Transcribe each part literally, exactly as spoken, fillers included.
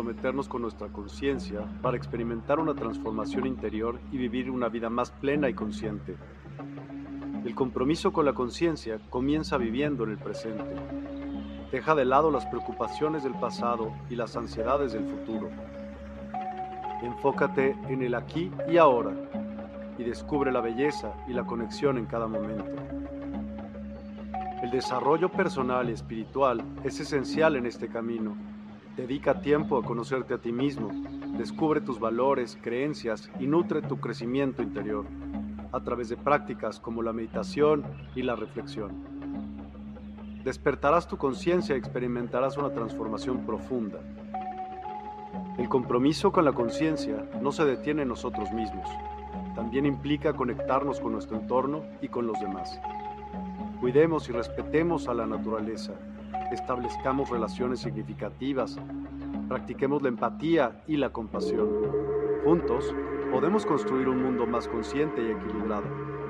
comprometernos con nuestra conciencia para experimentar una transformación interior y vivir una vida más plena y consciente. El compromiso con la conciencia comienza viviendo en el presente. Deja de lado las preocupaciones del pasado y las ansiedades del futuro. Enfócate en el aquí y ahora y descubre la belleza y la conexión en cada momento. El desarrollo personal y espiritual es esencial en este camino. Dedica tiempo a conocerte a ti mismo, descubre tus valores, creencias y nutre tu crecimiento interior a través de prácticas como la meditación y la reflexión. Despertarás tu conciencia y experimentarás una transformación profunda. El compromiso con la conciencia no se detiene en nosotros mismos, también implica conectarnos con nuestro entorno y con los demás. Cuidemos y respetemos a la naturaleza, establezcamos relaciones significativas, practiquemos la empatía y la compasión. Juntos, podemos construir un mundo más consciente y equilibrado.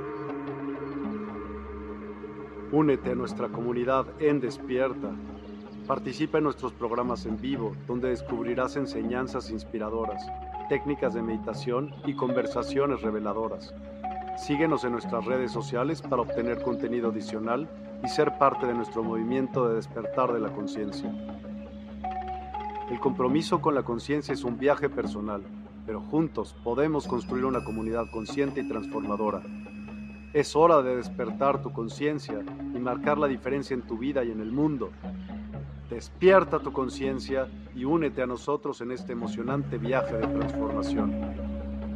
Únete a nuestra comunidad en Despierta. Participa en nuestros programas en vivo, donde descubrirás enseñanzas inspiradoras, técnicas de meditación y conversaciones reveladoras. Síguenos en nuestras redes sociales para obtener contenido adicional y ser parte de nuestro movimiento de despertar de la conciencia. El compromiso con la conciencia es un viaje personal, pero juntos podemos construir una comunidad consciente y transformadora. Es hora de despertar tu conciencia y marcar la diferencia en tu vida y en el mundo. Despierta tu conciencia y únete a nosotros en este emocionante viaje de transformación.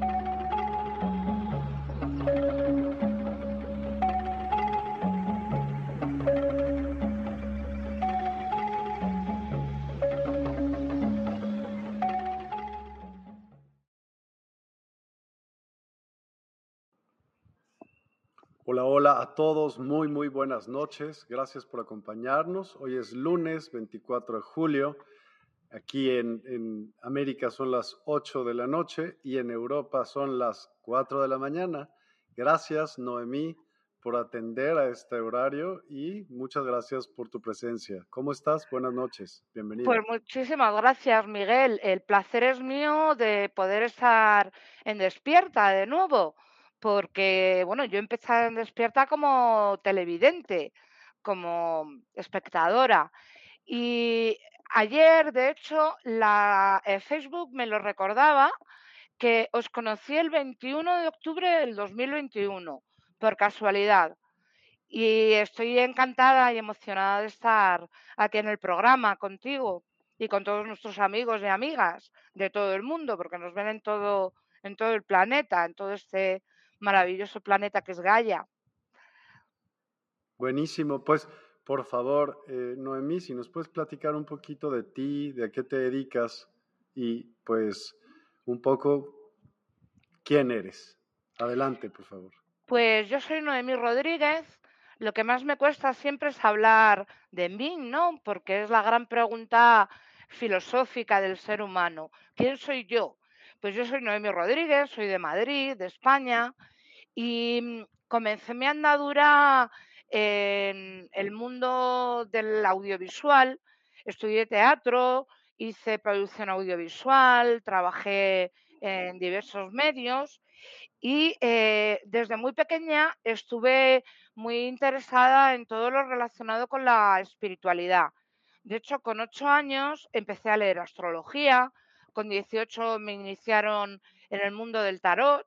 Hola, hola a todos, muy, muy buenas noches. Gracias por acompañarnos. Hoy es lunes veinticuatro de julio. Aquí en, en América son las ocho de la noche y en Europa son las cuatro de la mañana. Gracias, Noemí, por atender a este horario y muchas gracias por tu presencia. ¿Cómo estás? Buenas noches. Pues Bienvenida. muchísimas gracias, Miguel. El placer es mío de poder estar en Despierta de nuevo, porque, bueno, yo empecé en Despierta como televidente, como espectadora. Y ayer, de hecho, la, eh, Facebook me lo recordaba que os conocí el veintiuno de octubre del dos mil veintiuno, por casualidad. Y estoy encantada y emocionada de estar aquí en el programa contigo y con todos nuestros amigos y amigas de todo el mundo, porque nos ven en todo, en todo el planeta, en todo este maravilloso planeta que es Gaia. Buenísimo. Pues, por favor, eh, Noemí, si nos puedes platicar un poquito de ti, de a qué te dedicas y pues un poco quién eres. Adelante, por favor. Pues yo soy Noemí Rodríguez. Lo que más me cuesta siempre es hablar de mí, ¿no? Porque es la gran pregunta filosófica del ser humano. ¿Quién soy yo? Pues yo soy Noemí Rodríguez, soy de Madrid, de España, y mm, comencé mi andadura en el mundo del audiovisual. Estudié teatro, hice producción audiovisual, trabajé en diversos medios y eh, desde muy pequeña estuve muy interesada en todo lo relacionado con la espiritualidad. De hecho, con ocho años empecé a leer astrología, con dieciocho me iniciaron en el mundo del tarot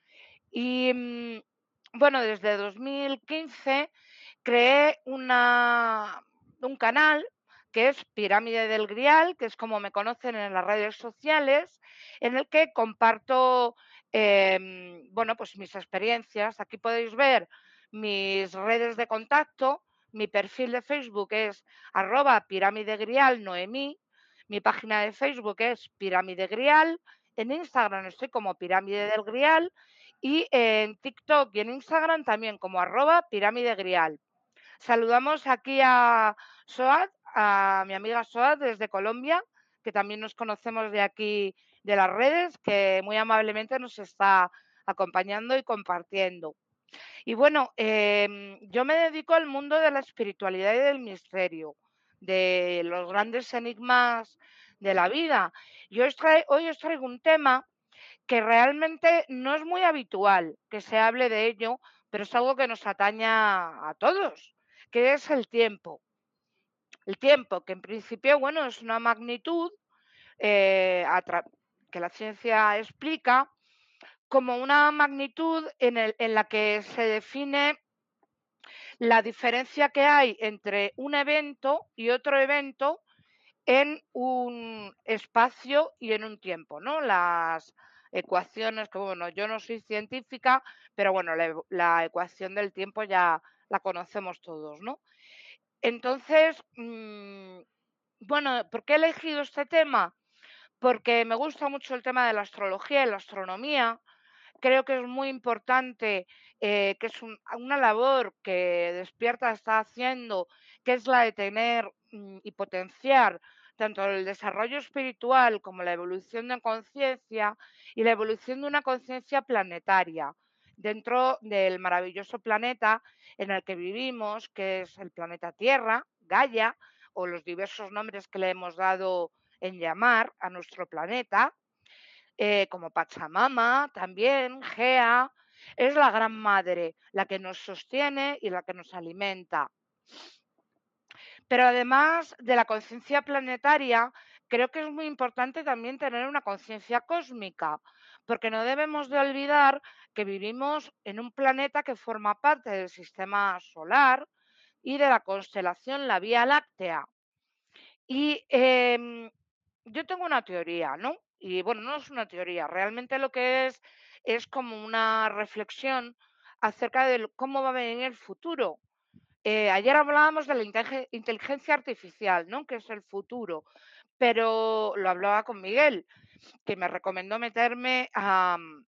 y mm, bueno, desde dos mil quince creé una, un canal que es Pirámide del Grial, que es como me conocen en las redes sociales, en el que comparto em, bueno, pues mis experiencias. Aquí podéis ver mis redes de contacto. Mi perfil de Facebook es arroba pirámide grial noemí. Mi página de Facebook es Pirámide Grial. En Instagram estoy como Pirámide del Grial y en TikTok y en Instagram también como arroba pirámide grial. Saludamos aquí a Soad, a mi amiga Soad desde Colombia, que también nos conocemos de aquí de las redes, que muy amablemente nos está acompañando y compartiendo. Y bueno, em, yo me dedico al mundo de la espiritualidad y del misterio, de los grandes enigmas de la vida. Y hoy os, trae- hoy os traigo un tema que realmente no es muy habitual que se hable de ello, pero es algo que nos ataña a todos, que es el tiempo. El tiempo, que en principio, bueno, es una magnitud eh, a tra- que la ciencia explica como una magnitud en, el- en la que se define la diferencia que hay entre un evento y otro evento en un espacio y en un tiempo, ¿no? Las ecuaciones, que bueno, yo no soy científica, pero bueno, la, ev- la ecuación del tiempo ya la conocemos todos, ¿no? Entonces, mm, bueno, ¿por qué he elegido este tema? Porque me gusta mucho el tema de la astrología y la astronomía. Creo que es muy importante, eh, que es un- una labor que Despierta está haciendo, que es la de tener mm, y potenciar tanto el desarrollo espiritual como la evolución de conciencia y la evolución de una conciencia planetaria dentro del maravilloso planeta en el que vivimos, que es el planeta Tierra, Gaia, o los diversos nombres que le hemos dado en llamar a nuestro planeta, eh, como Pachamama, también, Gea, es la gran madre, la que nos sostiene y la que nos alimenta. Pero además de la conciencia planetaria, creo que es muy importante también tener una conciencia cósmica, porque no debemos de olvidar que vivimos en un planeta que forma parte del sistema solar y de la constelación La Vía Láctea. Y em, yo tengo una teoría, ¿no? Y bueno, no es una teoría, realmente lo que es es como una reflexión acerca de lo- cómo va a venir el futuro. Eh, ayer hablábamos de la intege- inteligencia artificial, ¿no? Que es el futuro, pero lo hablaba con Miguel, que me recomendó meterme a,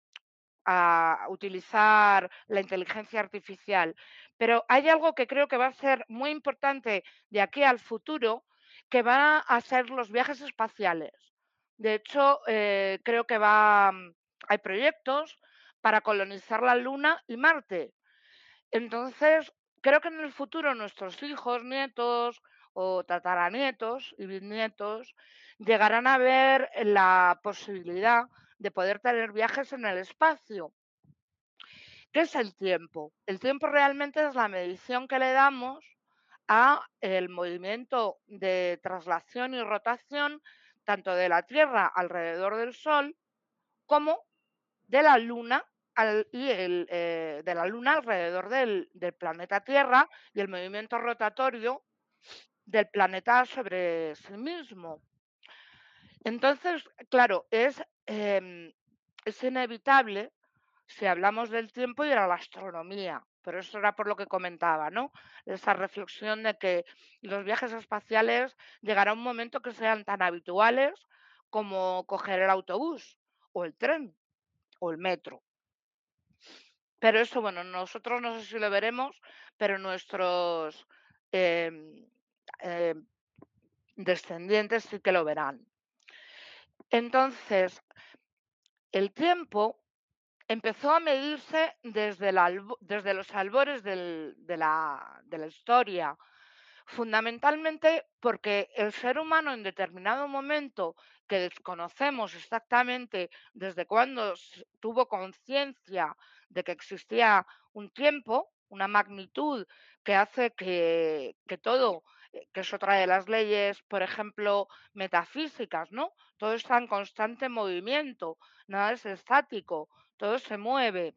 a utilizar la inteligencia artificial. Pero hay algo que creo que va a ser muy importante de aquí al futuro, que va a ser los viajes espaciales. De hecho, eh, creo que va, mm, hay proyectos para colonizar la Luna y Marte. Entonces, creo que en el futuro nuestros hijos, nietos o tataranietos y bisnietos llegarán a ver la posibilidad de poder tener viajes en el espacio. ¿Qué es el tiempo? El tiempo realmente es la medición que le damos a el movimiento de traslación y rotación tanto de la Tierra alrededor del Sol como de la Luna al- y el, eh, de la Luna alrededor del, del planeta Tierra y el movimiento rotatorio del planeta sobre sí mismo. Entonces, claro, es, em, es inevitable si hablamos del tiempo ir a la astronomía, pero eso era por lo que comentaba, ¿no? Esa reflexión de que los viajes espaciales llegará un momento que sean tan habituales como coger el autobús o el tren o el metro. Pero eso, bueno, nosotros no sé si lo veremos, pero nuestros em, em, descendientes sí que lo verán. Entonces, el tiempo empezó a medirse desde, el albo- desde los albores del- de, la, de la historia, fundamentalmente porque el ser humano en determinado momento que desconocemos exactamente desde cuándo s- tuvo conciencia de que existía un tiempo, una magnitud que hace que, que todo, eh, que es otra de las leyes, por ejemplo, metafísicas, ¿no? Todo está en constante movimiento, nada es estático, todo se mueve.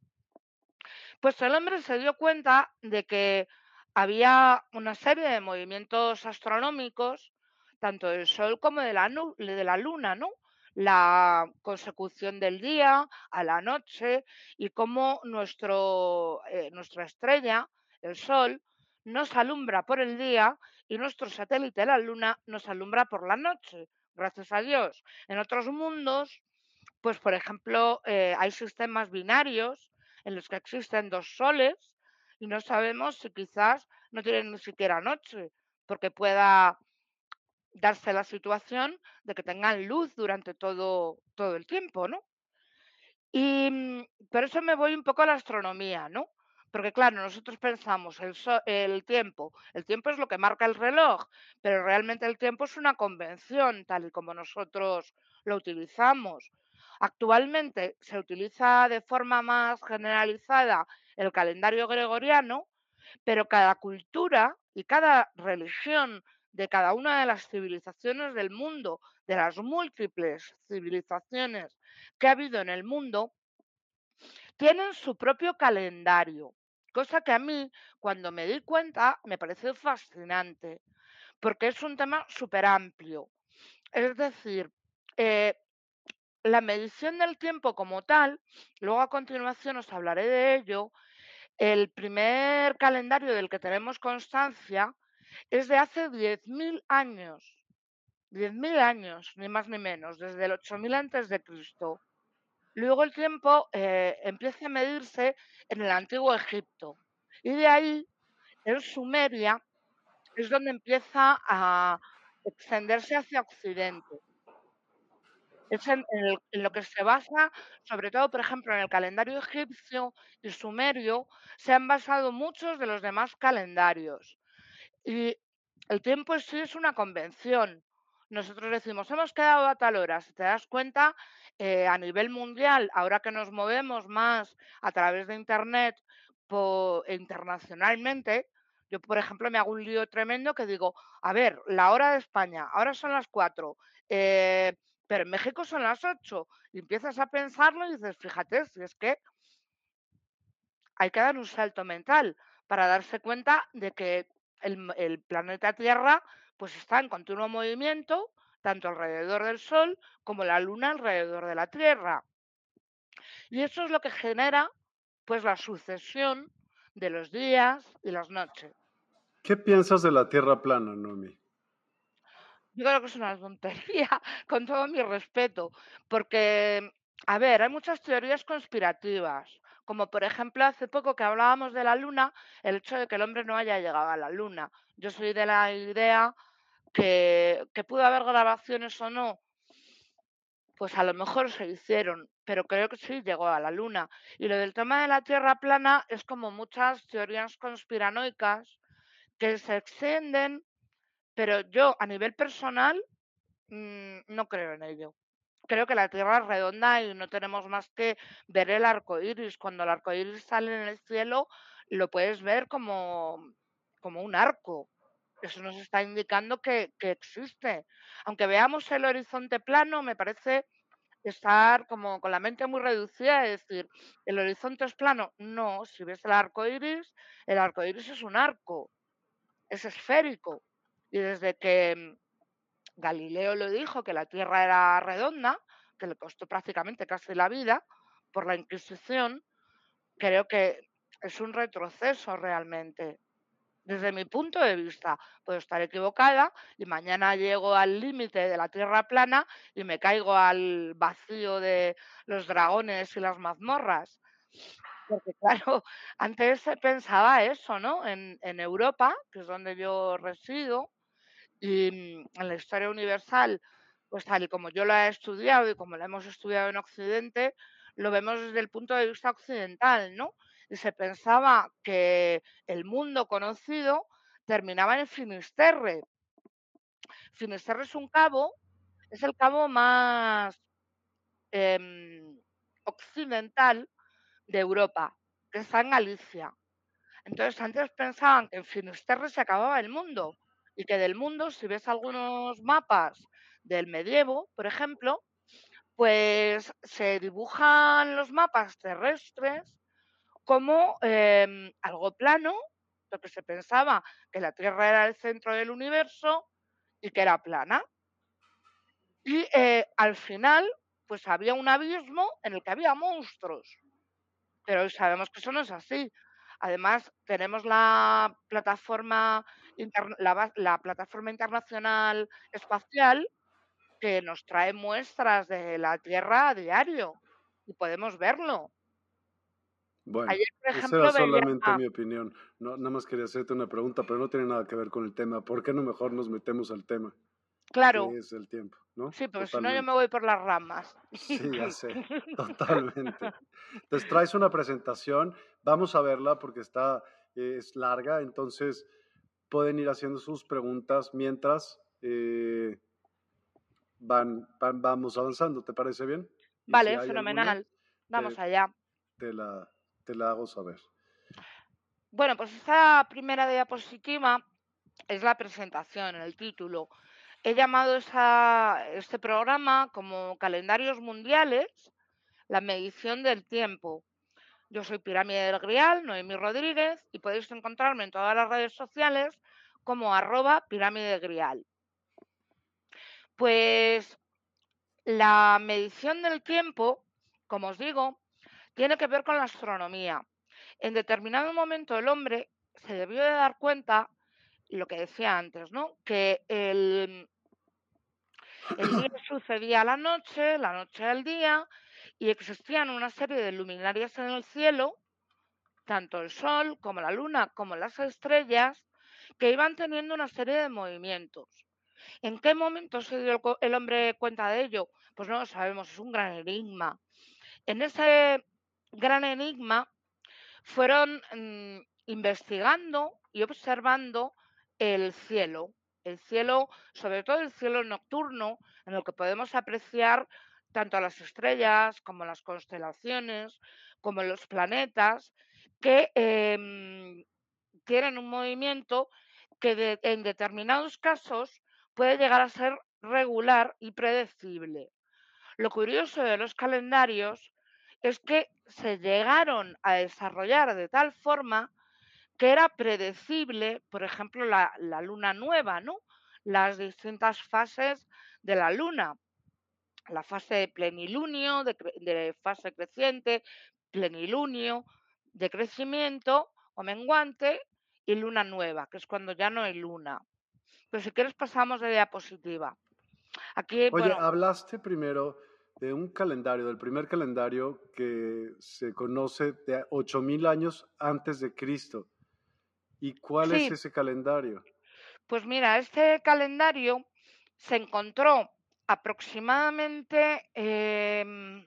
Pues el hombre se dio cuenta de que había una serie de movimientos astronómicos, tanto del Sol como de la, nu- de la Luna, ¿no? La consecución del día a la noche y cómo nuestro, eh, nuestra estrella, el Sol, nos alumbra por el día y nuestro satélite, la Luna, nos alumbra por la noche, gracias a Dios. En otros mundos pues, por ejemplo, eh, hay sistemas binarios en los que existen dos soles y no sabemos si quizás no tienen ni siquiera noche, porque pueda darse la situación de que tengan luz durante todo, todo el tiempo, ¿no? Y mm, por eso me voy un poco a la astronomía, ¿no? Porque claro, nosotros pensamos el, so- el tiempo, el tiempo es lo que marca el reloj, pero realmente el tiempo es una convención, tal y como nosotros lo utilizamos. Actualmente se utiliza de forma más generalizada el calendario gregoriano, pero cada cultura y cada religión de cada una de las civilizaciones del mundo, de las múltiples civilizaciones que ha habido en el mundo, tienen su propio calendario, cosa que a mí, cuando me di cuenta, me pareció fascinante, porque es un tema súper amplio. Es decir, eh, la medición del tiempo como tal, luego a continuación os hablaré de ello, el primer calendario del que tenemos constancia es de hace diez mil años. Diez mil años, ni más ni menos, desde el ocho mil antes de Cristo. Luego el tiempo eh, empieza a medirse en el antiguo Egipto. Y de ahí, en Sumeria, es donde empieza a extenderse hacia Occidente. Es en, en el- en lo que se basa, sobre todo, por ejemplo, en el calendario egipcio y sumerio, se han basado muchos de los demás calendarios. Y el tiempo en sí es una convención. Nosotros decimos, hemos quedado a tal hora. Si te das cuenta, eh, a nivel mundial, ahora que nos movemos más a través de Internet po- e internacionalmente, yo, por ejemplo, me hago un lío tremendo que digo, a ver, la hora de España, ahora son las cuatro, eh, pero en México son las ocho. Y empiezas a pensarlo y dices, fíjate, si es que hay que dar un salto mental para darse cuenta de que el, m- el planeta Tierra pues está en continuo movimiento, tanto alrededor del Sol como la Luna alrededor de la Tierra. Y eso es lo que genera pues la sucesión de los días y las noches. ¿Qué piensas de la Tierra plana, Nomi? Yo creo que es una tontería, con todo mi respeto, porque, a ver, hay muchas teorías conspirativas, como por ejemplo hace poco que hablábamos de la Luna, el hecho de que el hombre no haya llegado a la Luna. Yo soy de la idea que, que pudo haber grabaciones o no, pues a lo mejor se hicieron, pero creo que sí llegó a la Luna. Y lo del tema de la Tierra plana es como muchas teorías conspiranoicas que se extienden, pero yo a nivel personal Mm, no creo en ello. Creo que la Tierra es redonda y no tenemos más que ver el arco iris. Cuando el arco iris sale en el cielo, lo puedes ver como, como un arco. Eso nos está indicando que, que existe. Aunque veamos el horizonte plano, me parece estar como con la mente muy reducida y decir, ¿el horizonte es plano? No, si ves el arco iris, el arco iris es un arco, es esférico. Y desde que Galileo lo dijo, que la Tierra era redonda, que le costó prácticamente casi la vida por la Inquisición, creo que es un retroceso realmente. Desde mi punto de vista, puedo estar equivocada y mañana llego al límite de la Tierra plana y me caigo al vacío de los dragones y las mazmorras. Porque claro, antes se pensaba eso, ¿no? En, en Europa, que es donde yo resido, y mm, en la historia universal, pues tal y como yo la he estudiado y como la hemos estudiado en Occidente, lo vemos desde el punto de vista occidental, ¿no? Y se pensaba que el mundo conocido terminaba en Finisterre. Finisterre es un cabo, es el cabo más em, occidental de Europa, que está en Galicia. Entonces, antes pensaban que en Finisterre se acababa el mundo y que del mundo, si ves algunos mapas del medievo, por ejemplo, pues se dibujan los mapas terrestres como em, algo plano, lo que se pensaba que la Tierra era el centro del universo y que era plana. Y eh, al final, pues había un abismo en el que había monstruos. Pero hoy sabemos que eso no es así. Además, tenemos la plataforma, inter- la, ba- la plataforma internacional espacial que nos trae muestras de la Tierra a diario y podemos verlo. Bueno, Ayer, por esa era ejemplo, veía, solamente mi opinión. No, nada más quería hacerte una pregunta, pero no tiene nada que ver con el tema. ¿Por qué no mejor nos metemos al tema? Claro, que es el tiempo, ¿no? sí, porque si no yo me Totalmente. voy por las ramas. Sí, ya sé, totalmente. Entonces traes una presentación, vamos a verla porque está, eh, es larga, entonces pueden ir haciendo sus preguntas mientras eh, van, van- vamos avanzando, ¿te parece bien? Y si Vale, hay alguna, fenomenal. Vamos te, allá. te la, te la hago saber. Bueno, pues esta primera diapositiva es la presentación, el título. He llamado esa- este programa como Calendarios Mundiales, la medición del tiempo. Yo soy Pirámide del Grial, Noemí Rodríguez, y podéis encontrarme en todas las redes sociales como arroba Pirámide Grial. Pues la medición del tiempo, como os digo, tiene que ver con la astronomía. En determinado momento el hombre se debió de dar cuenta, lo que decía antes, ¿no? Que el, el día sucedía a la noche, la noche al día, y existían una serie de luminarias en el cielo, tanto el Sol como la Luna como las estrellas, que iban teniendo una serie de movimientos. ¿En qué momento se dio el, co- el hombre cuenta de ello? Pues no lo sabemos, es un gran enigma. En ese gran enigma fueron mm, investigando y observando el cielo, el cielo, sobre todo el cielo nocturno, en el que podemos apreciar tanto las estrellas como las constelaciones, como los planetas, que em, tienen un movimiento que de- en determinados casos puede llegar a ser regular y predecible. Lo curioso de los calendarios es que se llegaron a desarrollar de tal forma que era predecible, por ejemplo, la, la luna nueva, ¿no? Las distintas fases de la luna, la fase de plenilunio, de, cre- de fase creciente, plenilunio, de crecimiento o menguante y luna nueva, que es cuando ya no hay luna. Pero si quieres pasamos de diapositiva. Aquí, Oye, bueno, hablaste primero de un calendario, del primer calendario que se conoce de ocho mil años antes de Cristo. ¿Y cuál es sí, ese calendario? pues mira, este calendario se encontró aproximadamente em,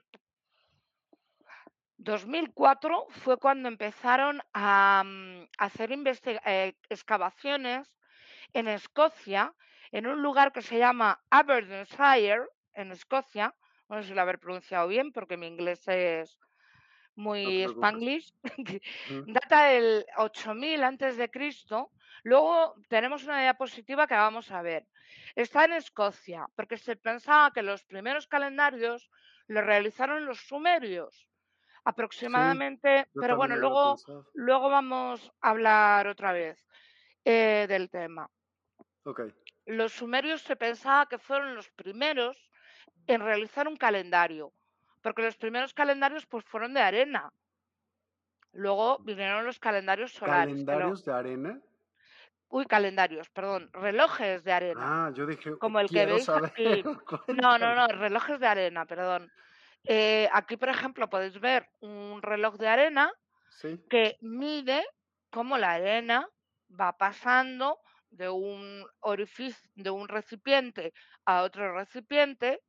dos mil cuatro fue cuando empezaron a mm, hacer investiga- eh, excavaciones en Escocia, en un lugar que se llama Aberdeenshire, en Escocia. No sé si lo haber pronunciado bien porque mi inglés es No te muy preocupes. spanglish, Ujú. data del ocho mil antes de Cristo. Luego tenemos una diapositiva que vamos a ver. Está en Escocia, porque se pensaba que los primeros calendarios los realizaron los sumerios, Sí, aproximadamente, yo pero también bueno, lo hubiera luego, pensado. luego vamos a hablar otra vez eh, del tema. Ok. Los sumerios se pensaba que fueron los primeros en realizar un calendario, porque los primeros calendarios pues fueron de arena. Luego vinieron los calendarios solares, que lo... ¿Calendarios de arena? Uy, calendarios, perdón, relojes de arena, Ah, yo dije, como el que quiero veis saber, aquí. No, no, cuéntame. no, relojes de arena, perdón. Eh, aquí, por ejemplo, podéis ver un reloj de arena Sí, que mide cómo la arena va pasando de un orificio, de un recipiente a otro recipiente,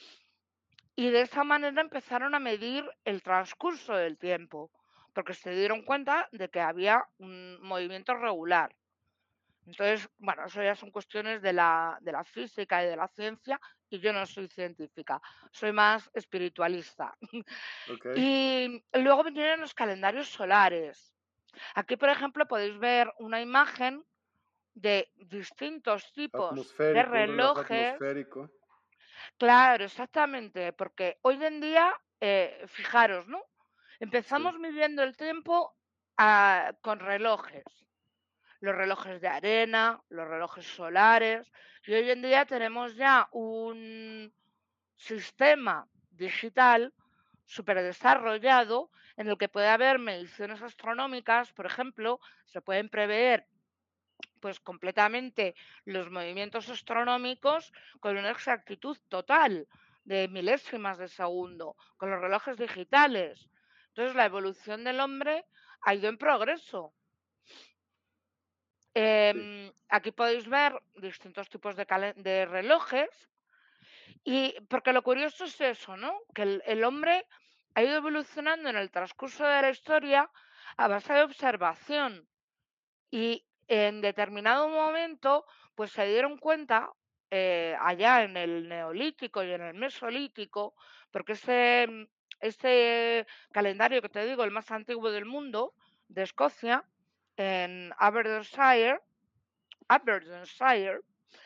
y de esa manera empezaron a medir el transcurso del tiempo, porque se dieron cuenta de que había un movimiento regular. Entonces, bueno, eso ya son cuestiones de la, de la física y de la ciencia, y yo no soy científica, soy más espiritualista. ok. Y luego vinieron los calendarios solares. Aquí, por ejemplo, podéis ver una imagen de distintos tipos de Atmosférico, un reloj relojes. atmosférico. Claro, exactamente, porque hoy en día, eh, fijaros, ¿no? Sí. Empezamos midiendo el tiempo ah, con relojes, los relojes de arena, los relojes solares, y hoy en día tenemos ya un sistema digital súper desarrollado en el que puede haber mediciones astronómicas, por ejemplo, se pueden prever pues completamente los movimientos astronómicos con una exactitud total de milésimas de segundo, con los relojes digitales. Entonces la evolución del hombre ha ido en progreso. Sí. Em, aquí podéis ver distintos tipos de, calen- de relojes y porque lo curioso es eso, ¿no? Que el, el hombre ha ido evolucionando en el transcurso de la historia a base de observación y en determinado momento, pues se dieron cuenta, eh, allá en el Neolítico y en el Mesolítico, porque ese, mm, ese calendario que te digo, el más antiguo del mundo, de Escocia, en Aberdeenshire, Aberdeenshire,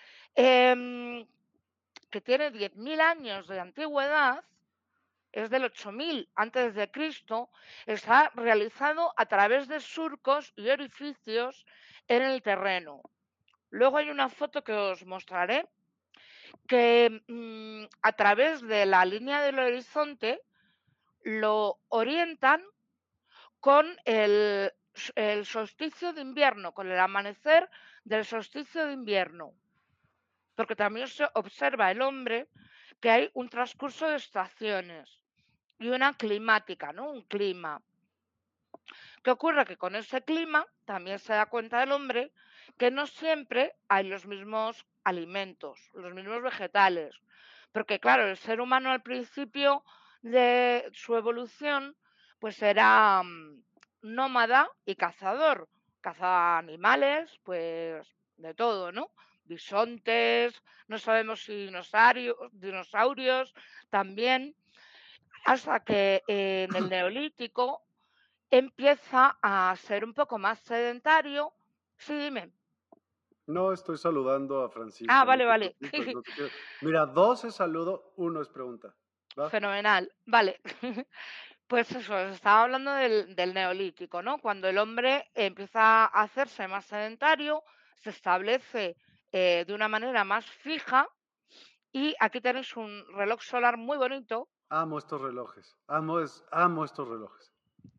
em, que tiene diez mil años de antigüedad, es del ocho mil antes de Cristo, está realizado a través de surcos y orificios en el terreno. Luego hay una foto que os mostraré que mm, a través de la línea del horizonte lo orientan con el, el solsticio de invierno, con el amanecer del solsticio de invierno, porque también se observa el hombre que hay un transcurso de estaciones y una climática, ¿no? Un clima. ¿Qué ocurre? Que con ese clima también se da cuenta el hombre que no siempre hay los mismos alimentos, los mismos vegetales. Porque claro, el ser humano al principio de su evolución, pues era mm, nómada y cazador. Cazaba animales, pues de todo, ¿no? Bisontes, no sabemos si dinosaurios, dinosaurios también, hasta que en el Neolítico empieza a ser un poco más sedentario. Sí, dime. No, estoy saludando a Ah, Francisca, no vale, te vale. preocupes, no te quiero. Mira, dos es saludo, uno es pregunta. ¿Va? Fenomenal. Vale. Pues eso, os estaba hablando del, del neolítico, ¿no? Cuando el hombre empieza a hacerse más sedentario, se establece eh, de una manera más fija y aquí tenéis un reloj solar muy bonito. Amo estos relojes, amo, es, amo estos relojes.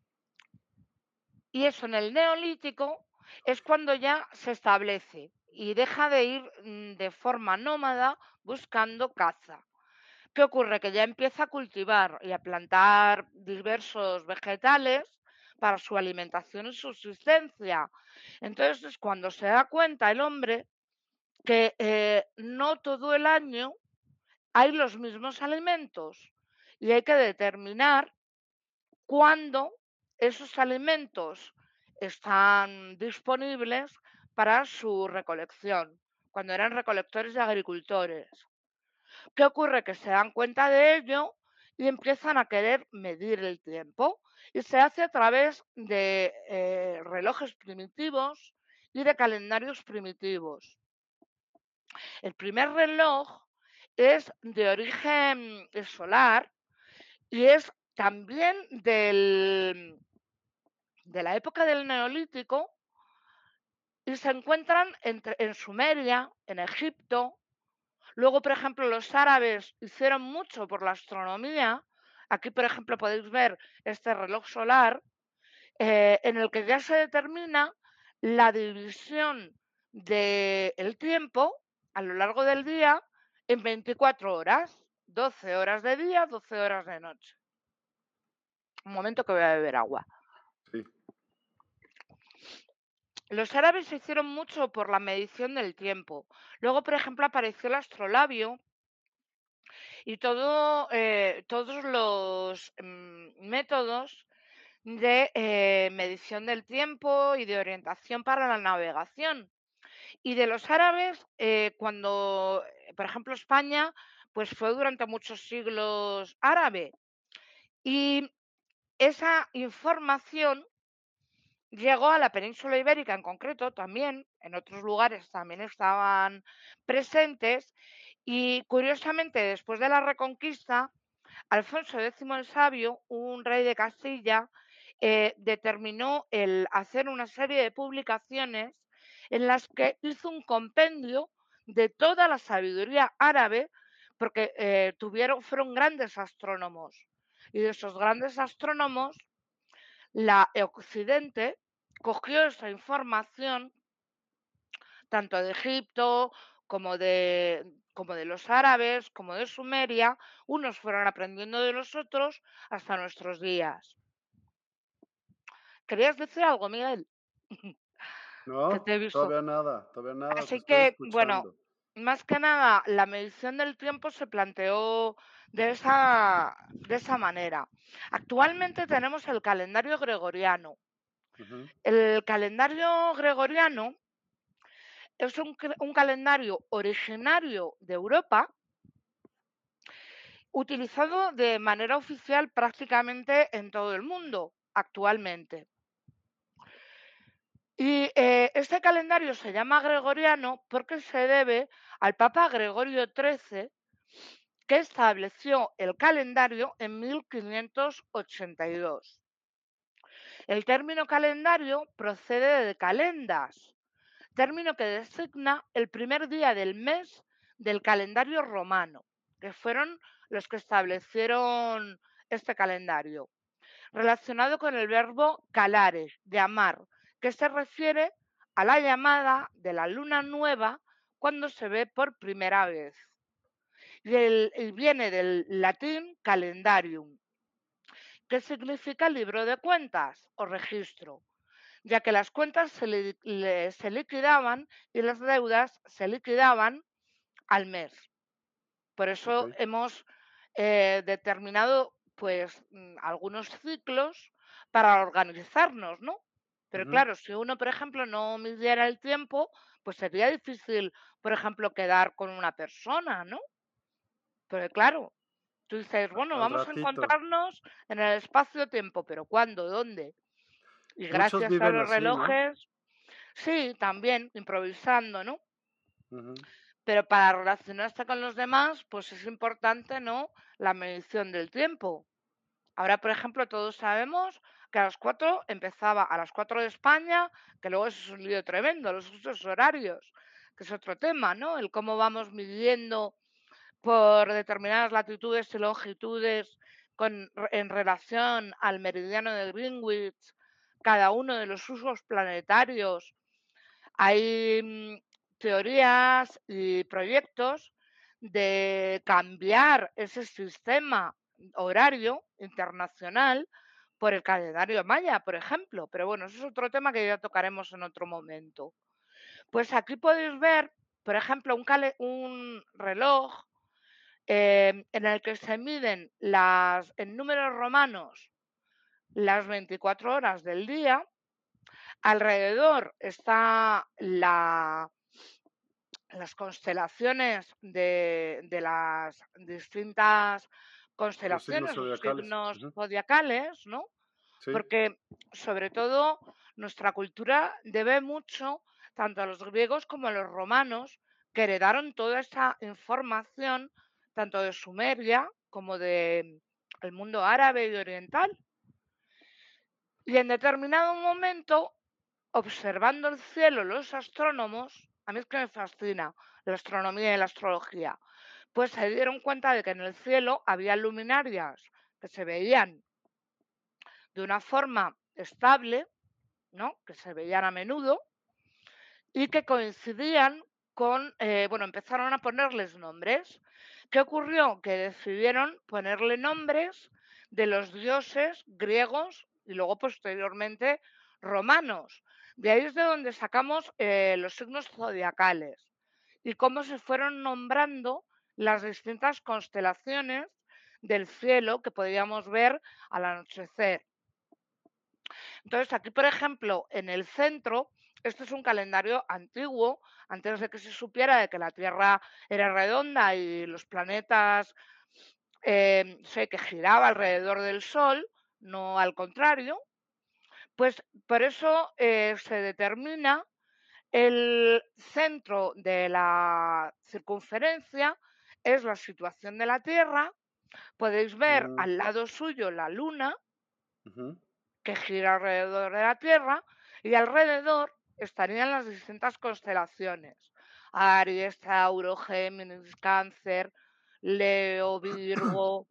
Y eso en el neolítico es cuando ya se establece y deja de ir mm, de forma nómada buscando caza. ¿Qué ocurre? Que ya empieza a cultivar y a plantar diversos vegetales para su alimentación y subsistencia. Entonces es cuando se da cuenta el hombre que eh, no todo el año hay los mismos alimentos y hay que determinar cuándo esos alimentos están disponibles para su recolección, cuando eran recolectores y agricultores. ¿Qué ocurre? Que se dan cuenta de ello y empiezan a querer medir el tiempo. Y se hace a través de eh, relojes primitivos y de calendarios primitivos. El primer reloj es de origen eh, solar y es también del, de la época del Neolítico y se encuentran entre- en Sumeria, en Egipto. Luego, por ejemplo, los árabes hicieron mucho por la astronomía. Aquí, por ejemplo, podéis ver este reloj solar eh, en el que ya se determina la división del tiempo a lo largo del día en veinticuatro horas, doce horas de día, doce horas de noche. Un momento que voy a beber agua. Sí. Los árabes hicieron mucho por la medición del tiempo. Luego, por ejemplo, apareció el astrolabio y todo, eh, todos los mm, métodos de eh, medición del tiempo y de orientación para la navegación. Y de los árabes, eh, cuando, eh, por ejemplo, España, pues fue durante muchos siglos árabe. Y esa información llegó a la península ibérica en concreto también, en otros lugares también estaban presentes. Y curiosamente, después de la Reconquista, Alfonso décimo el Sabio, un rey de Castilla, eh, determinó el hacer una serie de publicaciones en las que hizo un compendio de toda la sabiduría árabe, porque eh, tuvieron, fueron grandes astrónomos. Y de esos grandes astrónomos, la Occidente cogió esa información tanto de Egipto como de, como de los árabes, como de Sumeria, unos fueron aprendiendo de los otros hasta nuestros días. ¿Querías decir algo, Miguel? que No, te he visto. todavía nada, todavía nada, te Así estoy que, bueno, escuchando. más que nada, la medición del tiempo se planteó de esa, de esa manera. Actualmente tenemos el calendario gregoriano. Ujú, El calendario gregoriano es un, cre- un calendario originario de Europa, utilizado de manera oficial prácticamente en todo el mundo actualmente. Y eh, este calendario se llama gregoriano porque se debe al Papa Gregorio trece, que estableció el calendario en mil quinientos ochenta y dos. El término calendario procede de calendas, término que designa el primer día del mes del calendario romano, que fueron los que establecieron este calendario, relacionado con el verbo calare, llamar, que se refiere a la llamada de la luna nueva cuando se ve por primera vez. Y, el, y viene del latín calendarium, que significa libro de cuentas o registro, ya que las cuentas se, li, le, se liquidaban y las deudas se liquidaban al mes. Por ok. eso hemos eh, determinado pues mm, algunos ciclos para organizarnos, ¿no? Pero Ujú. claro, si uno, por ejemplo, no midiera el tiempo, pues sería difícil, por ejemplo, quedar con una persona, ¿no? Pero claro, tú dices, bueno, Al vamos a ratito. encontrarnos en el espacio-tiempo, pero ¿cuándo? ¿Dónde? Y Muchos gracias a viven los así, ¿no? relojes, sí, también improvisando, ¿no? Ujú, Pero para relacionarse con los demás, pues es importante, ¿no? La medición del tiempo. Ahora, por ejemplo, todos sabemos que a las cuatro empezaba a las cuatro de España, que luego eso es un lío tremendo, los usos horarios, que es otro tema, ¿no? El cómo vamos midiendo por determinadas latitudes y longitudes con, en relación al meridiano de Greenwich, cada uno de los usos planetarios. Hay mm, teorías y proyectos de cambiar ese sistema horario internacional por el calendario maya, por ejemplo. Pero bueno, eso es otro tema que ya tocaremos en otro momento. Pues aquí podéis ver, por ejemplo, un, un reloj eh, en el que se miden las, en números romanos las veinticuatro horas del día. Alrededor está la, las constelaciones de, de las distintas los signos constelaciones o zodiacales. signos Ujú, zodiacales, ¿no? sí. Porque sobre todo nuestra cultura debe mucho tanto a los griegos como a los romanos, que heredaron toda esa información tanto de Sumeria como de el mundo árabe y oriental. Y en determinado momento, observando el cielo los astrónomos, a mí es que me fascina la astronomía y la astrología, pues se dieron cuenta de que en el cielo había luminarias que se veían de una forma estable, ¿no? Que se veían a menudo y que coincidían con, eh, bueno, empezaron a ponerles nombres. ¿Qué ocurrió? Que decidieron ponerle nombres de los dioses griegos y luego posteriormente romanos. De ahí es de donde sacamos eh, los signos zodiacales y cómo se fueron nombrando las distintas constelaciones del cielo que podíamos ver al anochecer. Entonces, aquí, por ejemplo, en el centro, este es un calendario antiguo, antes de que se supiera de que la Tierra era redonda y los planetas eh, sé que giraba alrededor del Sol, no al contrario, pues por eso eh, se determina el centro de la circunferencia es la situación de la Tierra. Podéis ver Mm, al lado suyo la Luna, ujú. que gira alrededor de la Tierra, y alrededor estarían las distintas constelaciones. Aries, Tauro, Géminis, Cáncer, Leo, Virgo,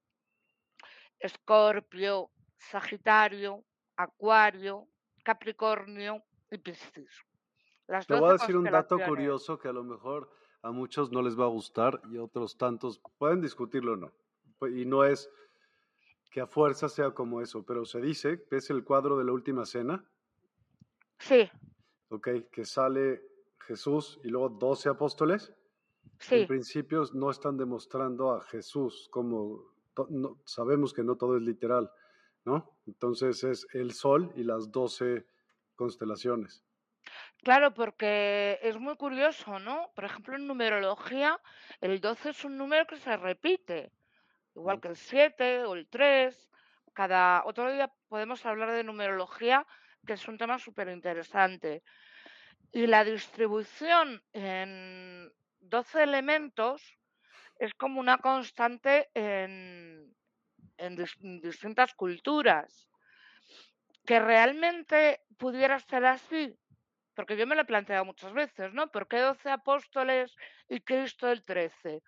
Escorpio, Sagitario, Acuario, Capricornio y Piscis. Las Te voy a doce decir un dato constelaciones. curioso que a lo mejor a muchos no les va a gustar y otros tantos pueden discutirlo o no. Pu- Y no es que a fuerza sea como eso, pero se dice, ¿ves el cuadro de la última cena? Sí, Ok, que sale Jesús y luego doce apóstoles. En Sí, principio no están demostrando a Jesús como to- no- sabemos que no todo es literal, ¿no? Entonces es el sol y las doce constelaciones. claro, porque es muy curioso, ¿no? Por ejemplo, en numerología, el doce es un número que se repite, igual Ujú. que el siete o el tres. Cada otro día podemos hablar de numerología, que es un tema súper interesante. Y la distribución en doce elementos es como una constante en, en dis- en distintas culturas. Que realmente pudiera ser así, porque yo me lo he planteado muchas veces, ¿no? ¿Por qué doce apóstoles y Cristo el trece?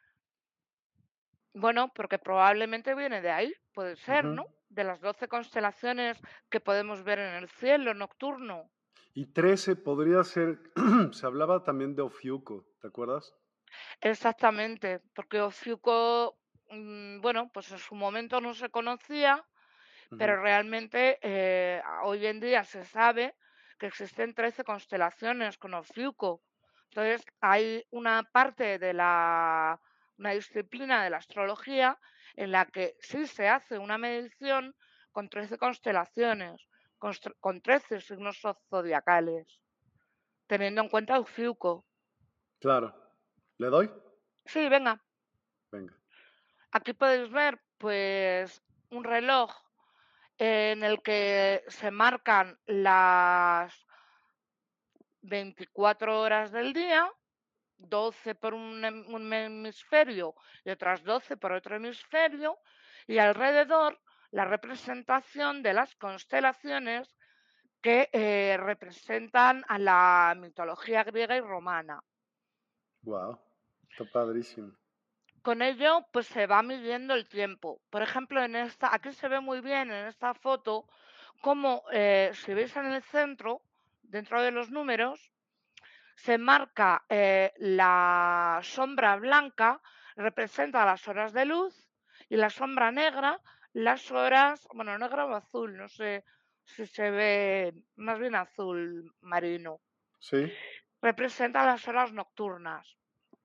Bueno, porque probablemente viene de ahí, puede ser, Ujú. ¿no? De las doce constelaciones que podemos ver en el cielo nocturno. Y trece podría ser, se hablaba también de Ofiuco, ¿te acuerdas? Exactamente, porque Ofiuco, mm, bueno, pues en su momento no se conocía, Ujú. pero realmente eh, a- hoy en día se sabe que existen trece constelaciones con Ofiuco. Entonces, hay una parte de la, una disciplina de la astrología en la que sí se hace una medición con trece constelaciones, con, str- con trece signos zo- zodiacales, teniendo en cuenta Ofiuco. Claro. ¿Le doy? Sí, venga, Venga. aquí podéis ver, pues, un reloj en el que se marcan las veinticuatro horas del día, doce por un, hem- un hemisferio y otras doce por otro hemisferio, y alrededor la representación de las constelaciones que eh, representan a la mitología griega y romana. Wow. Está padrísimo. Con ello, pues se va midiendo el tiempo. Por ejemplo, en esta, aquí se ve muy bien en esta foto cómo, eh, si veis en el centro, dentro de los números, se marca eh, la sombra blanca, representa las horas de luz, y la sombra negra, las horas, bueno, negra o azul, no sé si se ve, más bien azul marino, ¿Sí? representa las horas nocturnas.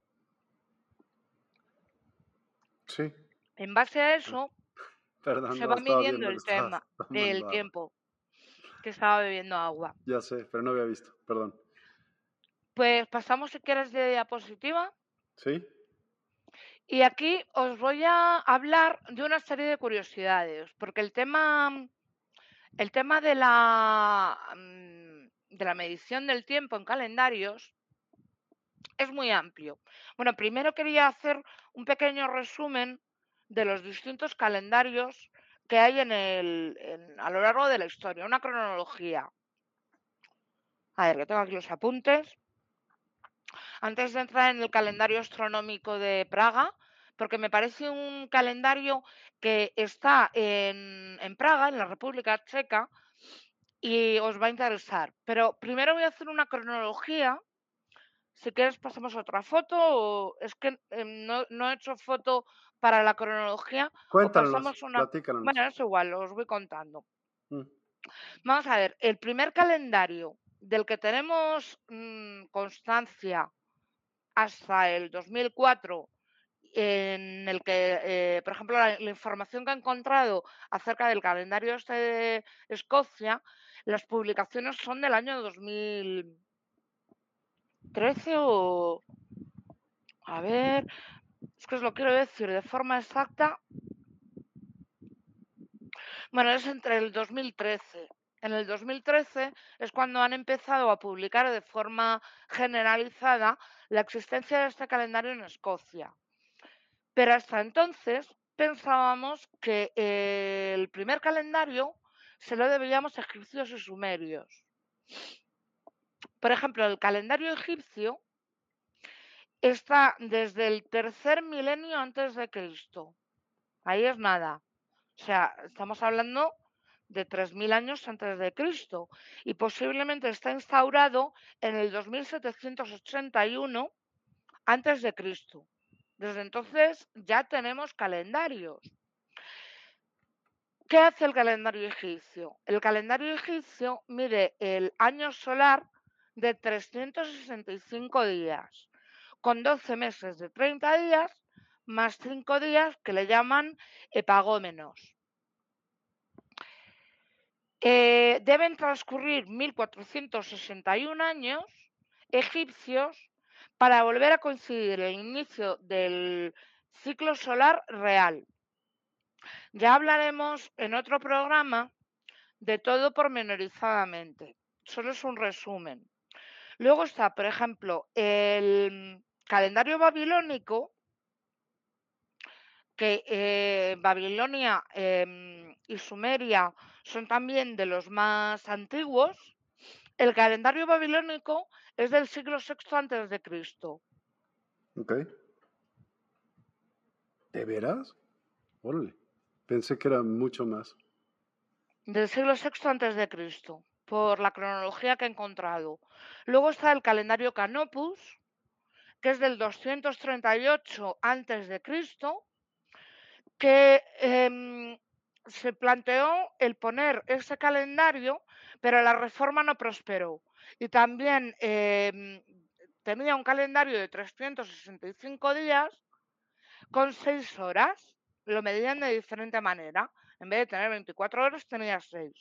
Sí. En base a eso, Perdón, se no, va estaba midiendo viendo que el estabas tema, el tomando agua. tiempo que estaba bebiendo agua. Ya sé, pero no había visto. Perdón. Pues pasamos, si quieres, de diapositiva. ¿Sí? Y aquí os voy a hablar de una serie de curiosidades, porque el tema, el tema de la, mm, de la medición del tiempo en calendarios es muy amplio. Bueno, primero quería hacer un pequeño resumen de los distintos calendarios que hay en el, en- a lo largo de la historia, una cronología. A ver, que tengo aquí los apuntes. Antes de entrar en el calendario astronómico de Praga, porque me parece un calendario que está en, en Praga, en la República Checa, y os va a interesar. Pero primero voy a hacer una cronología. Si quieres pasamos a otra foto, o es que eh, no, no he hecho foto para la cronología, o Cuéntanos, pasamos una... Bueno, platícanos. es igual, os voy contando. Mm. Vamos a ver, el primer calendario del que tenemos mm, constancia hasta el dos mil cuatro, en el que, eh, por ejemplo, la, la información que he encontrado acerca del calendario este de Escocia, las publicaciones son del año dos mil trece o... A ver, es que os lo quiero decir de forma exacta. Bueno, es entre el dos mil trece. En el dos mil trece es cuando han empezado a publicar de forma generalizada la existencia de este calendario en Escocia. Pero hasta entonces pensábamos que eh, el primer calendario se lo debíamos a egipcios y sumerios. Por ejemplo, el calendario egipcio está desde el tercer milenio antes de Cristo. Ahí es nada. O sea, estamos hablando de tres mil años antes de Cristo, y posiblemente está instaurado en el dos mil setecientos ochenta y uno antes de Cristo. Desde entonces ya tenemos calendarios. ¿Qué hace el calendario egipcio? El calendario egipcio mide el año solar de trescientos sesenta y cinco días, con doce meses de treinta días, más cinco días que le llaman epagómenos. Eh, deben transcurrir mil cuatrocientos sesenta y un años egipcios para volver a coincidir el inicio del ciclo solar real. Ya hablaremos en otro programa de todo pormenorizadamente. Solo es un resumen. Luego está, por ejemplo, el calendario babilónico, que eh, Babilonia eh, y Sumeria son también de los más antiguos. El calendario babilónico es del siglo sexto antes de Cristo. Ok. ¿De veras? Órale. Pensé que era mucho más. Del siglo sexto antes de Cristo, por la cronología que he encontrado. Luego está el calendario Canopus, que es del doscientos treinta y ocho antes de Cristo, que eh, se planteó el poner ese calendario, pero la reforma no prosperó. Y también eh, tenía un calendario de trescientos sesenta y cinco días con seis horas. Lo medían de diferente manera. En vez de tener veinticuatro horas, tenía seis.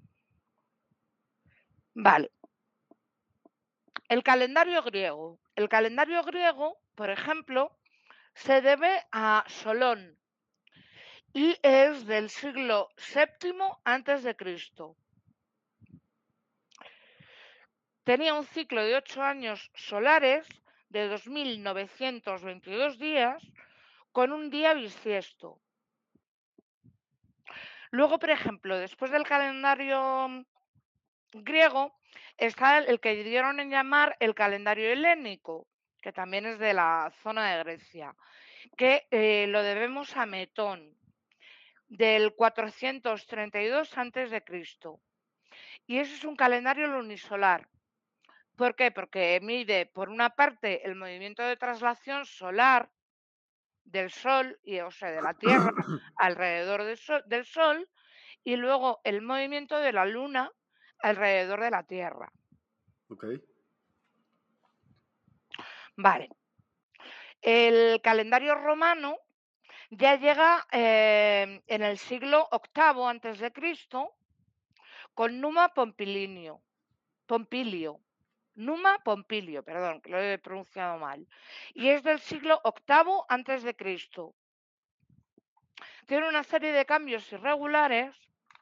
Vale. El calendario griego. El calendario griego, por ejemplo, se debe a Solón y es del siglo séptimo antes de Cristo. Tenía un ciclo de ocho años solares de dos mil novecientos veintidós días con un día bisiesto. Luego, por ejemplo, después del calendario griego está el que dieron en llamar el calendario helénico, que también es de la zona de Grecia, que eh, lo debemos a Metón, del cuatrocientos treinta y dos antes de Cristo. Y ese es un calendario lunisolar. ¿Por qué? Porque mide, por una parte, el movimiento de traslación solar del Sol, y, o sea, de la Tierra alrededor del Sol, del Sol, y luego el movimiento de la Luna alrededor de la Tierra. Ok. Vale. El calendario romano ya llega eh, en el siglo octavo antes de Cristo con Numa Pompilio. Pompilio. Numa Pompilio, perdón, que lo he pronunciado mal. Y es del siglo octavo antes de Cristo. Tiene una serie de cambios irregulares.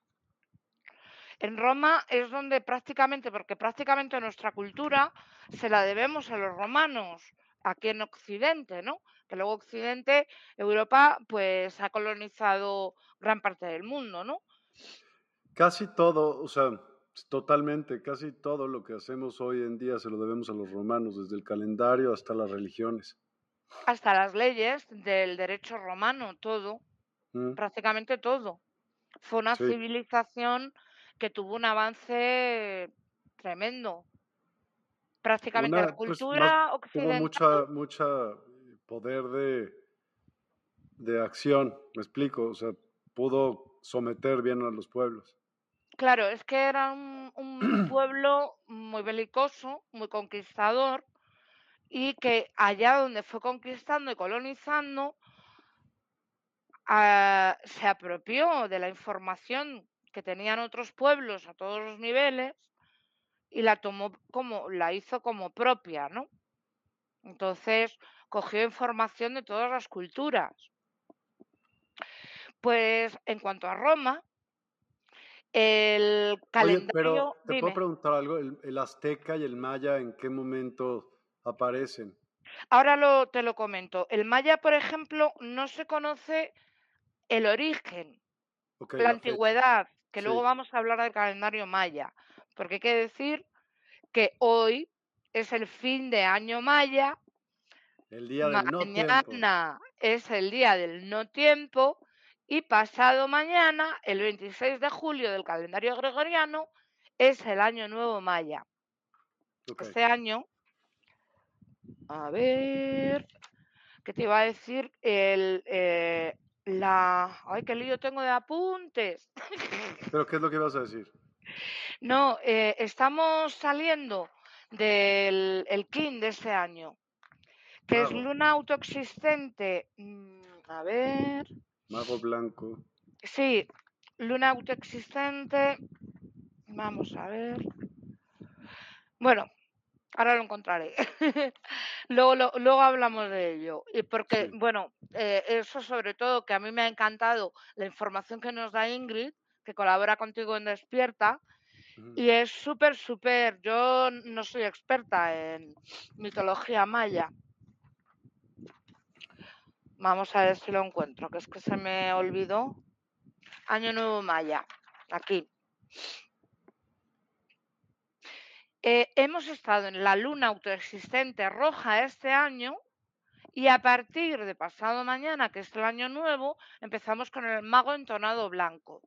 En Roma es donde prácticamente, porque prácticamente nuestra cultura se la debemos a los romanos, aquí en Occidente, ¿no? Que luego Occidente, Europa, pues ha colonizado gran parte del mundo, ¿no? Casi todo, o sea, totalmente, casi todo lo que hacemos hoy en día se lo debemos a los romanos, desde el calendario hasta las religiones. Hasta las leyes del derecho romano, todo, Mm, prácticamente todo. Fue una sí. civilización que tuvo un avance tremendo. Prácticamente la Una, pues más, cultura tuvo occidental. mucha, mucha poder de, de acción, me explico, o sea, pudo someter bien a los pueblos. Claro, es que era un, un pueblo muy belicoso, muy conquistador, y que allá donde fue conquistando y colonizando, ah, se apropió de la información que tenían otros pueblos a todos los niveles y la tomó como, la hizo como propia, ¿no? Entonces, cogió información de todas las culturas. Pues en cuanto a Roma, el Oye, pero calendario, te puedo dime, preguntar algo, el, el azteca y el maya, ¿en qué momento aparecen? ahora lo, te lo comento. El maya, por ejemplo, no se conoce el origen, Ok, la la fecha, antigüedad, que luego sí, vamos a hablar del calendario maya, porque hay que decir que hoy es el fin de año maya, el día del no tiempo. mañana es el día del no tiempo y pasado mañana, el veintiséis de julio del calendario gregoriano, es el año nuevo maya. Ok. Este año, a ver, ¿qué te iba a decir? El, eh, la... ¡Ay, qué lío tengo de apuntes! ¿Pero qué es lo que ibas a decir? No, eh, estamos saliendo del el Kin de este año, que es Mago, luna autoexistente. mm, a ver, mago blanco. sí, luna autoexistente. Vamos a ver. Bueno, ahora lo encontraré. Luego, lo- luego hablamos de ello. Y porque, Sí. bueno, eh, eso sobre todo que a mí me ha encantado la información que nos da Ingrid, que colabora contigo en Despierta, Ujú. y es súper, súper. Yo no soy experta en mitología maya. Vamos a ver si lo encuentro, que es que se me olvidó. Año Nuevo Maya. Aquí. Eh, hemos estado en la luna autoexistente roja este año. Y a partir de pasado mañana, que es el año nuevo, empezamos con el mago entonado blanco.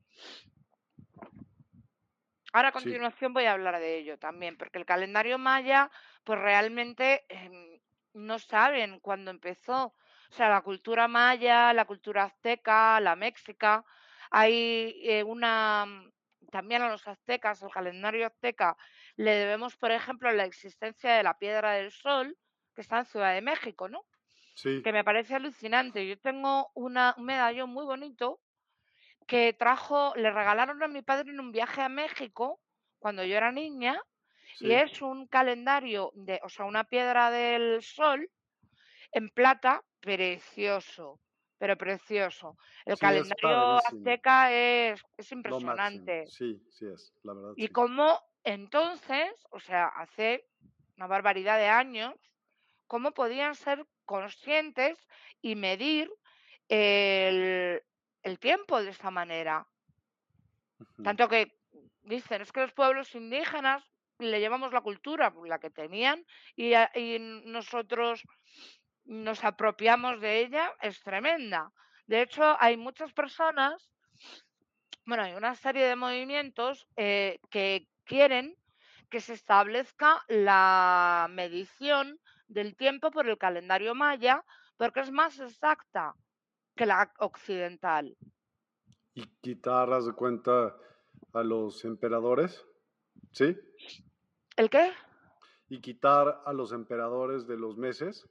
Ahora a Sí. continuación voy a hablar de ello también, porque el calendario maya, pues realmente eh, no saben cuándo empezó. O sea, la cultura maya, la cultura azteca, la méxica, hay eh, una... También a los aztecas, al calendario azteca, le debemos, por ejemplo, la existencia de la piedra del sol, que está en Ciudad de México, ¿no? Sí. Que me parece alucinante. Yo tengo una, un medallón muy bonito que trajo, le regalaron a mi padre en un viaje a México cuando yo era niña, y Sí. es un calendario de, o sea, una piedra del sol en plata precioso, pero precioso. El Sí, es calendario padrísimo. azteca es, es Lo máximo. impresionante. Sí, sí es. La verdad, Y sí. cómo entonces, o sea, hace una barbaridad de años, cómo podían ser conscientes y medir el, el tiempo de esta manera. Ujú. Tanto que dicen, es que los pueblos indígenas le llevamos la cultura, pues, la que tenían, y, a- y nosotros nos apropiamos de ella, es tremenda. De hecho, hay muchas personas, bueno, hay una serie de movimientos eh, que quieren que se establezca la medición del tiempo por el calendario maya, porque es más exacta que la occidental. Y quitar, haz de cuenta, a los emperadores. Sí. ¿El qué? Y quitar a los emperadores de los meses.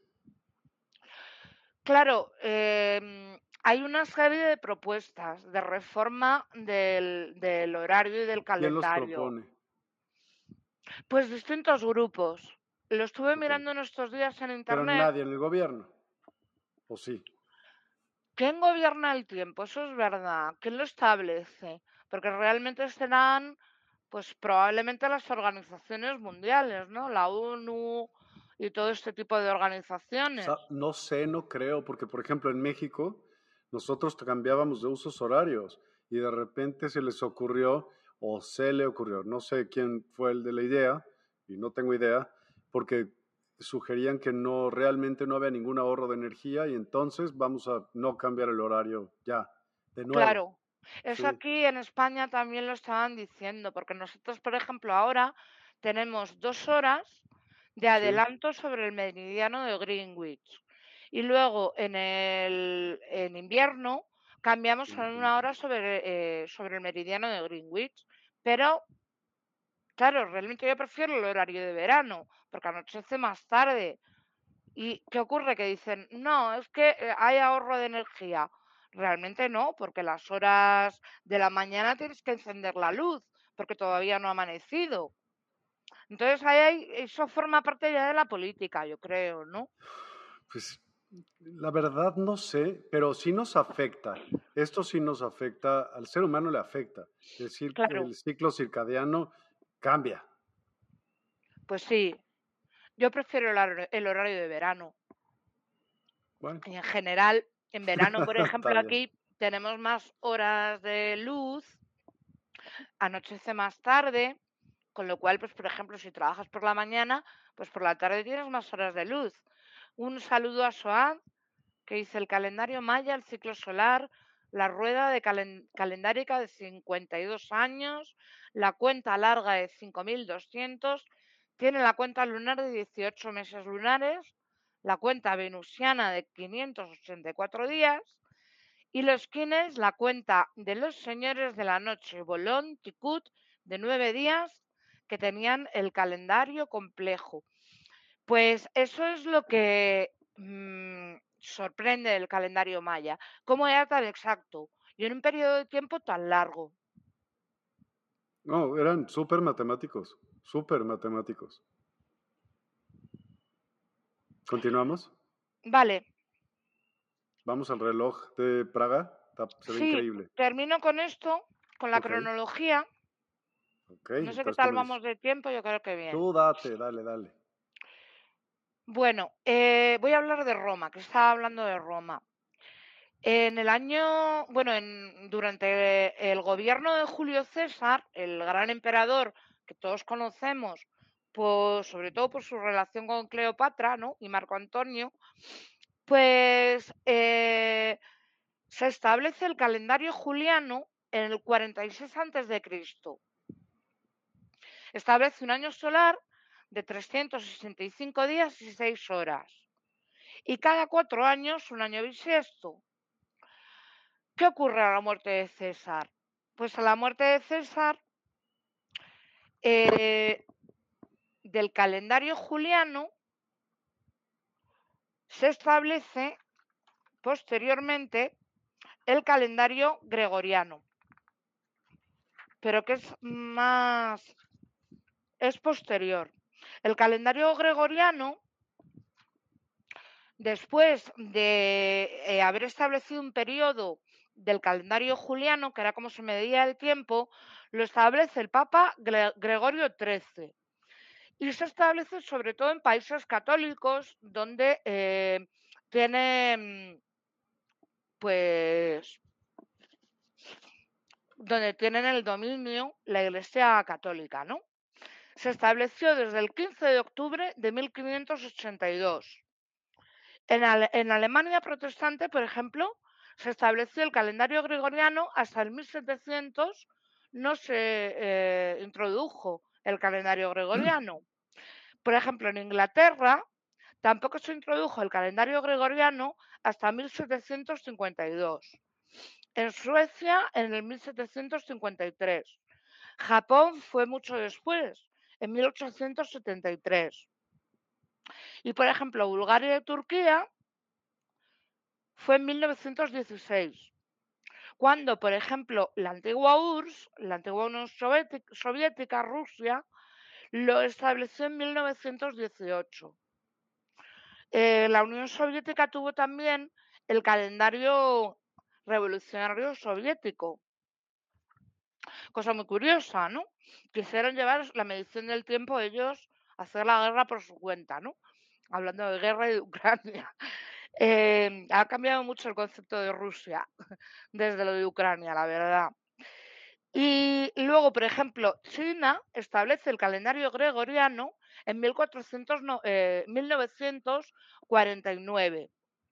Claro, em, hay una serie de propuestas de reforma del, del horario y del ¿Quién los calendario. propone? Pues distintos grupos. Lo estuve Ok. mirando en estos días en Pero internet. nadie en el gobierno. ¿O sí? ¿Quién gobierna el tiempo? Eso es verdad. ¿Quién lo establece? Porque realmente serán, pues probablemente las organizaciones mundiales, ¿no? La ONU y todo este tipo de organizaciones. Sa- No sé, no creo, porque por ejemplo en México nosotros cambiábamos de usos horarios y de repente se les ocurrió, o se le ocurrió, no sé quién fue el de la idea, y no tengo idea, porque sugerían que no, realmente no había ningún ahorro de energía y entonces vamos a no cambiar el horario ya, de nuevo. Claro, eso Sí. aquí en España también lo estaban diciendo, porque nosotros, por ejemplo, ahora tenemos dos horas de Sí. adelanto sobre el meridiano de Greenwich. Y luego en el en invierno cambiamos a Ujú. una hora sobre, eh, sobre el meridiano de Greenwich. Pero, claro, realmente yo prefiero el horario de verano, porque anochece más tarde. ¿Y qué ocurre? Que dicen, no, es que eh, hay ahorro de energía. Realmente no, porque las horas de la mañana tienes que encender la luz, porque todavía no ha amanecido. Entonces, ahí hay, eso forma parte ya de la política, yo creo, ¿no? Pues la verdad no sé, pero sí nos afecta. Esto sí nos afecta, al ser humano le afecta. El, cir- Claro, el ciclo circadiano cambia. pues sí, yo prefiero el hor- el horario de verano. Bueno, Y en general, en verano, por está ejemplo, bien. aquí tenemos más horas de luz, anochece más tarde. Con lo cual, pues, por ejemplo, si trabajas por la mañana, pues por la tarde tienes más horas de luz. Un saludo a Soad, que dice el calendario maya, el ciclo solar, la rueda de calen- calendárica de cincuenta y dos años, la cuenta larga de cinco mil doscientos, tiene la cuenta lunar de dieciocho meses lunares, la cuenta venusiana de quinientos ochenta y cuatro días, y los quines, la cuenta de los señores de la noche, Bolón, Ticut, de nueve días, que tenían el calendario complejo. Pues eso es lo que mm, sorprende del calendario maya, cómo era tan exacto y en un periodo de tiempo tan largo. No, eran súper matemáticos, súper matemáticos. ¿Continuamos? Vale, Vamos al reloj de Praga. Está- se ve sí, increíble. termino con esto, con la Ok, cronología. ok, No sé qué entonces tú tal me dices. vamos de tiempo, yo creo que bien. Tú date, dale, dale. Bueno, eh, voy a hablar de Roma, que estaba hablando de Roma. En el año, bueno, en, durante el gobierno de Julio César, el gran emperador que todos conocemos, pues, sobre todo por su relación con Cleopatra, ¿no? Y Marco Antonio, pues eh, se establece el calendario juliano en el cuarenta y seis antes de Cristo. Establece un año solar de trescientos sesenta y cinco días y seis horas. Y cada cuatro años un año bisiesto. ¿Qué ocurre a la muerte de César? Pues a la muerte de César, eh, del calendario juliano, se establece posteriormente el calendario gregoriano, pero que es más, es posterior. El calendario gregoriano, después de eh, haber establecido un periodo del calendario juliano, que era como se medía el tiempo, lo establece el Papa Gre- Gregorio trece. Y se establece sobre todo en países católicos donde eh, tienen, pues, donde tienen el dominio la Iglesia Católica, ¿no? Se estableció desde el quince de octubre de mil quinientos ochenta y dos. En, Ale en Alemania protestante, por ejemplo, se estableció el calendario gregoriano hasta el mil setecientos, no se eh, introdujo el calendario gregoriano. Por ejemplo, en Inglaterra tampoco se introdujo el calendario gregoriano hasta mil setecientos cincuenta y dos. En Suecia, en el mil setecientos cincuenta y tres. Japón fue mucho después, en mil ochocientos setenta y tres. Y, por ejemplo, Bulgaria y Turquía fue en mil novecientos dieciséis, cuando, por ejemplo, la antigua U R S S, la antigua Unión Soviética, Rusia, lo estableció en mil novecientos dieciocho. Eh, la Unión Soviética tuvo también el calendario revolucionario soviético, cosa muy curiosa, ¿no? Quisieron llevar la medición del tiempo ellos a hacer la guerra por su cuenta, ¿no? Hablando de guerra y de Ucrania. Eh, ha cambiado mucho el concepto de Rusia desde lo de Ucrania, la verdad. Y luego, por ejemplo, China establece el calendario gregoriano en mil cuatrocientos, eh, mil novecientos cuarenta y nueve.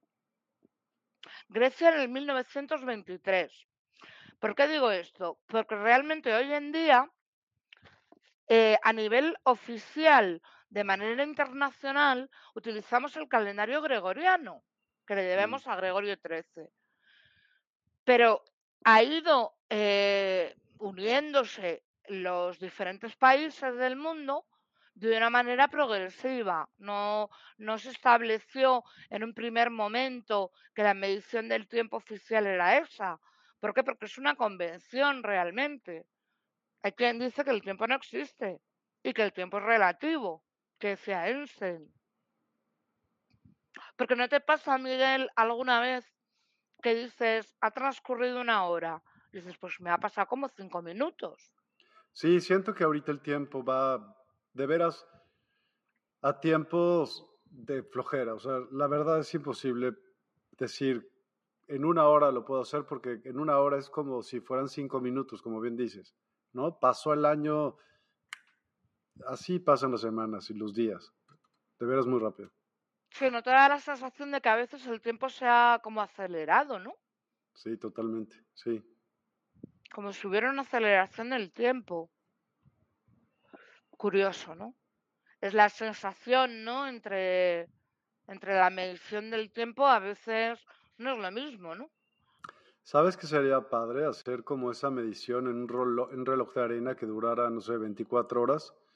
Grecia en el mil novecientos veintitrés. ¿Por qué digo esto? Porque realmente hoy en día, eh, a nivel oficial, de manera internacional, utilizamos el calendario gregoriano, que le Mm. debemos a Gregorio trece. Pero ha ido eh, uniéndose los diferentes países del mundo de una manera progresiva. No, no se estableció en un primer momento que la medición del tiempo oficial era esa. ¿Por qué? Porque es una convención realmente. Hay quien dice que el tiempo no existe y que el tiempo es relativo, que decía Einstein. Porque no te pasa, Miguel, alguna vez que dices, ha transcurrido una hora? Dices, pues me ha pasado como cinco minutos. Sí, siento que ahorita el tiempo va de veras a tiempos de flojera. O sea, la verdad es imposible decir en una hora lo puedo hacer porque en una hora es como si fueran cinco minutos, como bien dices, ¿no? Pasó el año, así pasan las semanas y los días, de veras muy rápido. Sí, no te da la sensación de que a veces el tiempo se ha como acelerado, ¿no? Sí, totalmente, sí. Como si hubiera una aceleración del tiempo. Curioso, ¿no? Es la sensación, ¿no? Entre, entre la medición del tiempo a veces no es lo mismo, ¿no? ¿Sabes qué sería padre hacer como esa medición en un, rolo- en un reloj de arena que durara, no sé, veinticuatro horas?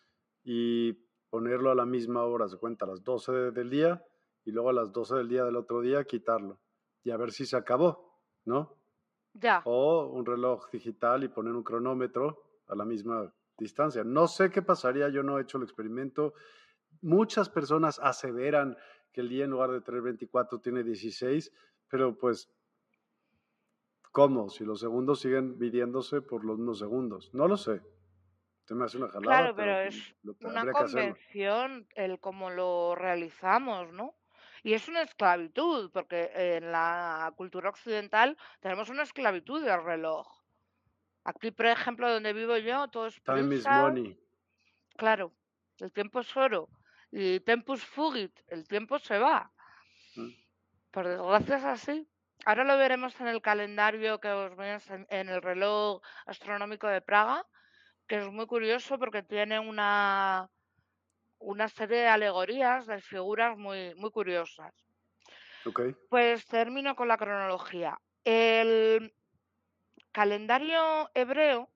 y ponerlo a la misma hora, se cuenta, a las doce de- del día y luego a las doce del día del otro día quitarlo y a ver si se acabó, ¿no? Ya, O un reloj digital y poner un cronómetro a la misma distancia. No sé qué pasaría, yo no he hecho el experimento. Muchas personas aseveran que el día en lugar de tener veinticuatro tiene dieciséis, pero pues, ¿cómo? Si los segundos siguen midiéndose por los mismos segundos. No lo sé. Se me hace una jalada, claro, pero pero es lo, una habría que hacerlo. convención el cómo lo realizamos, ¿no? Y es una esclavitud, porque en la cultura occidental tenemos una esclavitud del reloj. Aquí, por ejemplo, donde vivo yo, todo es Time is prisa, money. claro, el tiempo es oro. Y tempus fugit, el tiempo se va. ¿No? Por desgracia es así. Ahora lo veremos en el calendario que os voy a enseñ- en el reloj astronómico de Praga, que es muy curioso porque tiene una, una serie de alegorías, de figuras muy, muy curiosas. Ok. Pues termino con la cronología. El calendario hebreo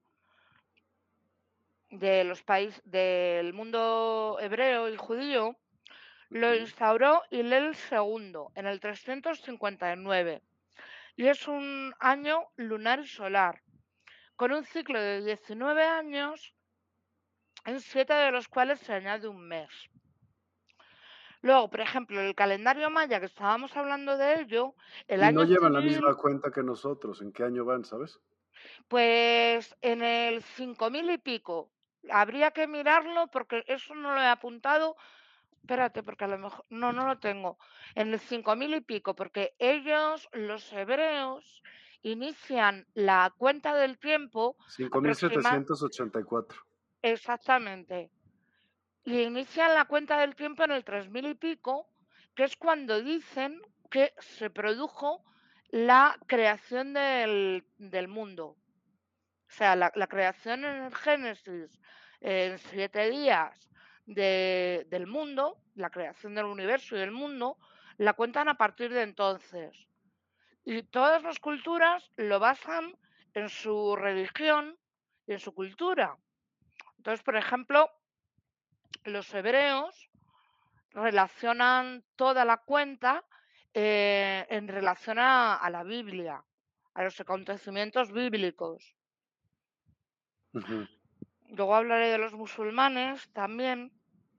de los países del mundo hebreo y judío lo Ujú. instauró Hillel segundo en el trescientos cincuenta y nueve y es un año lunar y solar, con un ciclo de diecinueve años, en siete de los cuales se añade un mes. Luego, por ejemplo, el calendario maya, que estábamos hablando de ello, el Y no año llevan la misma civil, cuenta que nosotros. ¿En qué año van, sabes? pues en el cinco mil y pico. Habría que mirarlo porque eso no lo he apuntado. Espérate, porque a lo mejor. No, no lo tengo. En el cinco mil y pico, porque ellos, los hebreos, inician la cuenta del tiempo cinco mil aproxima. setecientos ochenta y cuatro. Exactamente. Y inician la cuenta del tiempo en el tres mil y pico, que es cuando dicen que se produjo la creación del, del mundo. O sea, la, la creación en el Génesis en siete días de- del mundo, la creación del universo y del mundo, la cuentan a partir de entonces. Y todas las culturas lo basan en su religión y en su cultura. Entonces, por ejemplo, los hebreos relacionan toda la cuenta eh, en relación a, a la Biblia, a los acontecimientos bíblicos. Ujú. Luego hablaré de los musulmanes también.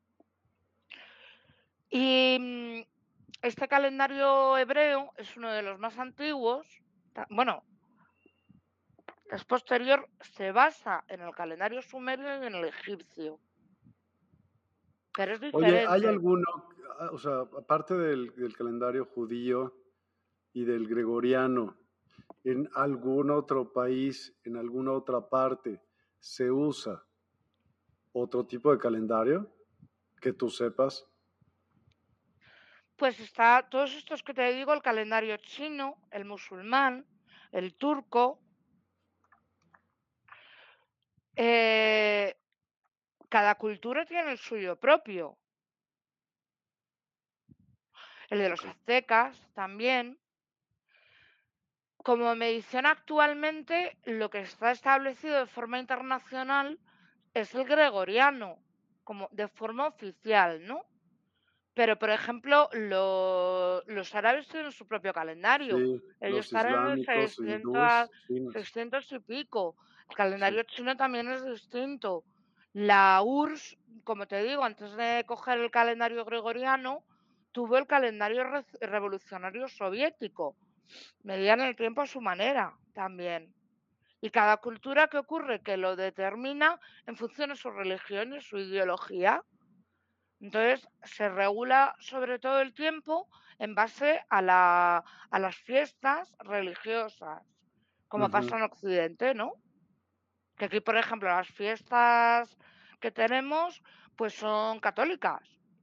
Y mm, este calendario hebreo es uno de los más antiguos. ta- Bueno, es posterior, se basa en el calendario sumerio y en el egipcio, pero es Oye, ¿hay diferente. alguno, ah, o sea, aparte del, del calendario judío y del gregoriano, en algún otro país, en alguna otra parte, se usa otro tipo de calendario que tú sepas? Pues está todos estos que te digo, el calendario chino, el musulmán, el turco. eh, Cada cultura tiene el suyo propio. El de Ok. los aztecas también. Como medición actualmente, lo que está establecido de forma internacional es el gregoriano, como de forma oficial, ¿no? Pero, por ejemplo, lo- los árabes tienen su propio calendario. Sí, Ellos los están en el islámicos, seiscientos, a- hindúes, chinos. seiscientos y pico. El Sí. calendario chino también es distinto. La U R S S, como te digo, antes de coger el calendario gregoriano, tuvo el calendario re- revolucionario soviético. Medían el tiempo a su manera también. Y cada cultura, ¿qué ocurre? Que lo determina en función de su religión y su ideología. Entonces, se regula sobre todo el tiempo en base a, la, a las fiestas religiosas, como Ujú. pasa en Occidente, ¿no? Que aquí, por ejemplo, las fiestas que tenemos, pues son católicas.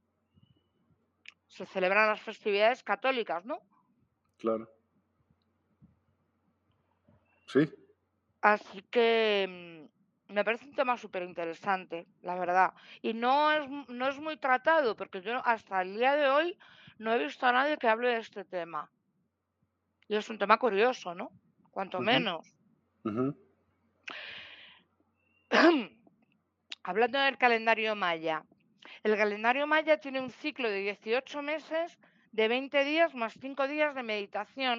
Se celebran las festividades católicas, ¿no? Claro. Sí. Así que mm, me parece un tema súper interesante, la verdad. Y no es, m- no es muy tratado, porque yo hasta el día de hoy no he visto a nadie que hable de este tema. Y es un tema curioso, ¿no? Cuanto Ujú, menos. ujú. hablando del calendario maya, el calendario maya tiene un ciclo de dieciocho meses de veinte días más cinco días de meditación.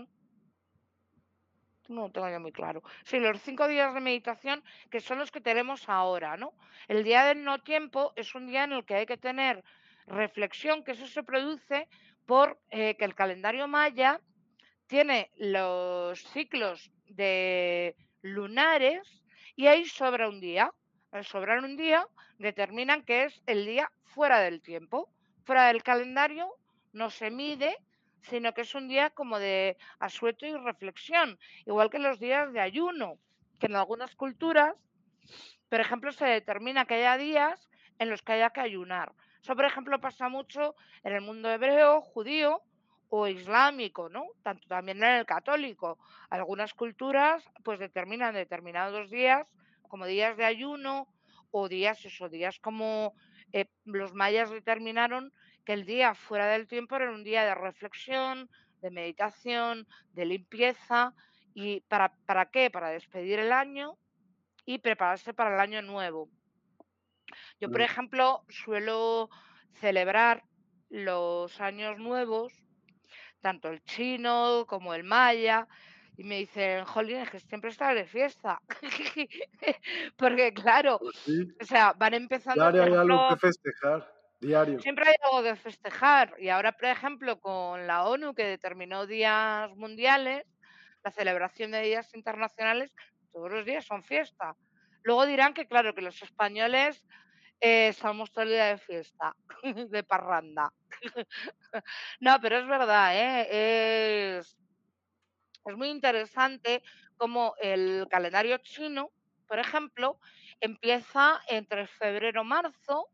No lo tengo yo muy claro. Sí, los cinco días de meditación que son los que tenemos ahora, ¿no? El día del no tiempo es un día en el que hay que tener reflexión, que eso se produce por eh, que el calendario maya tiene los ciclos de lunares y ahí sobra un día. Al sobrar un día, determinan que es el día fuera del tiempo, fuera del calendario, no se mide, sino que es un día como de asueto y reflexión, igual que los días de ayuno, que en algunas culturas, por ejemplo, se determina que haya días en los que haya que ayunar. Eso, por ejemplo, pasa mucho en el mundo hebreo, judío o islámico, ¿no? Tanto también en el católico. Algunas culturas pues determinan determinados días como días de ayuno o días, eso, días como eh, los mayas determinaron que el día fuera del tiempo era un día de reflexión, de meditación, de limpieza. ¿Y para, para qué? Para despedir el año y prepararse para el año nuevo. Yo, por Mm. ejemplo, suelo celebrar los años nuevos, tanto el chino como el maya, y me dicen, jolín, es que siempre estás de fiesta. Porque claro, Pues sí, o sea, van empezando, diario por hay algo ejemplo, que festejar, diario. siempre hay algo de festejar. Y ahora, por ejemplo, con la ONU, que determinó días mundiales, la celebración de días internacionales, todos los días son fiesta. Luego dirán que, claro, que los españoles eh, estamos todo el día de fiesta, de parranda. No, pero es verdad, ¿eh? Es, es muy interesante cómo el calendario chino, por ejemplo, empieza entre febrero-marzo.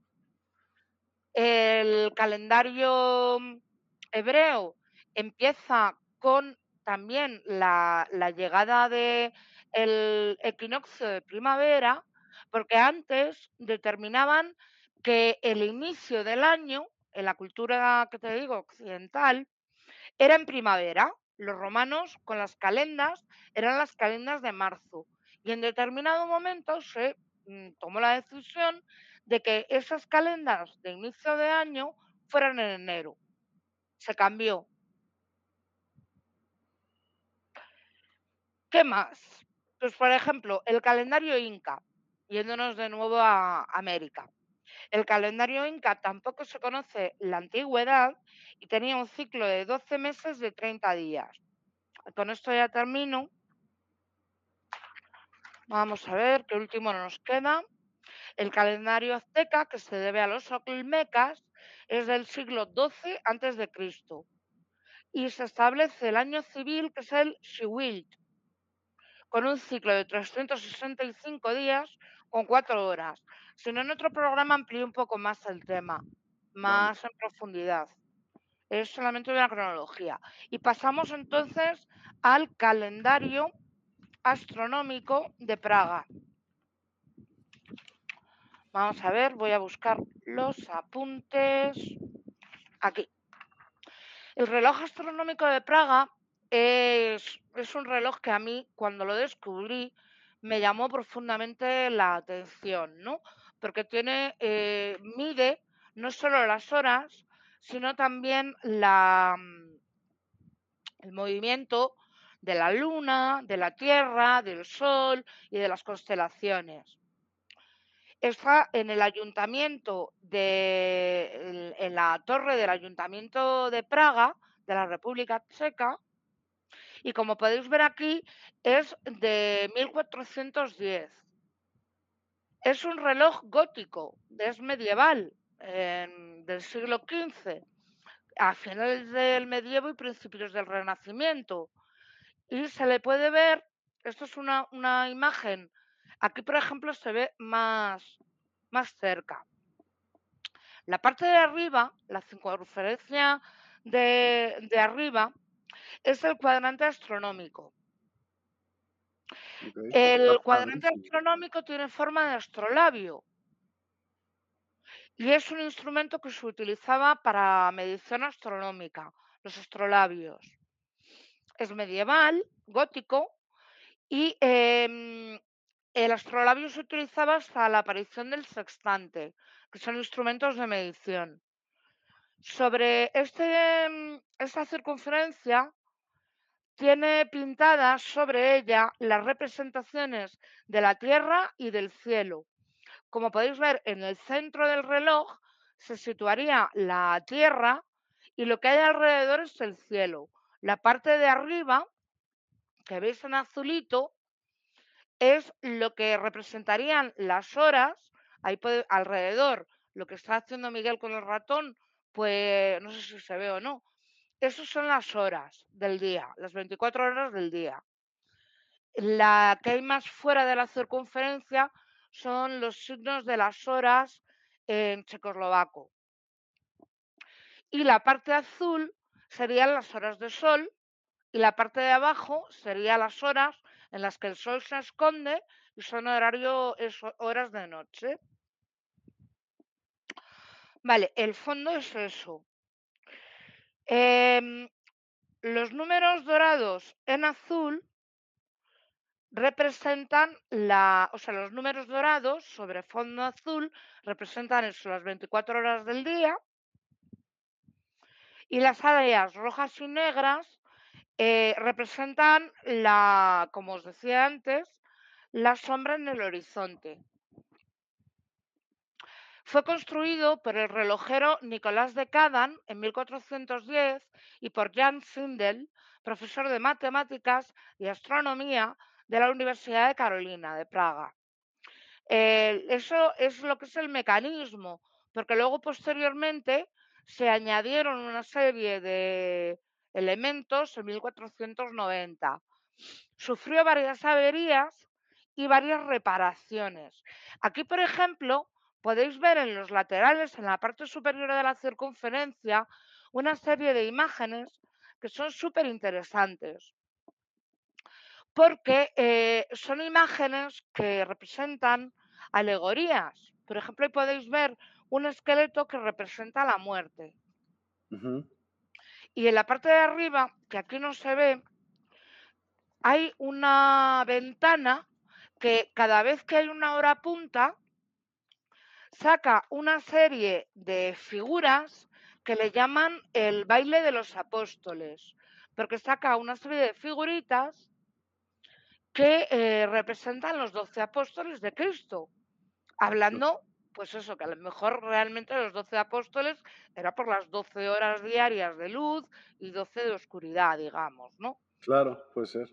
El calendario mm, hebreo empieza con también la, la llegada de el equinoccio de primavera, porque antes determinaban que el inicio del año, en la cultura que te digo occidental, era en primavera. Los romanos con las calendas eran las calendas de marzo. Y en determinado momento se mm, tomó la decisión de que esas calendas de inicio de año fueran en enero. Se cambió. ¿Qué más? Pues por ejemplo, el calendario inca, yéndonos de nuevo a América. El calendario inca tampoco se conoce la antigüedad y tenía un ciclo de doce meses de treinta días. Con esto ya termino. Vamos a ver qué último nos queda. El calendario azteca, que se debe a los olmecas, es del siglo doce antes de Cristo y se establece el año civil, que es el Xiwil, con un ciclo de trescientos sesenta y cinco días con cuatro horas. Si no, en otro programa amplío un poco más el tema, Vale. más en profundidad. Es solamente una cronología. Y pasamos entonces al calendario astronómico de Praga. Vamos a ver, voy a buscar los apuntes. Aquí. El reloj astronómico de Praga es, es un reloj que a mí, cuando lo descubrí, me llamó profundamente la atención, ¿no? Porque tiene, eh, mide no solo las horas, sino también la, mm, el movimiento de la Luna, de la Tierra, del Sol y de las constelaciones. Está en el ayuntamiento de, en, en la torre del ayuntamiento de Praga, de la República Checa, y como podéis ver aquí, es de mil cuatrocientos diez. Es un reloj gótico, es medieval, en- del siglo quince, a finales del medievo y principios del Renacimiento. Y se le puede ver, esto es una, una imagen, aquí por ejemplo se ve más, más cerca. La parte de arriba, la circunferencia de, de arriba, es el cuadrante astronómico. Ok, está El cuadrante padrísimo. astronómico tiene forma de astrolabio y es un instrumento que se utilizaba para medición astronómica, los astrolabios. Es medieval, gótico y em, El astrolabio se utilizaba hasta la aparición del sextante, que son instrumentos de medición. Sobre este, mm, esta circunferencia tiene pintadas sobre ella las representaciones de la Tierra y del cielo. Como podéis ver, en el centro del reloj se situaría la Tierra y lo que hay alrededor es el cielo. La parte de arriba, que veis en azulito, es lo que representarían las horas. Ahí puede, alrededor, lo que está haciendo Miguel con el ratón, pues no sé si se ve o no. Esas son las horas del día, las veinticuatro horas del día. La que hay más fuera de la circunferencia son los signos de las horas en checoslovaco. Y la parte azul serían las horas de sol y la parte de abajo serían las horas en las que el sol se esconde y son horario, es horas de noche. Vale, el fondo es eso. Em, los números dorados en azul representan la, o sea, los números dorados sobre fondo azul representan eso, las veinticuatro horas del día, y las áreas rojas y negras eh, representan la, como os decía antes, la sombra en el horizonte. Fue construido por el relojero Nicolás de Cadan en mil cuatrocientos diez y por Jan Sindel, profesor de matemáticas y astronomía de la Universidad de Carolina de Praga. Eh, eso es lo que es el mecanismo, porque luego posteriormente se añadieron una serie de elementos en mil cuatrocientos noventa. Sufrió varias averías y varias reparaciones. Aquí, por ejemplo, podéis ver en los laterales, en la parte superior de la circunferencia, una serie de imágenes que son súper interesantes, porque eh, son imágenes que representan alegorías. Por ejemplo, ahí podéis ver un esqueleto que representa la muerte. Ujú. Y en la parte de arriba, que aquí no se ve, hay una ventana que cada vez que hay una hora punta, saca una serie de figuras que le llaman el baile de los apóstoles, porque saca una serie de figuritas que eh, representan los doce apóstoles de Cristo, hablando, pues eso, que a lo mejor realmente los doce apóstoles era por las doce horas diarias de luz y doce de oscuridad, digamos, ¿no? Claro, puede ser.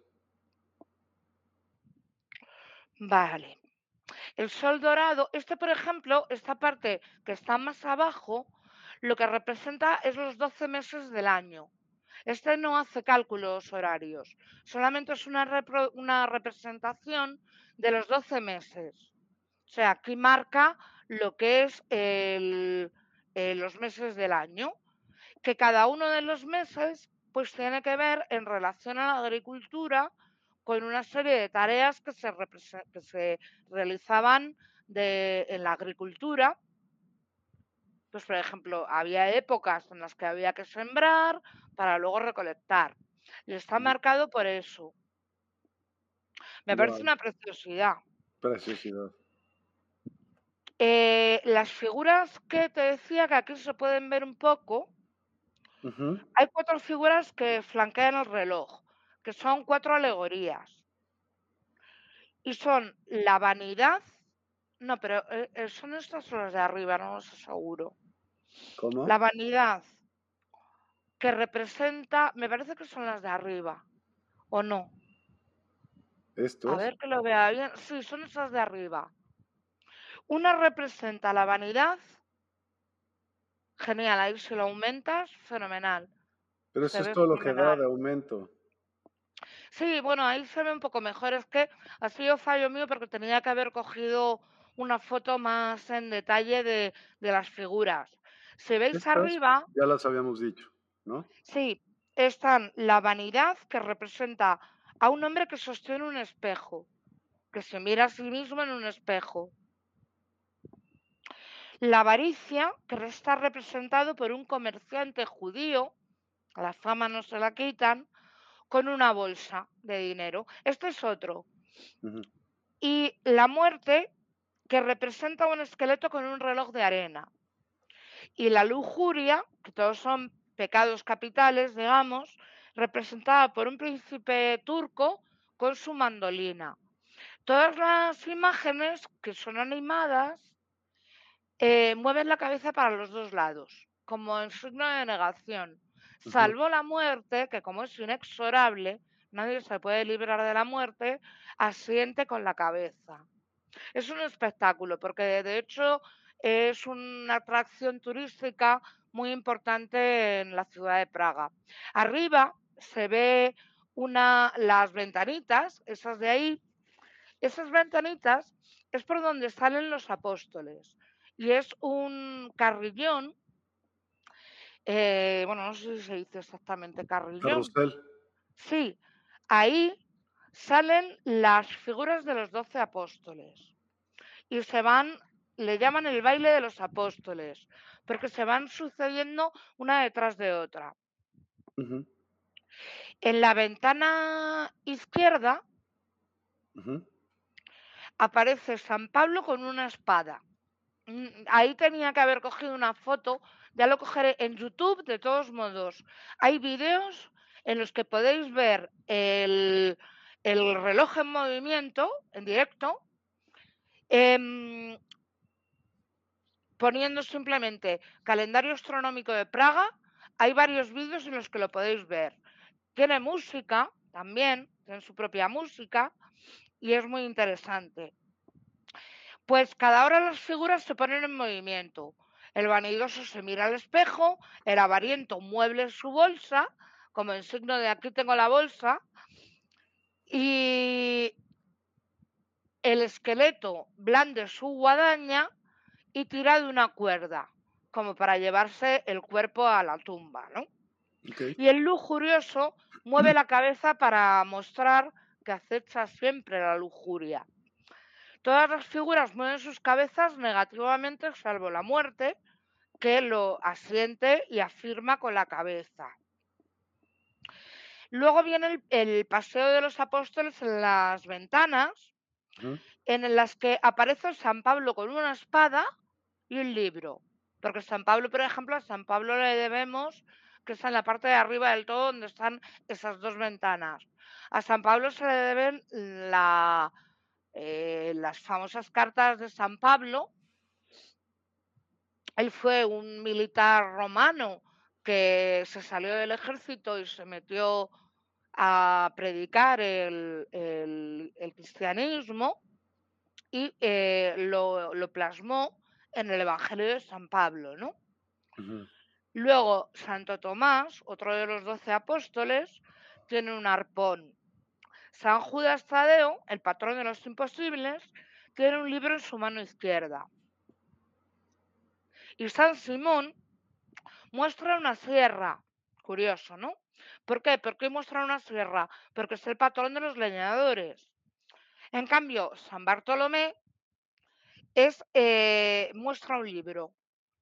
Vale. El sol dorado, este por ejemplo, esta parte que está más abajo, lo que representa es los doce meses del año. Este no hace cálculos horarios, solamente es una, repro- una representación de los doce meses. O sea, aquí marca lo que es el- eh, los meses del año, que cada uno de los meses pues tiene que ver en relación a la agricultura con una serie de tareas que se, que se realizaban de, en la agricultura. Pues, por ejemplo, había épocas en las que había que sembrar para luego recolectar. Y está Ujú. marcado por eso. Me parece Guau, una preciosidad. preciosidad. Eh, las figuras que te decía que aquí se pueden ver un poco, Ujú. hay cuatro figuras que flanquean el reloj, que son cuatro alegorías. Y son la vanidad, no, pero eh, eh, son estas o las de arriba, no os aseguro. La ¿Cómo? vanidad que representa, me parece que son las de arriba, ¿o no? A ¿Estos? ver que lo vea bien. Sí, son esas de arriba. Una representa la vanidad, genial, ahí si lo aumentas, fenomenal. Pero Se eso es ve todo lo que da fenomenal. de aumento. Sí, bueno, ahí se ve un poco mejor. Es que ha sido fallo mío porque tenía que haber cogido una foto más en detalle de, de las figuras. Si veis Estas arriba, ya las habíamos dicho, ¿no? sí, están la vanidad que representa a un hombre que sostiene un espejo, que se mira a sí mismo en un espejo. La avaricia, que está representado por un comerciante judío, a la fama no se la quitan, con una bolsa de dinero. Este es otro. Ujú. y la muerte, que representa un esqueleto con un reloj de arena, y la lujuria, que todos son pecados capitales, digamos, representada por un príncipe turco con su mandolina. Todas las imágenes que son animadas eh, mueven la cabeza para los dos lados, como en signo de negación, Ujú. salvo la muerte, que como es inexorable, nadie se puede librar de la muerte, asiente con la cabeza. Es un espectáculo porque de hecho es una atracción turística muy importante en la ciudad de Praga. Arriba se ve una, las ventanitas, esas de ahí, esas ventanitas es por donde salen los apóstoles y es un carrillón, eh, bueno, no sé si se dice exactamente carrillón. Carrusel. Sí, ahí salen las figuras de los doce apóstoles y se van, le llaman el baile de los apóstoles, porque se van sucediendo una detrás de otra. Ujú, En la ventana izquierda ujú. aparece San Pablo con una espada. Mm, Ahí tenía que haber cogido una foto, ya lo cogeré en YouTube de todos modos. Hay vídeos en los que podéis ver el, el reloj en movimiento, en directo, em, poniendo simplemente calendario astronómico de Praga. Hay varios vídeos en los que lo podéis ver. Tiene música también, tiene su propia música y es muy interesante. Pues cada hora las figuras se ponen en movimiento. El vanidoso se mira al espejo, el avariento mueve su bolsa, como en signo de aquí tengo la bolsa, y el esqueleto blande su guadaña y tira de una cuerda, como para llevarse el cuerpo a la tumba, ¿no? Ok. Y el lujurioso mueve la cabeza para mostrar que acecha siempre la lujuria. Todas las figuras mueven sus cabezas negativamente, salvo la muerte, que lo asiente y afirma con la cabeza. Luego viene el, el paseo de los apóstoles en las ventanas, Ujú. en las que aparece San Pablo con una espada y un libro. Porque San Pablo, por ejemplo, a San Pablo le debemos que está en la parte de arriba del todo donde están esas dos ventanas. A San Pablo se le deben la, eh, las famosas cartas de San Pablo. Él fue un militar romano que se salió del ejército y se metió a predicar el, el- el cristianismo y eh, lo, lo plasmó en el Evangelio de San Pablo, ¿no? Ujú. Luego, Santo Tomás, otro de los doce apóstoles, tiene un arpón. San Judas Tadeo, el patrón de los imposibles, tiene un libro en su mano izquierda. Y San Simón muestra una sierra. Curioso, ¿no? ¿Por qué? ¿Por qué muestra una sierra? Porque es el patrón de los leñadores. En cambio, San Bartolomé es, eh, muestra un libro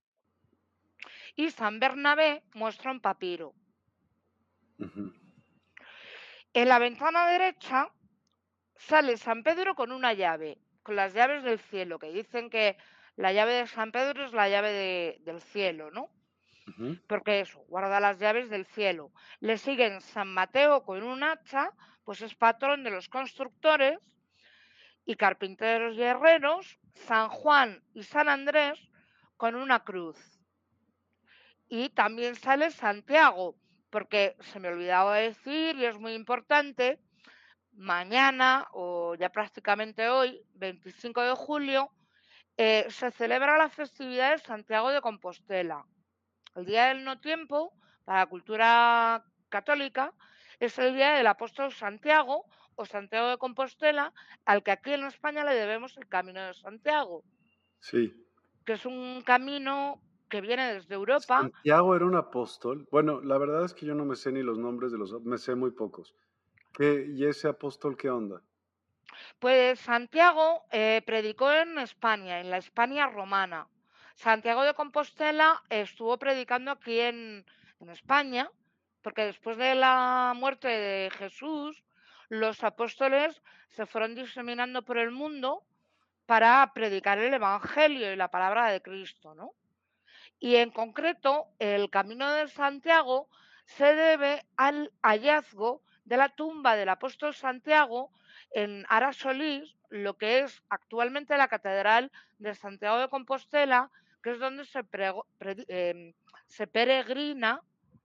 y San Bernabé muestra un papiro. Ujú. En la ventana derecha sale San Pedro con una llave, con las llaves del cielo, que dicen que la llave de San Pedro es la llave de- del cielo, ¿no? Ujú. Porque eso, guarda las llaves del cielo. Le siguen San Mateo con un hacha, pues es patrón de los constructores y carpinteros y herreros, San Juan y San Andrés con una cruz. Y también sale Santiago, porque se me olvidaba decir, y es muy importante, mañana o ya prácticamente hoy, veinticinco de julio, eh, se celebra la festividad de Santiago de Compostela. El Día del No Tiempo, para la cultura católica, es el día del apóstol Santiago o Santiago de Compostela, al que aquí en España le debemos el Camino de Santiago, Sí. que es un camino que viene desde Europa. Santiago era un apóstol. Bueno, la verdad es que yo no me sé ni los nombres de los, me sé muy pocos. ¿Qué, y ese apóstol qué onda? Pues Santiago eh, predicó en España, en la España romana. Santiago de Compostela estuvo predicando aquí en, en España, porque después de la muerte de Jesús, los apóstoles se fueron diseminando por el mundo para predicar el Evangelio y la palabra de Cristo, ¿no? Y en concreto, el Camino de Santiago se debe al hallazgo de la tumba del apóstol Santiago en Ara Solís, lo que es actualmente la Catedral de Santiago de Compostela, que es donde se, prego- pre- em, se peregrina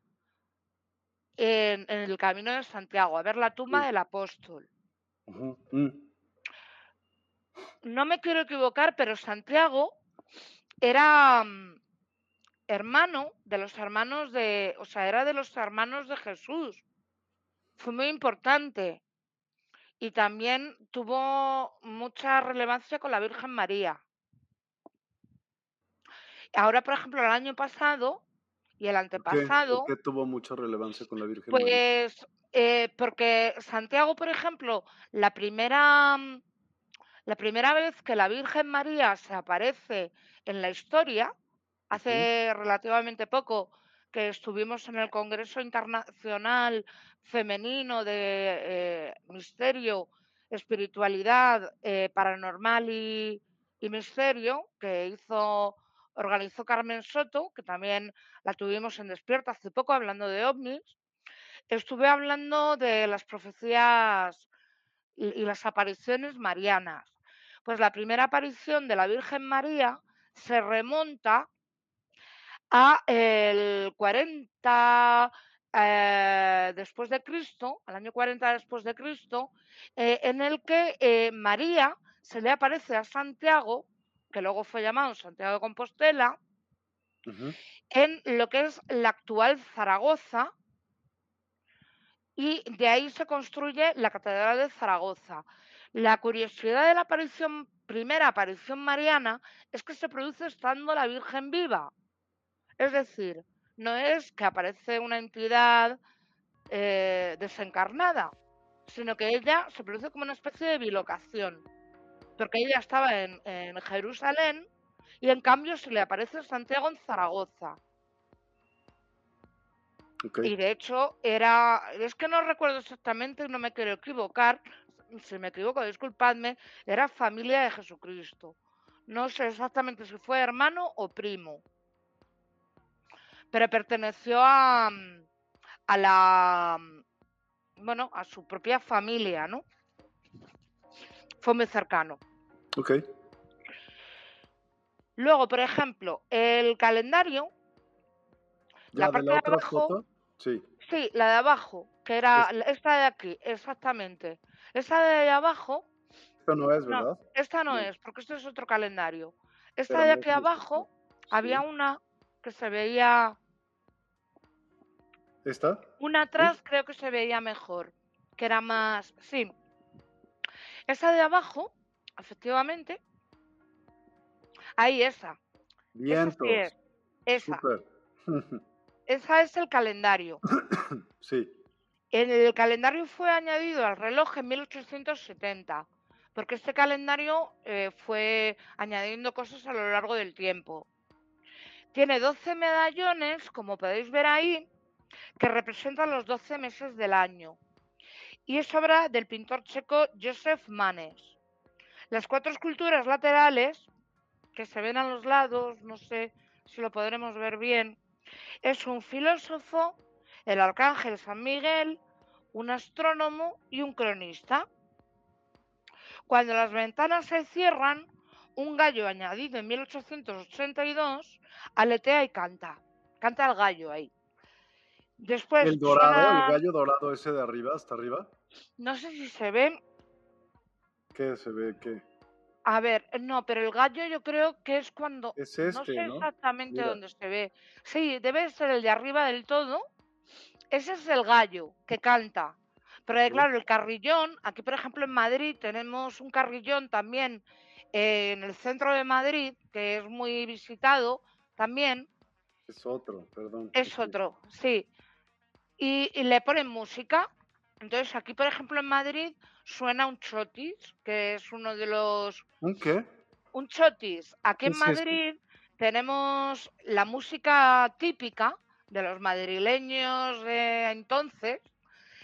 en, en el Camino de Santiago, a ver la tumba Sí. del apóstol. Ujú, mm, No me quiero equivocar, pero Santiago era mm, hermano de los hermanos de, o sea, era de los hermanos de Jesús. Fue muy importante y también tuvo mucha relevancia con la Virgen María. Ahora, por ejemplo, el año pasado y el ¿Por qué? ¿Por antepasado, qué tuvo mucha relevancia con la Virgen María? pues eh, porque Santiago, por ejemplo, la primera, mm, la primera vez que la Virgen María se aparece en la historia, Ujú, hace relativamente poco que estuvimos en el Congreso Internacional Femenino de eh, Misterio, Espiritualidad, eh, Paranormal y, y Misterio, que hizo, organizó Carmen Soto, que también la tuvimos en Despierta hace poco hablando de ovnis. Estuve hablando de las profecías y, y las apariciones marianas. Pues la primera aparición de la Virgen María se remonta a el cuarenta eh, después de Cristo, al año cuarenta después de Cristo, eh, en el que eh, María se le aparece a Santiago, que luego fue llamado Santiago de Compostela, ujú. en lo que es la actual Zaragoza, y de ahí se construye la Catedral de Zaragoza. La curiosidad de la aparición, primera aparición mariana, es que se produce estando la Virgen viva. Es decir, no es que aparece una entidad eh, desencarnada, sino que ella se produce como una especie de bilocación, porque ella estaba en, en Jerusalén y en cambio se le aparece Santiago en Zaragoza. Ok. Y de hecho era, es que no recuerdo exactamente, no me quiero equivocar, si me equivoco, disculpadme, era familia de Jesucristo. No sé exactamente si fue hermano o primo, pero perteneció a, a la, bueno, a su propia familia, ¿no? Fue muy cercano. Ok. Luego, por ejemplo, el calendario, la ¿Ya de parte la de otra abajo, foto? Sí. sí, la de abajo, que era Es- esta de aquí, exactamente. Esta de ahí abajo, Esta no es, no, ¿verdad? esta no No. es, porque este es otro calendario. Esta de Espérame, aquí déjame checar. abajo, había Sí. una que se veía, ¿Esta? una Sí. atrás creo que se veía mejor, que era más, sí. Esa de abajo, efectivamente, ahí esa, esa sí Vientos. es, esa, Súper. esa es el calendario. Sí. El calendario fue añadido al reloj en mil ochocientos setenta, porque este calendario eh, fue añadiendo cosas a lo largo del tiempo. Tiene doce medallones, como podéis ver ahí, que representan los doce meses del año. Y es obra del pintor checo Josef Manes. Las cuatro esculturas laterales, que se ven a los lados, no sé si lo podremos ver bien, es un filósofo, el arcángel San Miguel, un astrónomo y un cronista. Cuando las ventanas se cierran, un gallo añadido en mil ochocientos ochenta y dos aletea y canta. Canta el gallo ahí. El Después dorado, el suenan, gallo dorado ese de arriba, hasta arriba. no sé si se ven, ¿Qué se ve? ¿Qué? a ver, no, pero el gallo yo creo que es cuando, Es no este, sé ¿no? exactamente Mira. dónde se ve. Sí, debe ser el de arriba del todo. Ese es el gallo que canta. Pero eh, Sí. claro, el carrillón, aquí por ejemplo en Madrid tenemos un carrillón también eh, en el centro de Madrid, que es muy visitado también, Es otro, perdón. es Ok. otro, sí. Y, y le ponen música. Entonces aquí por ejemplo en Madrid suena un chotis, que es uno de los... ¿Un qué? Un chotis. Aquí ¿Qué en es eso? Madrid tenemos la música típica de los madrileños de entonces.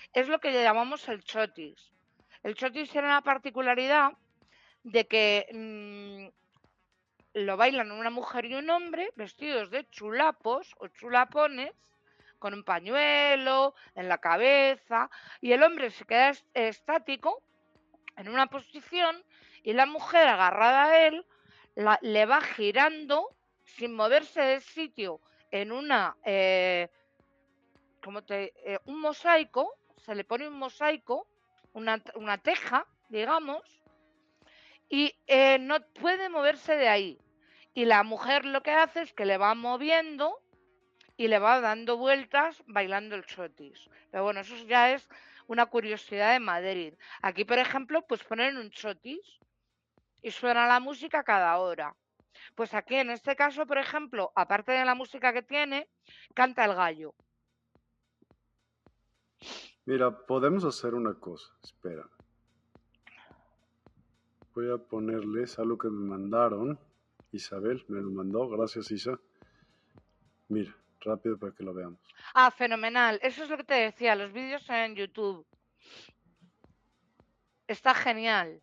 es lo que llamamos el chotis. El chotis tiene la particularidad de que mmm, lo bailan una mujer y un hombre vestidos de chulapos o chulapones, con un pañuelo en la cabeza, y el hombre se queda estático en una posición y la mujer agarrada a él la, le va girando sin moverse del sitio en una eh, como te, eh, un mosaico, se le pone un mosaico, una, una teja, digamos, y eh, no puede moverse de ahí. Y la mujer lo que hace es que le va moviendo y le va dando vueltas bailando el chotis. Pero bueno, eso ya es una curiosidad de Madrid. Aquí, por ejemplo, pues ponen un chotis y suena la música cada hora. Pues aquí, en este caso, por ejemplo, aparte de la música que tiene, canta el gallo. Mira, podemos hacer una cosa, espera. Voy a ponerles algo que me mandaron. Isabel me lo mandó, gracias Isa. Mira, rápido para que lo veamos. Ah, fenomenal. Eso es lo que te decía, los vídeos en YouTube. Está genial.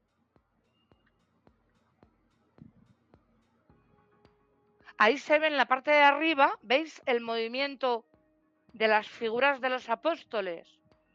Ahí se ve en la parte de arriba, ¿veis el movimiento de las figuras de los apóstoles?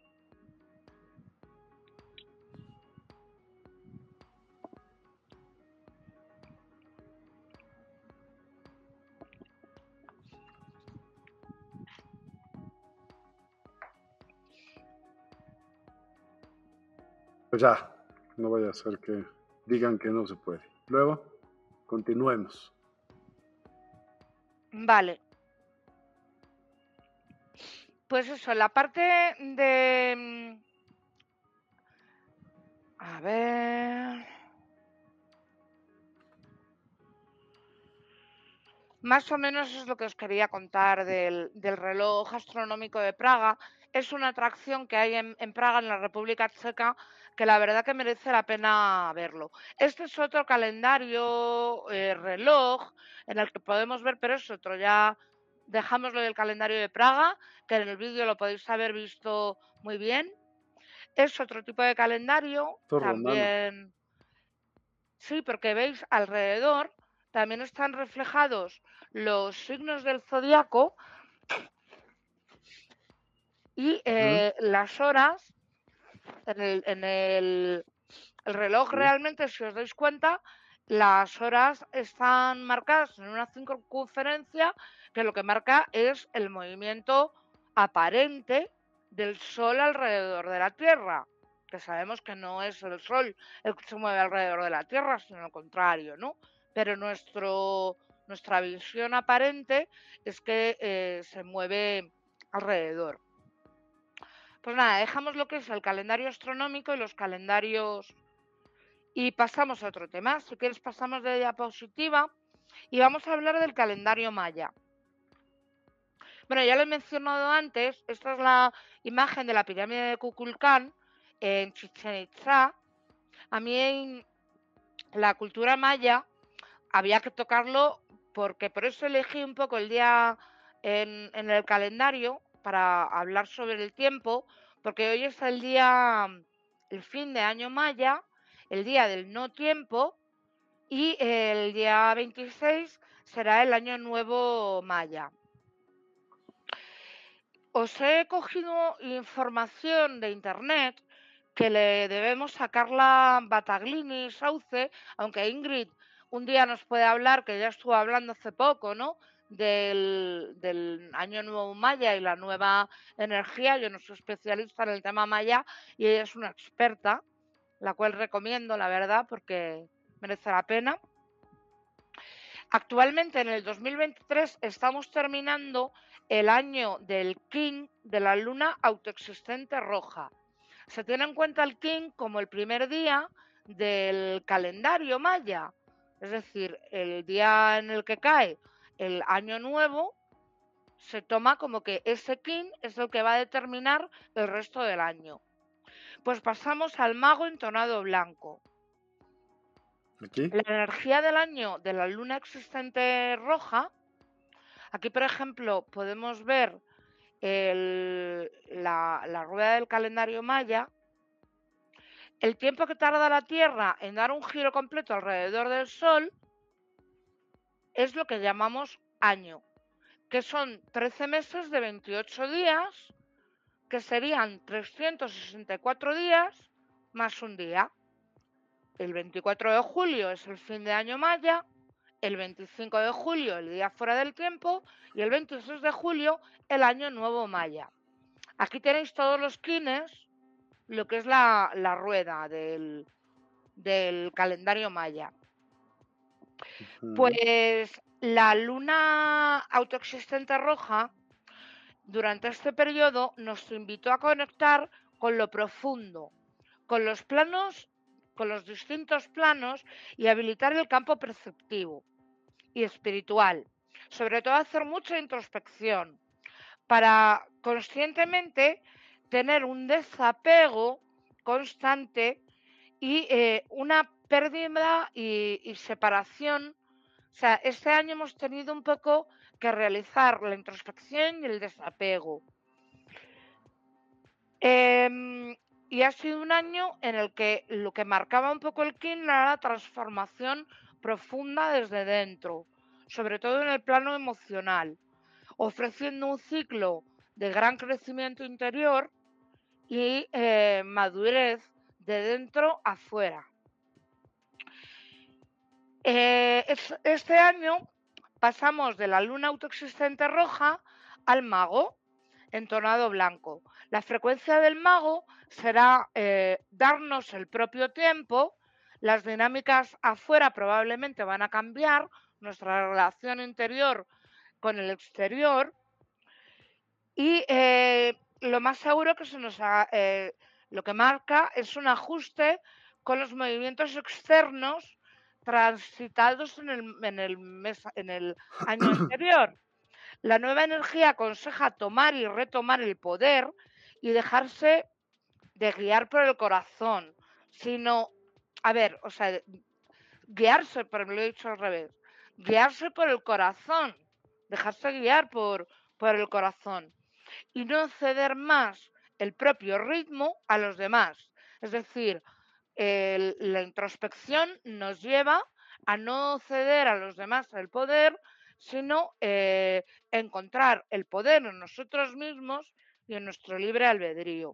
Pues ya, no vaya a ser que digan que no se puede. Luego, continuemos. Vale. Pues eso, la parte de... A ver... Más o menos es lo que os quería contar del, del reloj astronómico de Praga. Es una atracción que hay en, en Praga, en la República Checa, que la verdad que merece la pena verlo. Este es otro calendario, eh, reloj, en el que podemos ver, pero es otro, ya dejamos lo del calendario de Praga, que en el vídeo lo podéis haber visto muy bien. Es otro tipo de calendario, Esto es romano. también, sí, porque veis alrededor también están reflejados los signos del zodiaco y eh, ¿Mm? las horas en el, en el, el reloj ¿Sí? realmente, si os dais cuenta, las horas están marcadas en una circunferencia que lo que marca es el movimiento aparente del Sol alrededor de la Tierra, que sabemos que no es el Sol el que se mueve alrededor de la Tierra, sino lo contrario, ¿no? Pero nuestro, nuestra visión aparente es que eh, se mueve alrededor. Pues nada, dejamos lo que es el calendario astronómico y los calendarios y pasamos a otro tema. Si quieres pasamos de diapositiva y vamos a hablar del calendario maya. Bueno, ya lo he mencionado antes, esta es la imagen de la pirámide de Kukulcán en Chichén Itzá. A mí en la cultura maya había que tocarlo porque por eso elegí un poco el día en, en el calendario para hablar sobre el tiempo, porque hoy es el día, el fin de año maya, el día del no tiempo, y el día veintiséis será el año nuevo maya. Os he cogido información de internet que le debemos sacarla Bataglini y Sauce, aunque Ingrid un día nos puede hablar, que ya estuvo hablando hace poco, ¿no? Del, del año nuevo maya y la nueva energía. Yo no soy especialista en el tema maya y ella es una experta, la cual recomiendo, la verdad, porque merece la pena. Actualmente, en el dos mil veintitrés, estamos terminando el año del King de la luna autoexistente roja. Se tiene en cuenta el King como el primer día del calendario maya, es decir, el día en el que cae el año nuevo, se toma como que ese King es el que va a determinar el resto del año. Pues pasamos al mago entonado blanco. ¿Aquí? La energía del año de la luna existente roja, aquí por ejemplo podemos ver el- la, la rueda del calendario maya, el tiempo que tarda la Tierra en dar un giro completo alrededor del Sol es lo que llamamos año, que son trece meses de veintiocho días, que serían trescientos sesenta y cuatro días más un día. El veinticuatro de julio es el fin de año maya, el veinticinco de julio el día fuera del tiempo y el veintiséis de julio el año nuevo maya. Aquí tenéis todos los kines, lo que es la, la rueda del, del calendario maya. Ujú. Pues la luna autoexistente roja durante este periodo nos invitó a conectar con lo profundo, con los planos, con los distintos planos y habilitar el campo perceptivo y espiritual. Sobre todo hacer mucha introspección para conscientemente tener un desapego constante y eh, una pérdida y, y separación. O sea, este año hemos tenido un poco que realizar la introspección y el desapego. Em, y ha sido un año en el que lo que marcaba un poco el kin era la transformación profunda desde dentro, sobre todo en el plano emocional, ofreciendo un ciclo de gran crecimiento interior y eh, madurez de dentro a fuera. Eh, es- este año pasamos de la luna autoexistente roja al mago entonado blanco. La frecuencia del mago será eh, darnos el propio tiempo, las dinámicas afuera probablemente van a cambiar, nuestra relación interior con el exterior y eh, lo más seguro que se nos ha- eh, lo que marca es un ajuste con los movimientos externos transitados en el, en el mes, en el año anterior. La nueva energía aconseja tomar y retomar el poder y dejarse de guiar por el corazón, sino, a ver, o sea, guiarse, pero me lo he dicho al revés, guiarse por el corazón, dejarse guiar por, por el corazón y no ceder más el propio ritmo a los demás. Es decir, el- la introspección nos lleva a no ceder a los demás el poder, sino eh, encontrar el poder en nosotros mismos y en nuestro libre albedrío.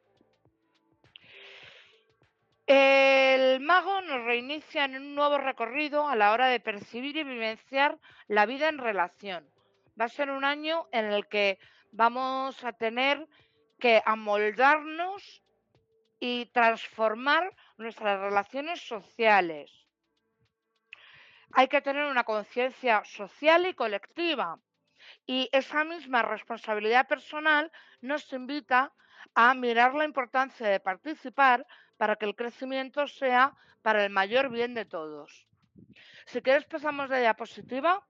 El mago nos reinicia en un nuevo recorrido a la hora de percibir y vivenciar la vida en relación. Va a ser un año en el que vamos a tener que amoldarnos y transformar nuestras relaciones sociales. Hay que tener una conciencia social y colectiva y esa misma responsabilidad personal nos invita a mirar la importancia de participar para que el crecimiento sea para el mayor bien de todos. Si quieres pasamos de diapositiva,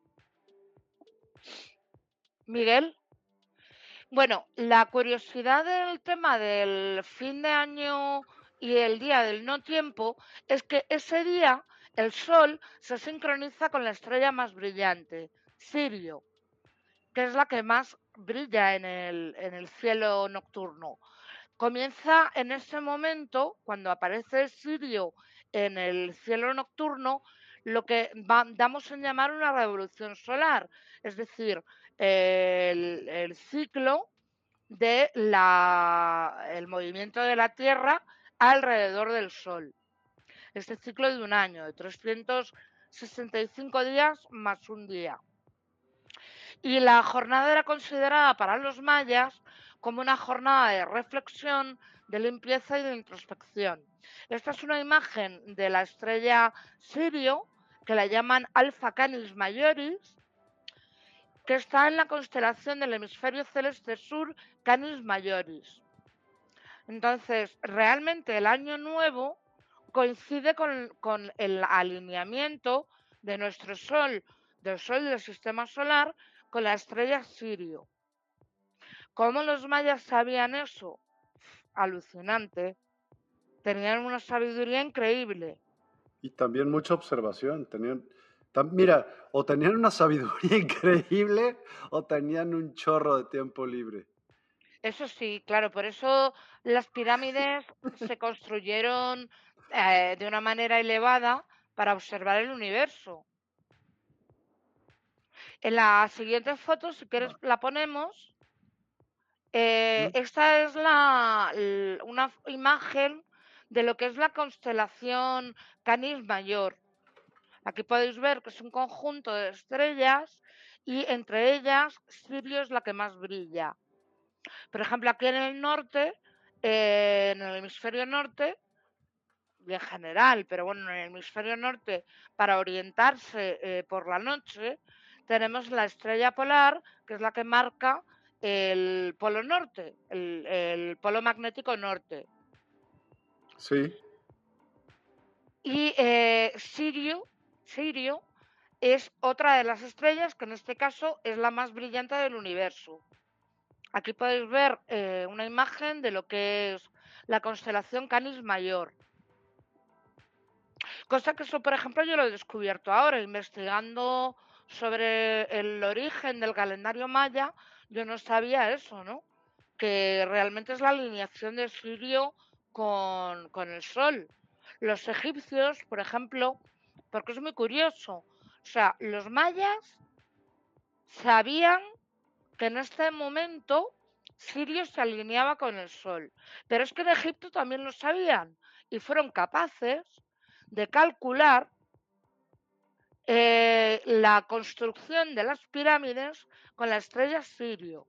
Miguel. Bueno, la curiosidad del tema del fin de año y el día del no tiempo es que ese día el Sol se sincroniza con la estrella más brillante, Sirio, que es la que más brilla en el, en el cielo nocturno. Comienza en ese momento, cuando aparece Sirio en el cielo nocturno, lo que va- damos en llamar una revolución solar, es decir, el, el ciclo de la, el movimiento de la Tierra alrededor del Sol. Este ciclo de un año, de trescientos sesenta y cinco días más un día. Y la jornada era considerada para los mayas como una jornada de reflexión, de limpieza y de introspección. Esta es una imagen de la estrella Sirio, que la llaman Alpha Canis Majoris, que está en la constelación del hemisferio celeste sur Canis Majoris. Entonces, realmente el año nuevo coincide con, con el alineamiento de nuestro Sol, del Sol del sistema solar, con la estrella Sirio. ¿Cómo los mayas sabían eso? Alucinante. Tenían una sabiduría increíble. Y también mucha observación. Tenían, Tam- Mira, o tenían una sabiduría increíble o tenían un chorro de tiempo libre. Eso sí, claro, por eso las pirámides se construyeron eh, de una manera elevada para observar el universo. En la siguiente foto, si quieres, Va. la ponemos. Eh, ¿Mm? esta es la, l- una f- imagen de lo que es la constelación Canis Mayor. Aquí podéis ver que es un conjunto de estrellas y entre ellas Sirio es la que más brilla. Por ejemplo, aquí en el norte, eh, en el hemisferio norte, y en general, pero bueno, en el hemisferio norte, para orientarse eh, por la noche, tenemos la estrella polar, que es la que marca el polo norte, el, el polo magnético norte. Sí, Y eh, Sirio, Sirio es otra de las estrellas que en este caso es la más brillante del universo. Aquí podéis ver eh, una imagen de lo que es la constelación Canis Mayor. Cosa que eso, por ejemplo, yo lo he descubierto ahora, investigando sobre el origen del calendario maya, yo no sabía eso, ¿no? Que realmente es la alineación de Sirio con, con el Sol. Los egipcios, por ejemplo, porque es muy curioso, o sea, los mayas sabían que en este momento Sirio se alineaba con el Sol, pero es que en Egipto también lo sabían y fueron capaces de calcular eh, la construcción de las pirámides con la estrella Sirio.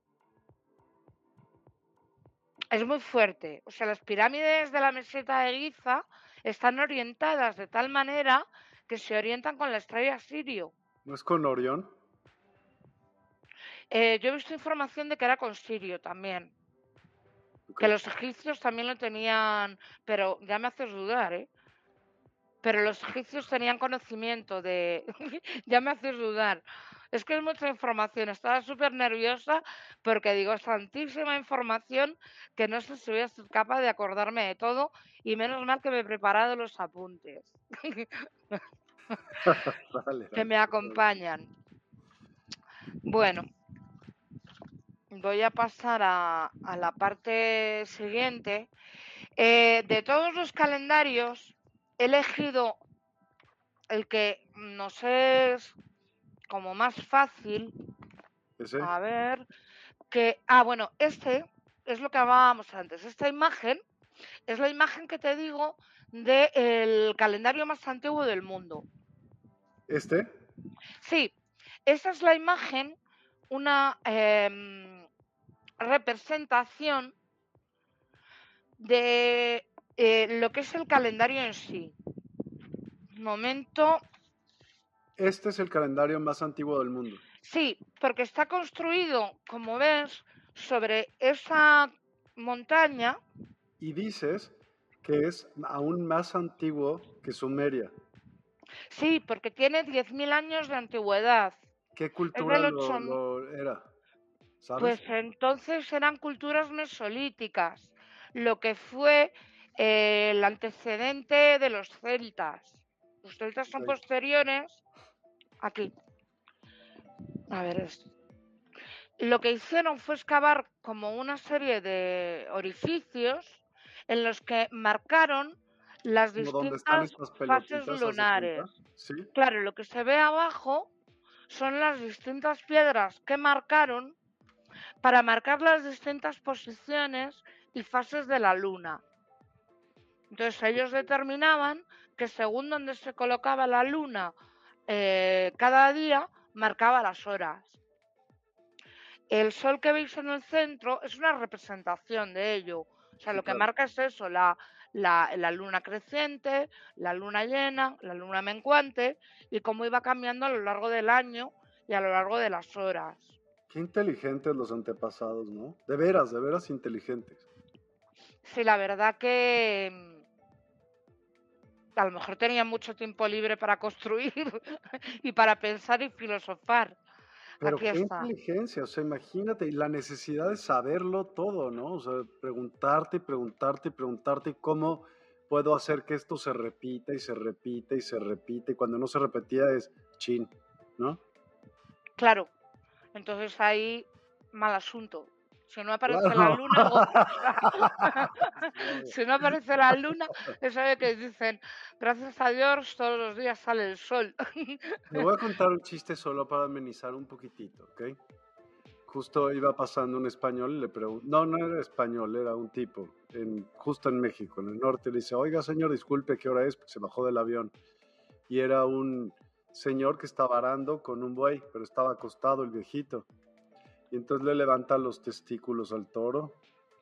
Es muy fuerte. O sea, las pirámides de la meseta de Giza están orientadas de tal manera que se orientan con la estrella Sirio. ¿no es con Orión? Eh, yo he visto información de que era con Sirio también. Ok. Que los egipcios también lo tenían, pero ya me haces dudar, ¿eh? Pero los egipcios tenían conocimiento de... ya me haces dudar. Es que es mucha información. Estaba súper nerviosa porque digo, es tantísima información que no sé si voy a ser capaz de acordarme de todo y menos mal que me he preparado los apuntes Dale, que dale. me acompañan. Bueno, voy a pasar a, a la parte siguiente. Eh, de todos los calendarios, he elegido el que nos es como más fácil. ¿Ese? A ver, que, ah, bueno, este es lo que hablábamos antes. Esta imagen es la imagen que te digo del calendario más antiguo del mundo. ¿Este? Sí, esa es la imagen, una eh, representación de eh, lo que es el calendario en sí. Un momento. Este es el calendario más antiguo del mundo. Sí, porque está construido, como ves, sobre esa montaña. Y dices que es aún más antiguo que Sumeria. Sí, porque tiene diez mil años de antigüedad. ¿Qué Es cultura del ocho. lo, lo era? Pues ¿Sabes? entonces eran culturas mesolíticas, lo que fue eh, el antecedente de los celtas. Los celtas son Ok. posteriores. Aquí, a ver esto. Lo que hicieron fue excavar como una serie de orificios en los que marcaron las Como donde están distintas estas fases pelotitas, ¿haz de cuenta? lunares. Sí. Claro, lo que se ve abajo son las distintas piedras que marcaron para marcar las distintas posiciones y fases de la luna. Entonces ellos determinaban que según donde se colocaba la luna eh, cada día, marcaba las horas. El sol que veis en el centro es una representación de ello. O sea, Sí, lo que claro. marca es eso, la, la, la luna creciente, la luna llena, la luna menguante y cómo iba cambiando a lo largo del año y a lo largo de las horas. Qué inteligentes los antepasados, ¿no? De veras, de veras inteligentes. Sí, la verdad que mm, a lo mejor tenían mucho tiempo libre para construir y para pensar y filosofar. Pero Aquí qué está. inteligencia, o sea, imagínate, y la necesidad de saberlo todo, ¿no? O sea, preguntarte y preguntarte y preguntarte cómo, puedo hacer que esto se repita y se repita y se repita, y cuando no se repetía es chin, ¿no? Claro, entonces ahí mal asunto. Si no aparece la Claro. luna, algo pasa. Si no aparece la luna, eso de que dicen, gracias a Dios todos los días sale el sol. Le voy a contar un chiste solo para amenizar un poquitito, ¿ok? Justo iba pasando un español y le preguntó, no, no era español, era un tipo, en, justo en México, en el norte, le dice, oiga señor, disculpe, ¿qué hora es? Porque se bajó del avión. Y era un señor que estaba arando con un buey, pero estaba acostado el viejito. Y entonces le levanta los testículos al toro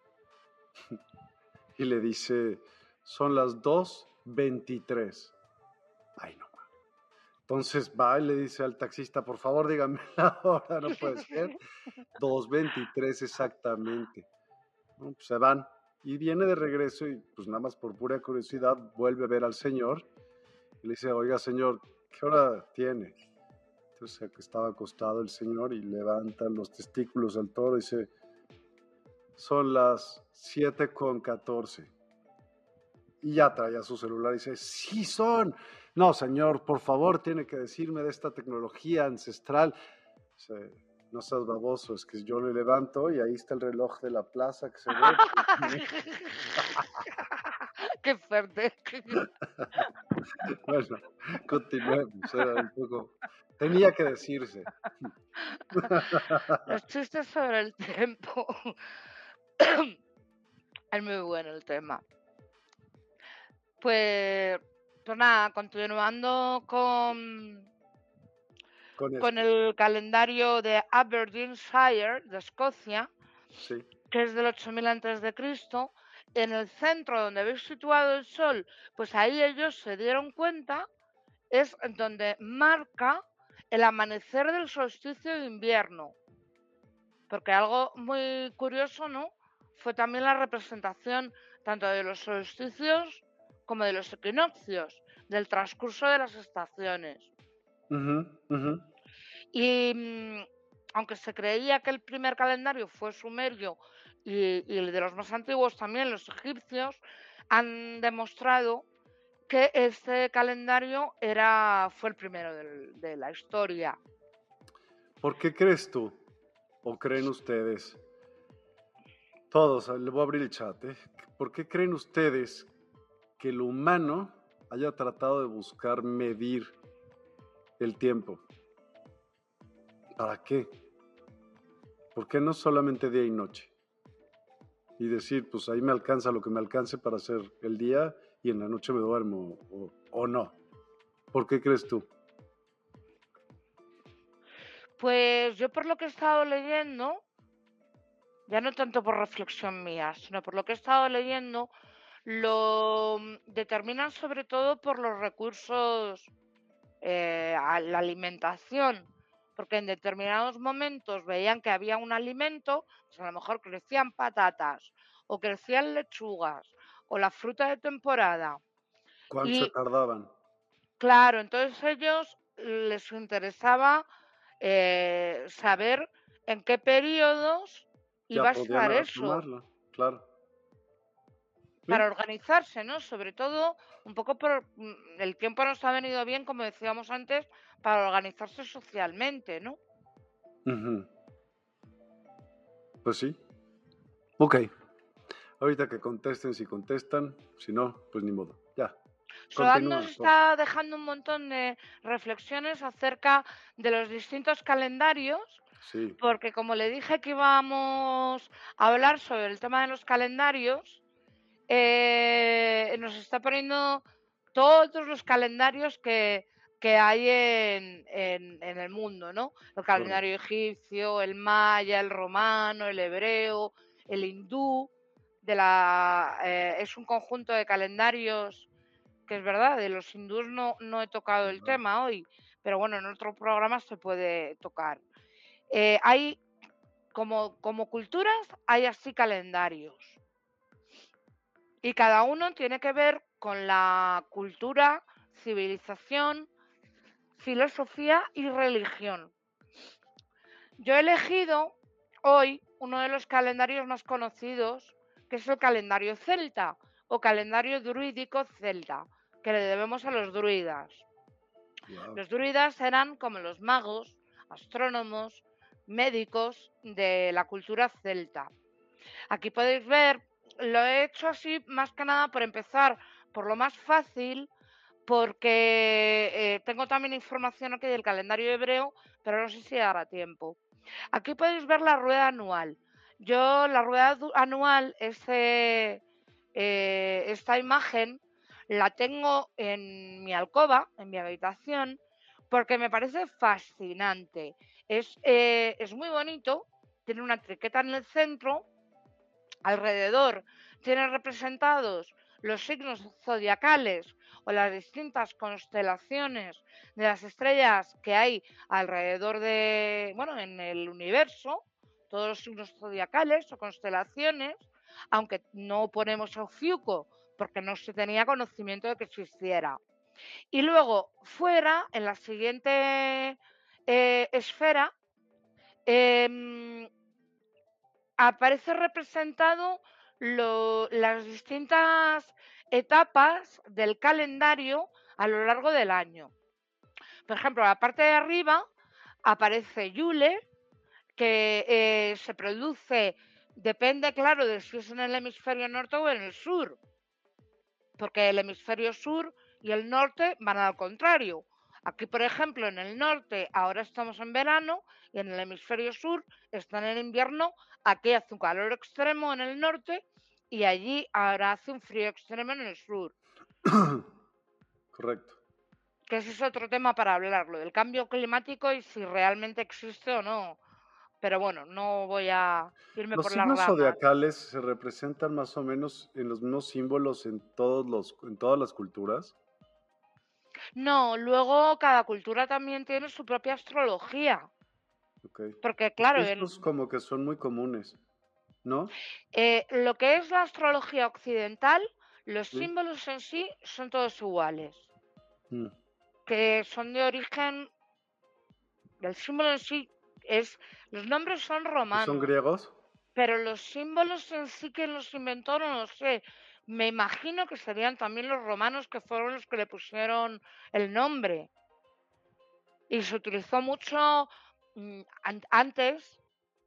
y le dice, son las dos veintitrés. Ay, no. Entonces va y le dice al taxista, por favor, dígame la hora, no puede ser. dos veintitrés exactamente. ¿No? Pues se van. Y viene de regreso y pues nada más por pura curiosidad vuelve a ver al señor y le dice, oiga señor, ¿qué hora tiene? Entonces estaba acostado el señor y levanta los testículos al toro y dice, son las siete con catorce. Y ya traía su celular y dice, sí son. No, señor, por favor, tiene que decirme de esta tecnología ancestral. Dice, no seas baboso, es que yo le levanto y ahí está el reloj de la plaza que se ve. Qué fuerte. Bueno, continuemos, era un poco... Tenía que decirse. Los chistes sobre el tiempo. Es muy bueno el tema. Pues, pues nada, continuando con, Con con esto, el calendario de Aberdeenshire, de Escocia, sí. que es del ocho mil antes de Cristo, en el centro donde habéis situado el sol, pues ahí ellos se dieron cuenta, es donde marca el amanecer del solsticio de invierno. Porque algo muy curioso, ¿no? Fue también la representación tanto de los solsticios como de los equinoccios, del transcurso de las estaciones. Ujú, ujú. Y mm, aunque se creía que el primer calendario fue sumerio y, y el de los más antiguos también, los egipcios, han demostrado que este calendario era, fue el primero del- de la historia. ¿Por qué crees tú, o creen ustedes, todos, le voy a abrir el chat, ¿eh? ¿Por qué creen ustedes que el humano haya tratado de buscar medir el tiempo? ¿Para qué? ¿Por qué no solamente día y noche? Y decir, pues ahí me alcanza lo que me alcance para hacer el día y en la noche me duermo, o, o no. ¿Por qué crees tú? Pues yo por lo que he estado leyendo, ya no tanto por reflexión mía, sino por lo que he estado leyendo, lo mm, determinan sobre todo por los recursos, eh, a la alimentación, porque en determinados momentos veían que había un alimento, pues a lo mejor crecían patatas o crecían lechugas o la fruta de temporada. ¿Cuánto se Y tardaban? claro, entonces ellos les interesaba eh, saber en qué periodos Ya iba a podían estar ah, eso, tomarla, claro. para ¿Sí? organizarse, ¿no? Sobre todo, un poco por mm, el tiempo nos ha venido bien, como decíamos antes, para organizarse socialmente, ¿no? Ujú. Pues sí. Ok. Ahorita que contesten, si contestan, si no, pues ni modo. Ya. Soad nos Continúa, por está dejando un montón de reflexiones acerca de los distintos calendarios, sí. porque como le dije que íbamos a hablar sobre el tema de los calendarios, eh, nos está poniendo todos los calendarios que, que hay en, en- en el mundo, ¿no? El calendario Correcto. egipcio, el maya, el romano, el hebreo, el hindú, de la, eh, es un conjunto de calendarios que es verdad, de los hindús no, no he tocado el Ajá. tema hoy, pero bueno, en otro programa se puede tocar. Eh, hay, como, como culturas, hay así calendarios. Y cada uno tiene que ver con la cultura, civilización, filosofía y religión. Yo he elegido hoy uno de los calendarios más conocidos, que es el calendario celta, o calendario druídico celta, que le debemos a los druidas. Wow. Los druidas eran como los magos, astrónomos, médicos de la cultura celta. Aquí podéis ver, lo he hecho así más que nada por empezar por lo más fácil, porque eh, tengo también información aquí del calendario hebreo, pero no sé si dará tiempo. Aquí podéis ver la rueda anual. Yo la rueda anual, este, eh, esta imagen, la tengo en mi alcoba, en mi habitación, porque me parece fascinante. Es, eh, es muy bonito, tiene una triqueta en el centro, alrededor tiene representados los signos zodiacales o las distintas constelaciones de las estrellas que hay alrededor de, bueno, en el universo, todos los signos zodiacales o constelaciones, aunque no ponemos Ofiuco porque no se tenía conocimiento de que existiera. Y luego, fuera, en la siguiente eh, esfera, eh, aparece representado lo, las distintas etapas del calendario a lo largo del año. Por ejemplo, la parte de arriba aparece Yule, que eh, se produce, depende, claro, de si es en el hemisferio norte o en el sur, porque el hemisferio sur y el norte van al contrario. Aquí, por ejemplo, en el norte ahora estamos en verano y en el hemisferio sur está en el invierno. Aquí hace un calor extremo en el norte y allí ahora hace un frío extremo en el sur. Correcto. Que ese es otro tema para hablarlo, del cambio climático y si realmente existe o no. Pero bueno, no voy a irme Los por las signos ramas. zodiacales se representan más o menos en los mismos símbolos en todos los, en todas las culturas. No, luego cada cultura también tiene su propia astrología. Okay. Porque Es que claro, en, estos como que son muy comunes, ¿no? Eh, lo que es la astrología occidental, los Sí. símbolos en sí son todos iguales, Mm. que son de origen, el símbolo en sí es, los nombres son ¿Y son romanos, griegos? pero los símbolos en sí que los inventó no lo sé. Me imagino que serían también los romanos que fueron los que le pusieron el nombre. Y se utilizó mucho mm, an- antes.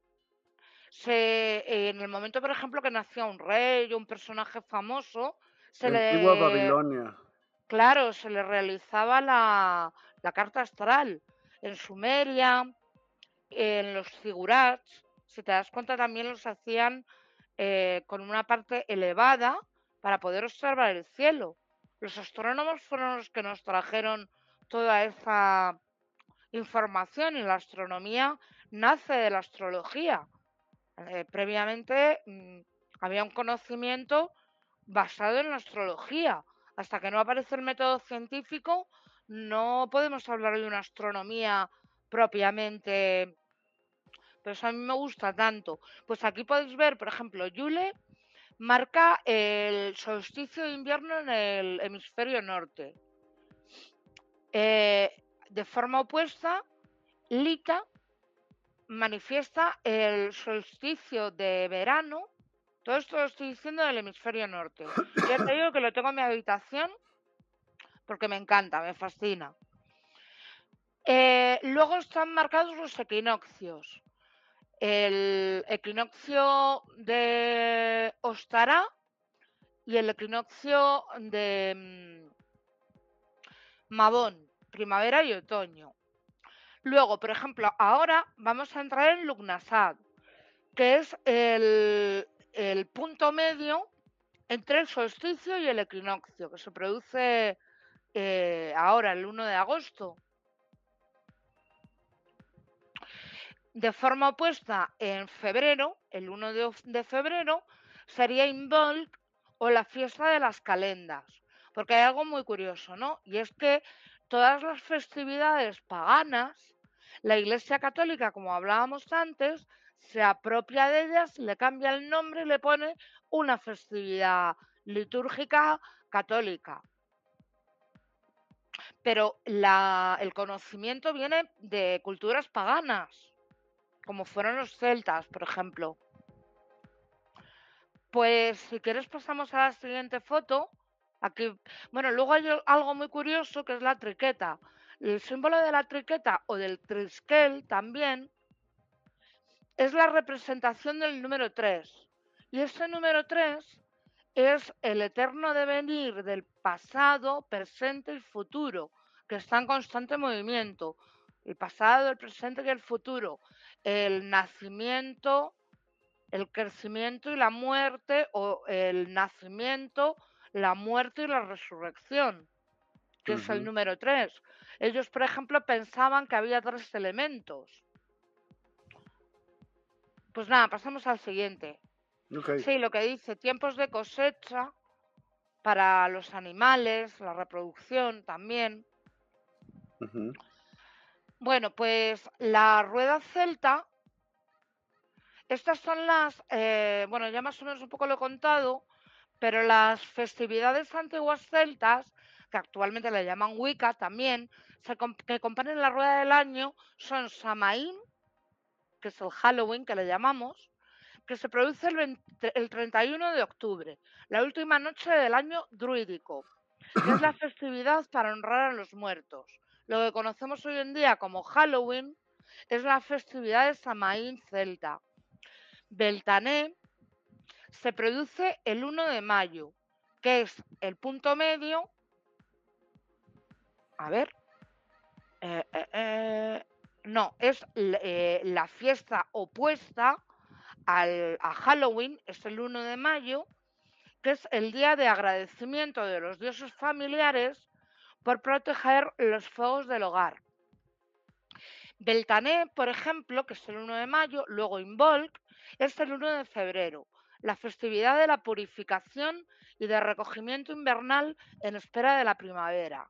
Se, en el momento, por ejemplo, que nacía un rey o un personaje famoso, se Antigua le, Babilonia. claro, se le realizaba la, la carta astral. En Sumeria, en los figurats, si te das cuenta, también los hacían eh, con una parte elevada para poder observar el cielo. Los astrónomos fueron los que nos trajeron toda esa información y la astronomía nace de la astrología. Eh, previamente mmm, había un conocimiento basado en la astrología. Hasta que no aparece el método científico, no podemos hablar de una astronomía propiamente. Pero eso a mí me gusta tanto. Pues aquí podéis ver, por ejemplo, Yule marca el solsticio de invierno en el hemisferio norte. Eh, de forma opuesta, Lita manifiesta el solsticio de verano. Todo esto lo estoy diciendo del hemisferio norte. Ya te digo que lo tengo en mi habitación porque me encanta, me fascina. Eh, luego están marcados los equinoccios. El equinoccio de Ostará y el equinoccio de mm, Mabón, primavera y otoño. Luego, por ejemplo, ahora vamos a entrar en Lugnasad, que es el, el punto medio entre el solsticio y el equinoccio, que se produce eh, ahora, el uno de agosto. De forma opuesta, en febrero, el uno de, de febrero, sería Imbolc o la fiesta de las calendas. Porque hay algo muy curioso, ¿no? Y es que todas las festividades paganas, la Iglesia Católica, como hablábamos antes, se apropia de ellas, le cambia el nombre y le pone una festividad litúrgica católica. Pero la, el conocimiento viene de culturas paganas, como fueron los celtas, por ejemplo. Pues si quieres pasamos a la siguiente foto. Aquí, bueno, luego hay o- algo muy curioso que es la triqueta. El símbolo de la triqueta o del triskel también es la representación del número tres. Y ese número tres es el eterno devenir del pasado, presente y futuro, que está en constante movimiento. El pasado, el presente y el futuro. El nacimiento, el crecimiento y la muerte, o el nacimiento, la muerte y la resurrección, que es el Ujú. número tres. Ellos, por ejemplo, pensaban que había tres elementos. Pues nada, pasamos al siguiente. Ok. Sí, lo que dice, tiempos de cosecha para los animales, la reproducción también. Ujú. Bueno, pues la rueda celta, estas son las, eh, bueno, ya más o menos un poco lo he contado, pero las festividades antiguas celtas, que actualmente le llaman Wicca también, se com- que componen la rueda del año, son Samaín, que es el Halloween que le llamamos, que se produce el, veinte el treinta y uno de octubre, la última noche del año druídico, que es la festividad para honrar a los muertos. Lo que conocemos hoy en día como Halloween es la festividad de Samaín celta. Beltané se produce el uno de mayo, que es el punto medio, a ver, eh, eh, eh, no, es eh, la fiesta opuesta al, a Halloween, es el uno de mayo, que es el día de agradecimiento de los dioses familiares por proteger los fuegos del hogar. Beltané, por ejemplo, que es el uno de mayo, luego Imbolc, es el uno de febrero, la festividad de la purificación y de recogimiento invernal en espera de la primavera.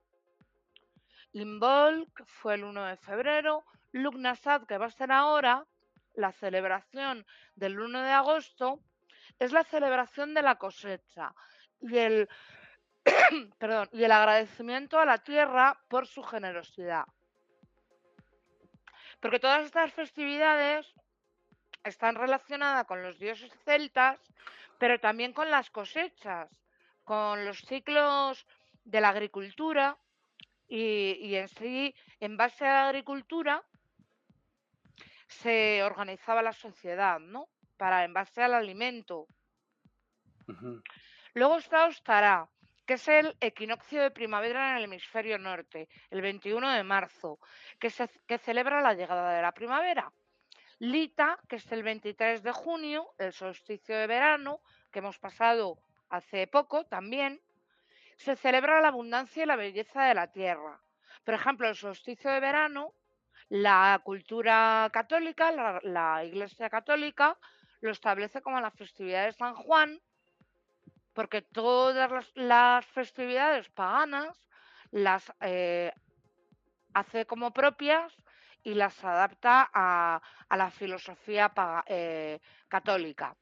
Imbolc fue el uno de febrero, Lugnasad, que va a ser ahora, la celebración del uno de agosto, es la celebración de la cosecha y el, perdón, y el agradecimiento a la tierra por su generosidad. Porque todas estas festividades están relacionadas con los dioses celtas, pero también con las cosechas, con los ciclos de la agricultura y, y en sí, en base a la agricultura, se organizaba la sociedad, ¿no? Para en base al alimento. Ujú. Luego está Ostará, que es el equinoccio de primavera en el hemisferio norte, el veintiuno de marzo, que, se, que celebra la llegada de la primavera. Lita, que es el veintitrés de junio, el solsticio de verano, que hemos pasado hace poco también, se celebra la abundancia y la belleza de la tierra. Por ejemplo, el solsticio de verano, la cultura católica, la, la Iglesia católica, lo establece como la festividad de San Juan, porque todas las, las festividades paganas las eh, hace como propias y las adapta a, a la filosofía paga, eh, católica.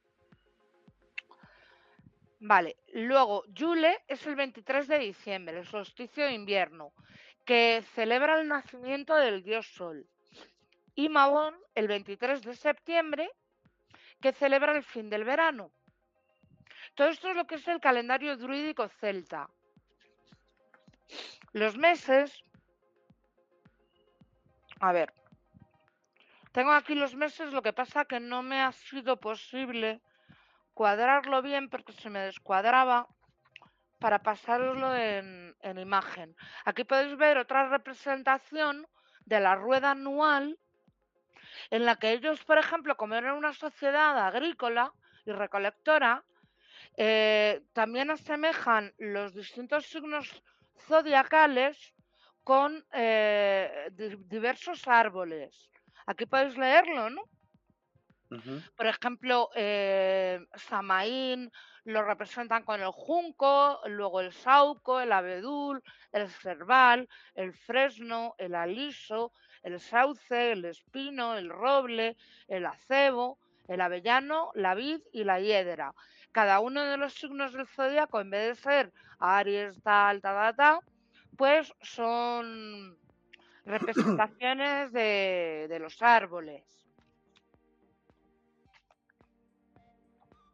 Vale, luego Yule es el veintitrés de diciembre, el solsticio de invierno, que celebra el nacimiento del dios Sol. Y Mabón, el veintitrés de septiembre, que celebra el fin del verano. Todo esto es lo que es el calendario druídico celta. Los meses, a ver, tengo aquí los meses, lo que pasa que no me ha sido posible cuadrarlo bien porque se me descuadraba para pasaroslo en, en imagen. Aquí podéis ver otra representación de la rueda anual en la que ellos, por ejemplo, como eran una sociedad agrícola y recolectora, eh, también asemejan los distintos signos zodiacales con eh, di- diversos árboles. Aquí podéis leerlo, ¿no? Ujú. Por ejemplo, eh, Samaín lo representan con el junco, luego el sauco, el abedul, el cerval, el fresno, el aliso, el sauce, el espino, el roble, el acebo, el avellano, la vid y la hiedra. Cada uno de los signos del zodiaco, en vez de ser Aries, tal, tal, tal, tal, pues son representaciones de, de los árboles.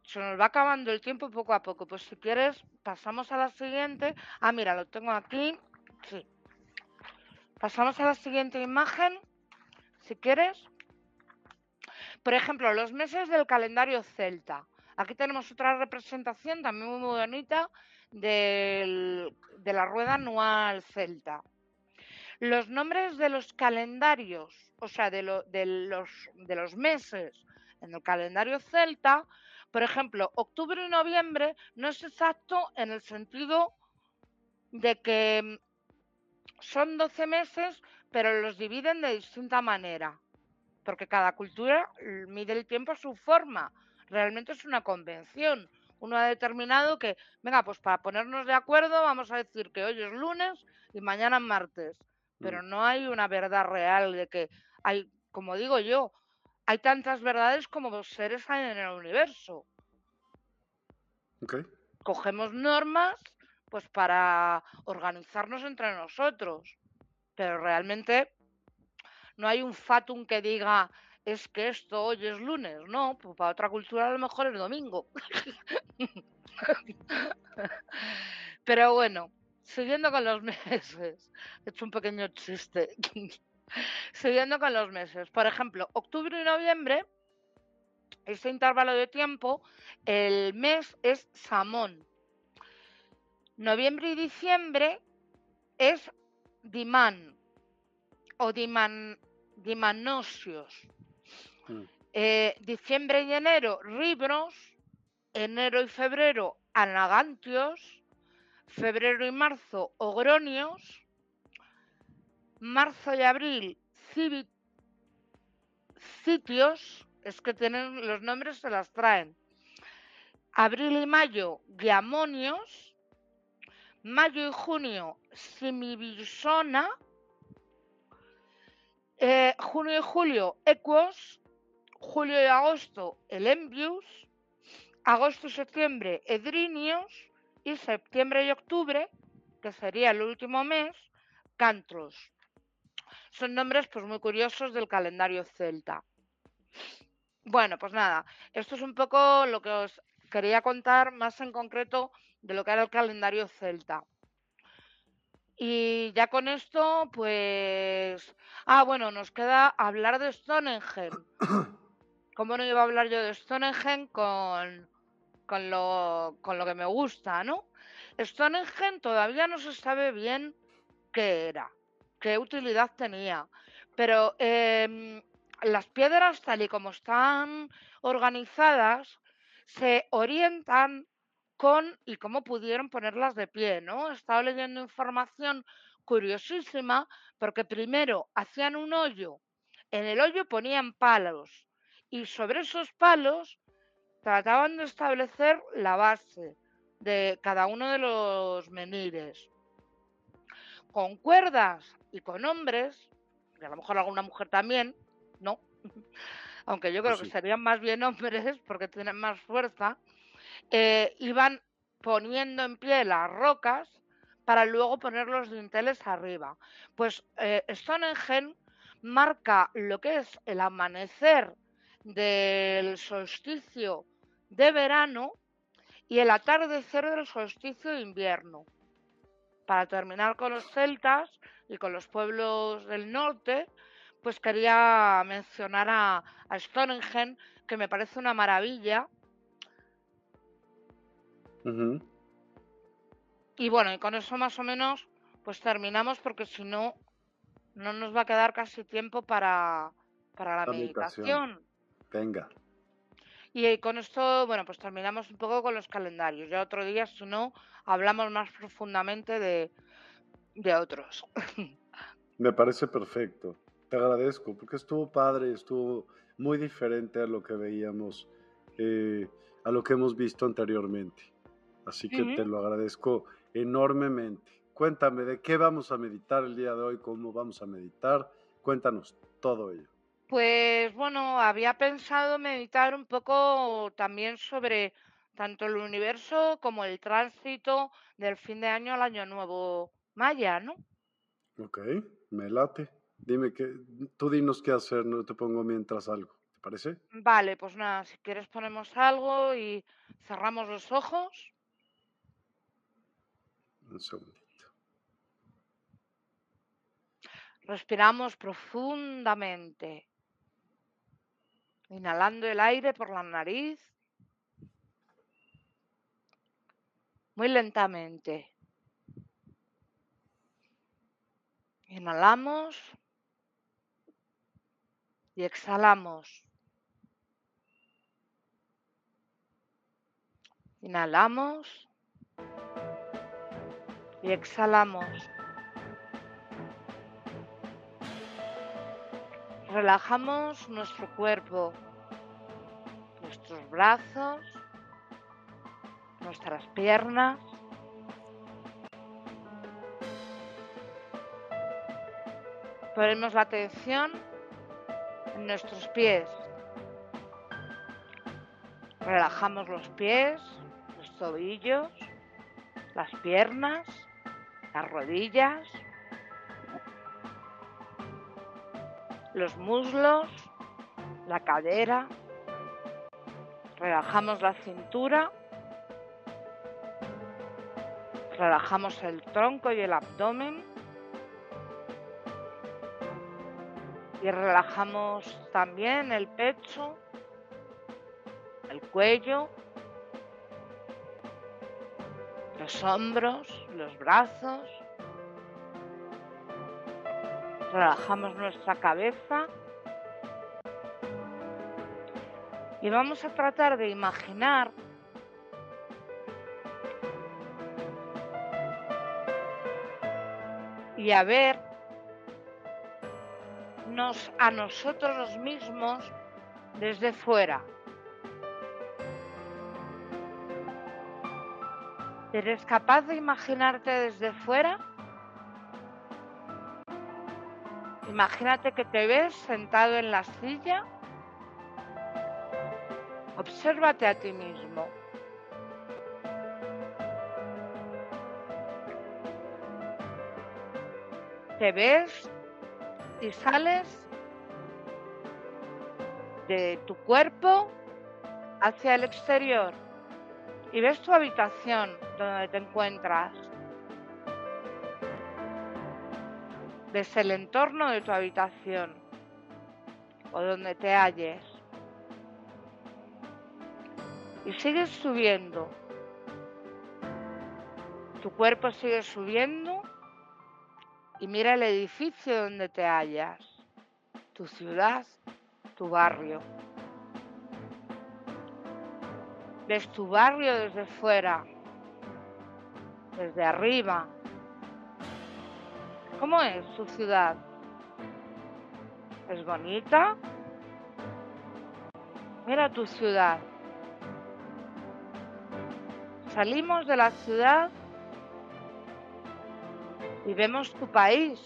se nos va acabando el tiempo poco a poco. Pues si quieres, pasamos a la siguiente. Ah, mira, lo tengo aquí. Sí. Pasamos a la siguiente imagen, si quieres. Por ejemplo, los meses del calendario celta. Aquí tenemos otra representación también muy bonita del, de la rueda anual celta. Los nombres de los calendarios, o sea, de, lo, de, los, de los meses en el calendario celta, por ejemplo, octubre y noviembre no es exacto en el sentido de que son doce meses, pero los dividen de distinta manera, porque cada cultura mide el tiempo a su forma. Realmente es una convención. Uno ha determinado que, venga, pues para ponernos de acuerdo vamos a decir que hoy es lunes y mañana es martes. Pero Mm, no hay una verdad real de que hay, como digo yo, hay tantas verdades como seres hay en el universo. ok. Cogemos normas pues para organizarnos entre nosotros, pero realmente no hay un fatum que diga es que esto hoy es lunes, no, pues para otra cultura a lo mejor es domingo. Pero bueno, siguiendo con los meses, he hecho un pequeño chiste. Siguiendo con los meses, por ejemplo, octubre y noviembre, ese intervalo de tiempo, el mes es Samón. Noviembre y diciembre es Dimán o Diman, Dimanosios. Mm, Eh, diciembre y enero, Ribros. Enero y febrero, Anagantios. Febrero y marzo, Ogronios. Marzo y abril, Civi- Citios. Es que tienen los nombres, se las traen. Abril y mayo, Giamonios. Mayo y junio, Simibisona. Eh, junio y julio, Equos. Julio y agosto, Elenvius. Agosto y septiembre, Edrinios. Y septiembre y octubre, que sería el último mes, Cantros. Son nombres pues muy curiosos del calendario celta. Bueno, pues nada, esto es un poco lo que os quería contar más en concreto de lo que era el calendario celta. Y ya con esto, pues... Ah, bueno, nos queda hablar de Stonehenge. ¿Cómo no iba a hablar yo de Stonehenge con, con, lo, con lo que me gusta, ¿no? Stonehenge todavía no se sabe bien qué era, qué utilidad tenía, pero eh, las piedras tal y como están organizadas se orientan con y cómo pudieron ponerlas de pie, ¿no? He estado leyendo información curiosísima porque primero hacían un hoyo, en el hoyo ponían palos y sobre esos palos trataban de establecer la base de cada uno de los menires con cuerdas y con hombres, y a lo mejor alguna mujer también, ¿no? Aunque yo pues creo que sí. serían más bien hombres porque tienen más fuerza, eh, iban poniendo en pie las rocas para luego poner los dinteles arriba. Pues eh, Stonehenge marca lo que es el amanecer del solsticio de verano y el atardecer del solsticio de invierno. Para terminar con los celtas y con los pueblos del norte, pues quería mencionar a, a Stonehenge, que me parece una maravilla. Ujú. Y bueno, y con eso más o menos, pues terminamos porque si no, no nos va a quedar casi tiempo para, para la La meditación. meditación. Venga. Y con esto, bueno, pues terminamos un poco con los calendarios. Ya otro día, si no, hablamos más profundamente de, de otros. Me parece perfecto. Te agradezco porque estuvo padre, estuvo muy diferente a lo que veíamos, eh, a lo que hemos visto anteriormente. Así que te Ujú. lo agradezco enormemente. Cuéntame de qué vamos a meditar el día de hoy, cómo vamos a meditar. Cuéntanos todo ello. Pues bueno, había pensado meditar un poco también sobre tanto el universo como el tránsito del fin de año al año nuevo maya, ¿no? Ok, me late. Dime que tú dinos qué hacer, no te pongo mientras algo. parece? Vale, pues nada, si quieres ponemos algo y cerramos los ojos. Un segundito. Respiramos profundamente, inhalando el aire por la nariz, muy lentamente. Inhalamos y exhalamos. Inhalamos y exhalamos. Relajamos nuestro cuerpo, nuestros brazos, nuestras piernas. Ponemos la atención en nuestros pies. Relajamos los pies, los tobillos, las piernas, las rodillas, los muslos, la cadera. Relajamos la cintura. Relajamos el tronco y el abdomen. Y relajamos también el pecho, el cuello, los hombros, los brazos. Relajamos nuestra cabeza. Y vamos a tratar de imaginar y a ver nos, a nosotros mismos desde fuera. ¿Eres capaz de imaginarte desde fuera? Imagínate que te ves sentado en la silla. Obsérvate a ti mismo. Te ves y sales de tu cuerpo hacia el exterior y ves tu habitación donde te encuentras. Ves el entorno de tu habitación o donde te halles. Y sigues subiendo. Tu cuerpo sigue subiendo y mira el edificio donde te hallas, tu ciudad, tu barrio. Ves tu barrio desde fuera, desde arriba. ¿Cómo es tu ciudad? ¿Es bonita? Mira tu ciudad. Salimos de la ciudad y vemos tu país.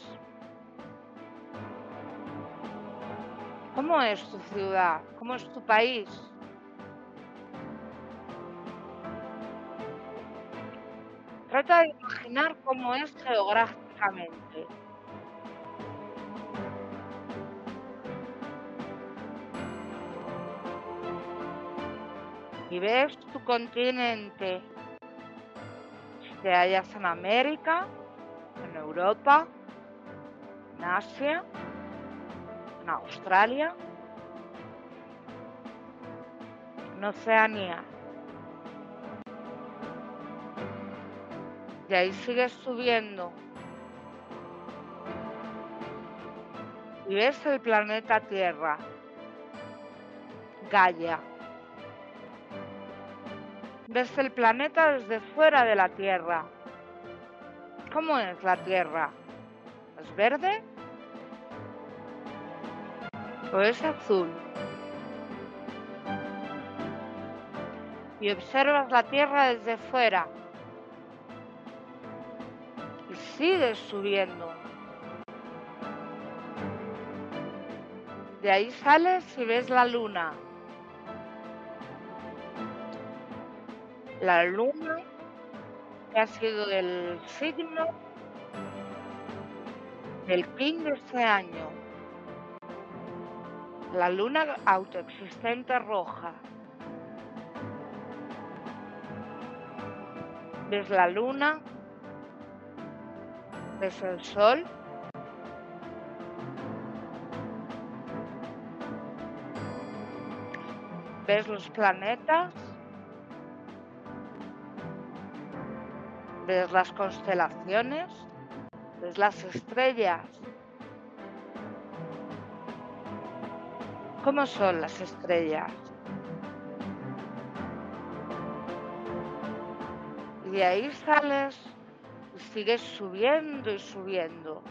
¿Cómo es tu ciudad? ¿Cómo es tu país? Trata de imaginar cómo es geográficamente. Y ves tu continente. Si te hallas en América, en Europa, en Asia, en Australia, en Oceanía. Y ahí sigues subiendo. Y ves el planeta Tierra, Gaia. Ves el planeta desde fuera de la Tierra. ¿Cómo es la Tierra? ¿Es verde? ¿O es azul? Y observas la Tierra desde fuera. Y sigues subiendo. De ahí sales y ves la Luna. La Luna que ha sido el signo del fin de este año. la luna autoexistente roja. ¿Ves la luna? ¿Ves el sol? ¿Ves los planetas? ¿Ves las constelaciones? ¿Ves las estrellas? ¿Cómo son las estrellas? Y de ahí sales y sigues subiendo y subiendo.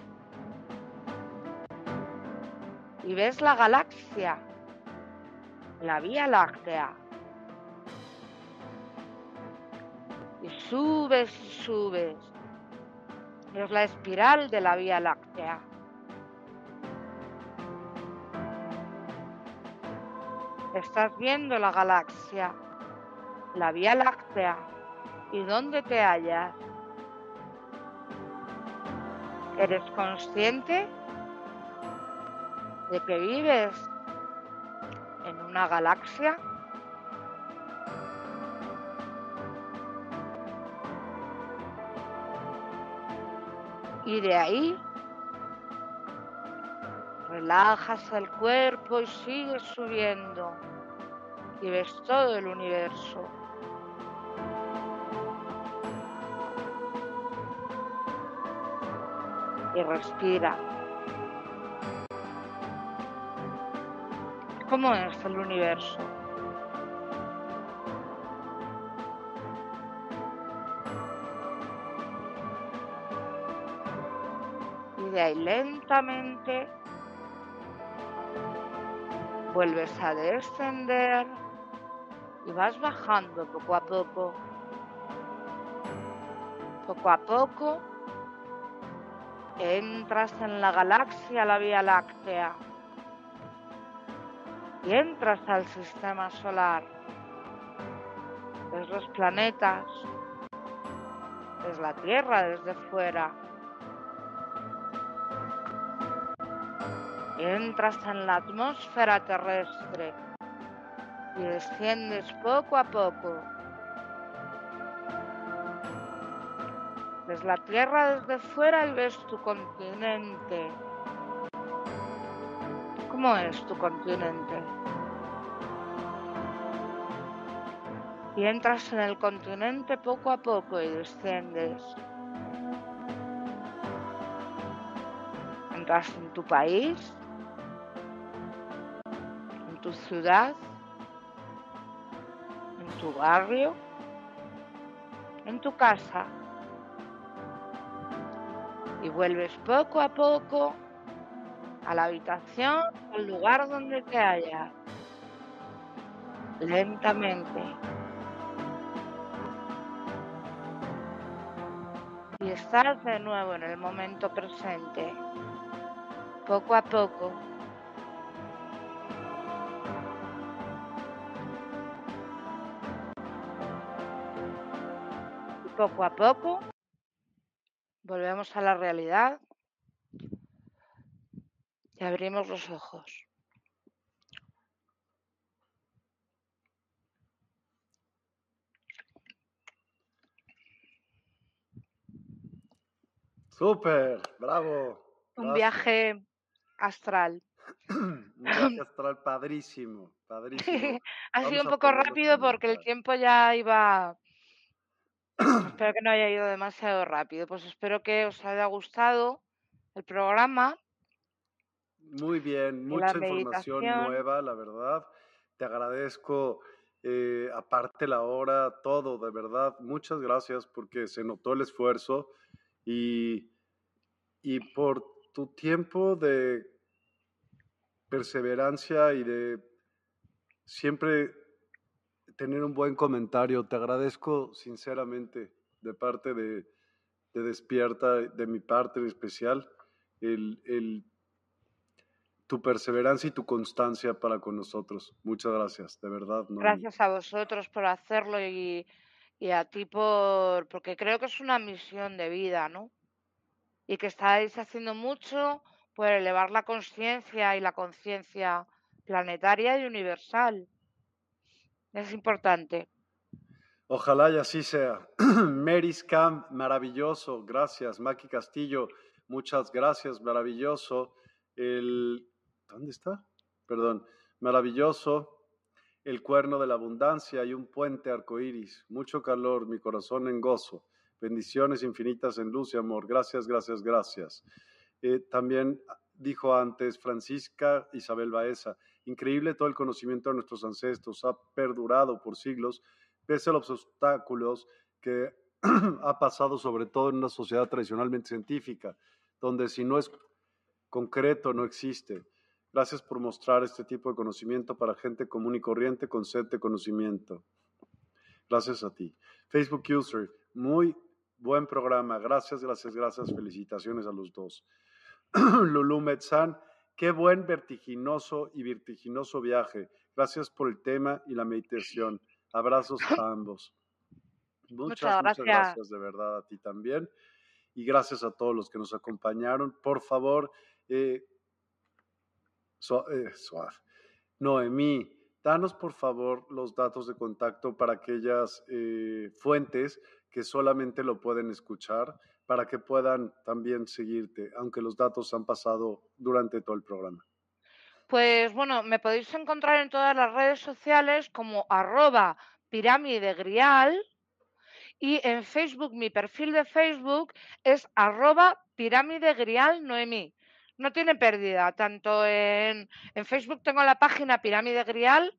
Y ves la galaxia, la Vía Láctea. Y subes y subes. Es la espiral de la Vía Láctea. Estás viendo la galaxia, la Vía Láctea. ¿Y dónde te hallas? ¿Eres consciente de que vives en una galaxia? Y de ahí relajas el cuerpo y sigues subiendo y ves todo el universo. Y respira. ¿Cómo es el universo? Y de ahí lentamente vuelves a descender y vas bajando poco a poco. Poco a poco entras en la galaxia, la Vía Láctea. Y entras al sistema solar. Ves los planetas. Ves la Tierra desde fuera. Entras en la atmósfera terrestre y desciendes poco a poco. Ves la Tierra desde fuera y ves tu continente. ¿Cómo es tu continente? Y entras en el continente poco a poco y desciendes. Entras en tu país, en tu ciudad, en tu barrio, en tu casa. Y vuelves poco a poco a la habitación, al lugar donde te hallas. Lentamente. Y estás de nuevo en el momento presente. Poco a poco. Y poco a poco volvemos a la realidad y abrimos los ojos. Súper, bravo. Un Gracias. viaje astral. Un viaje astral padrísimo, padrísimo. Ha Vamos sido un a poco ponerlo rápido también, porque el claro. tiempo ya iba. Espero que no haya ido demasiado rápido. Pues espero que os haya gustado el programa Muy bien, y la mucha información meditación. nueva, la verdad. Te agradezco, eh, aparte la hora, todo, de verdad. Muchas gracias porque se notó el esfuerzo y, y por tu tiempo de perseverancia y de siempre tener un buen comentario. Te agradezco sinceramente de parte de, de Despierta, de mi parte en especial, el, el tu perseverancia y tu constancia para con nosotros. Muchas gracias, de verdad, Noemi. Gracias a vosotros por hacerlo y, y a ti por, porque creo que es una misión de vida, ¿no? Y que estáis haciendo mucho por elevar la conciencia y la conciencia planetaria y universal. Es importante. Ojalá y así sea. Meris Camp, maravilloso, gracias. Maki Castillo, muchas gracias, maravilloso. El, ¿dónde está? Perdón, maravilloso. El cuerno de la abundancia y un puente arcoíris. Mucho calor, mi corazón en gozo. Bendiciones infinitas en luz y amor. Gracias, gracias, gracias. Eh, también dijo antes Francisca Isabel Baeza, increíble todo el conocimiento de nuestros ancestros, ha perdurado por siglos, pese a los obstáculos que ha pasado sobre todo en una sociedad tradicionalmente científica, donde si no es concreto no existe. Gracias por mostrar este tipo de conocimiento para gente común y corriente con sed de conocimiento. Gracias a ti. Facebook User, muy buen programa. Gracias, gracias, gracias. Felicitaciones a los dos. Lulu Metzán, qué buen vertiginoso y vertiginoso viaje. Gracias por el tema y la meditación. Abrazos a ambos. Muchas, Muchas muchas gracias. gracias de verdad a ti también. Y gracias a todos los que nos acompañaron. Por favor, eh, so, eh, suave. Noemí, danos por favor los datos de contacto para aquellas eh, fuentes que solamente lo pueden escuchar, para que puedan también seguirte, aunque los datos han pasado durante todo el programa. Pues bueno, me podéis encontrar en todas las redes sociales como arroba pirámide grial y en Facebook, mi perfil de Facebook es arroba pirámide grial Noemí. No tiene pérdida, tanto en, en Facebook tengo la página Pirámide Grial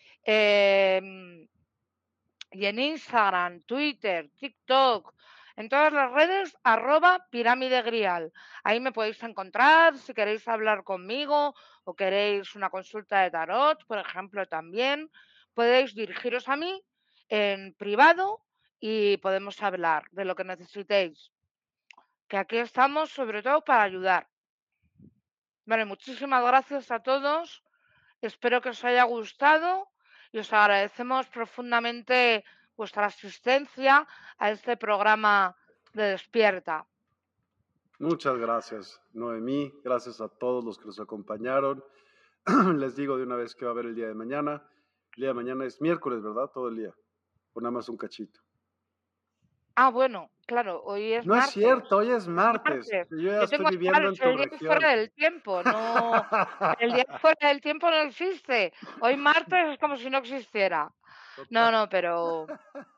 eh, y en Instagram, Twitter, TikTok, en todas las redes, arroba pirámide grial. Ahí me podéis encontrar si queréis hablar conmigo o queréis una consulta de tarot, por ejemplo, también podéis dirigiros a mí en privado y podemos hablar de lo que necesitéis. Que aquí estamos sobre todo para ayudar. Vale, muchísimas gracias a todos. Espero que os haya gustado y os agradecemos profundamente vuestra asistencia a este programa de Despierta. Muchas gracias, Noemí. Gracias a todos los que nos acompañaron. Les digo de una vez que va a haber el día de mañana. El día de mañana es miércoles, ¿verdad? Todo el día. O nada más un cachito. Ah, bueno, claro, hoy es no martes. es cierto, hoy es martes. martes. Yo ya Yo estoy tengo viviendo claro, en es tu el día región. fuera del tiempo, no. El día fuera del tiempo no existe. Hoy martes es como si no existiera. Total. No, no, pero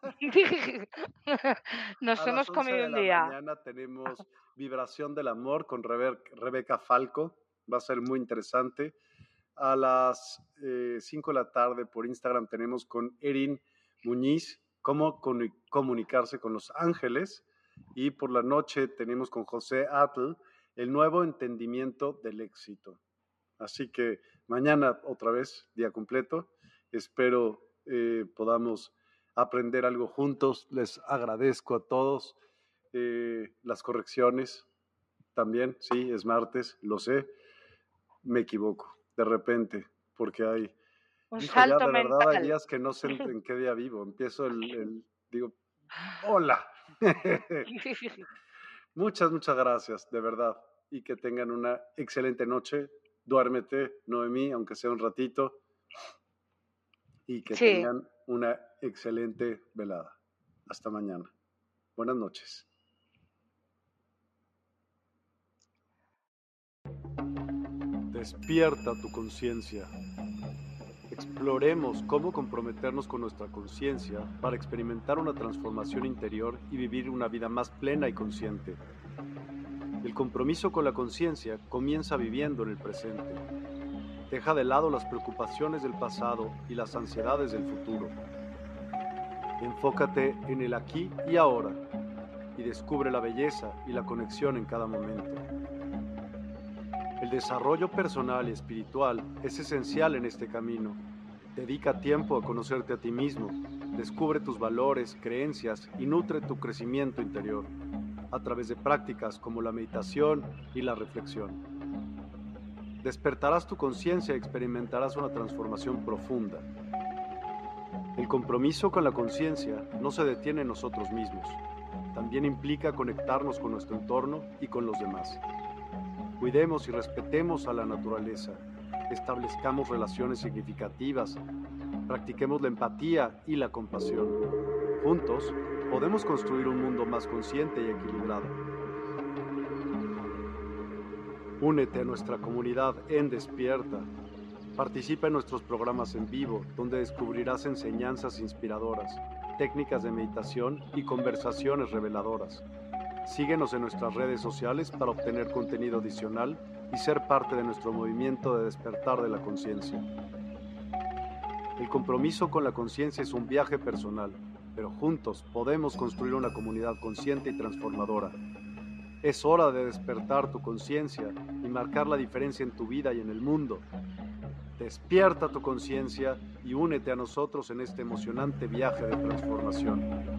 nos A hemos las once comido de un la día. mañana tenemos Vibración del Amor con Rebe Rebeca Falco. Va a ser muy interesante. A las eh, cinco de la tarde por Instagram tenemos con Erin Muñiz cómo comunicarse con los ángeles. Y por la noche tenemos con José Atl el nuevo entendimiento del éxito. Así que mañana otra vez, día completo. Espero eh, podamos aprender algo juntos. Les agradezco a todos eh, las correcciones. También, sí, es martes, lo sé. Me equivoco de repente, porque hay... Un Hijo, ya salto de verdad hay mental. días que no sé en qué día vivo. Empiezo el... el digo, hola. Muchas, muchas gracias, de verdad. Y que tengan una excelente noche. Duérmete, Noemí, aunque sea un ratito. Y que Sí. tengan una excelente velada. Hasta mañana. Buenas noches. Despierta tu conciencia. Exploremos cómo comprometernos con nuestra conciencia para experimentar una transformación interior y vivir una vida más plena y consciente. El compromiso con la conciencia comienza viviendo en el presente. Deja de lado las preocupaciones del pasado y las ansiedades del futuro. Enfócate en el aquí y ahora y descubre la belleza y la conexión en cada momento. El desarrollo personal y espiritual es esencial en este camino. Dedica tiempo a conocerte a ti mismo, descubre tus valores, creencias y nutre tu crecimiento interior a través de prácticas como la meditación y la reflexión. Despertarás tu conciencia y experimentarás una transformación profunda. El compromiso con la conciencia no se detiene en nosotros mismos. También implica conectarnos con nuestro entorno y con los demás. Cuidemos y respetemos a la naturaleza. establezcamos relaciones significativas, practiquemos la empatía y la compasión. Juntos, podemos construir un mundo más consciente y equilibrado. Únete a nuestra comunidad en Despierta. Participa en nuestros programas en vivo, donde descubrirás enseñanzas inspiradoras, técnicas de meditación y conversaciones reveladoras. Síguenos en nuestras redes sociales para obtener contenido adicional y ser parte de nuestro movimiento de despertar de la conciencia. El compromiso con la conciencia es un viaje personal, pero juntos podemos construir una comunidad consciente y transformadora. Es hora de despertar tu conciencia y marcar la diferencia en tu vida y en el mundo. Despierta tu conciencia y únete a nosotros en este emocionante viaje de transformación.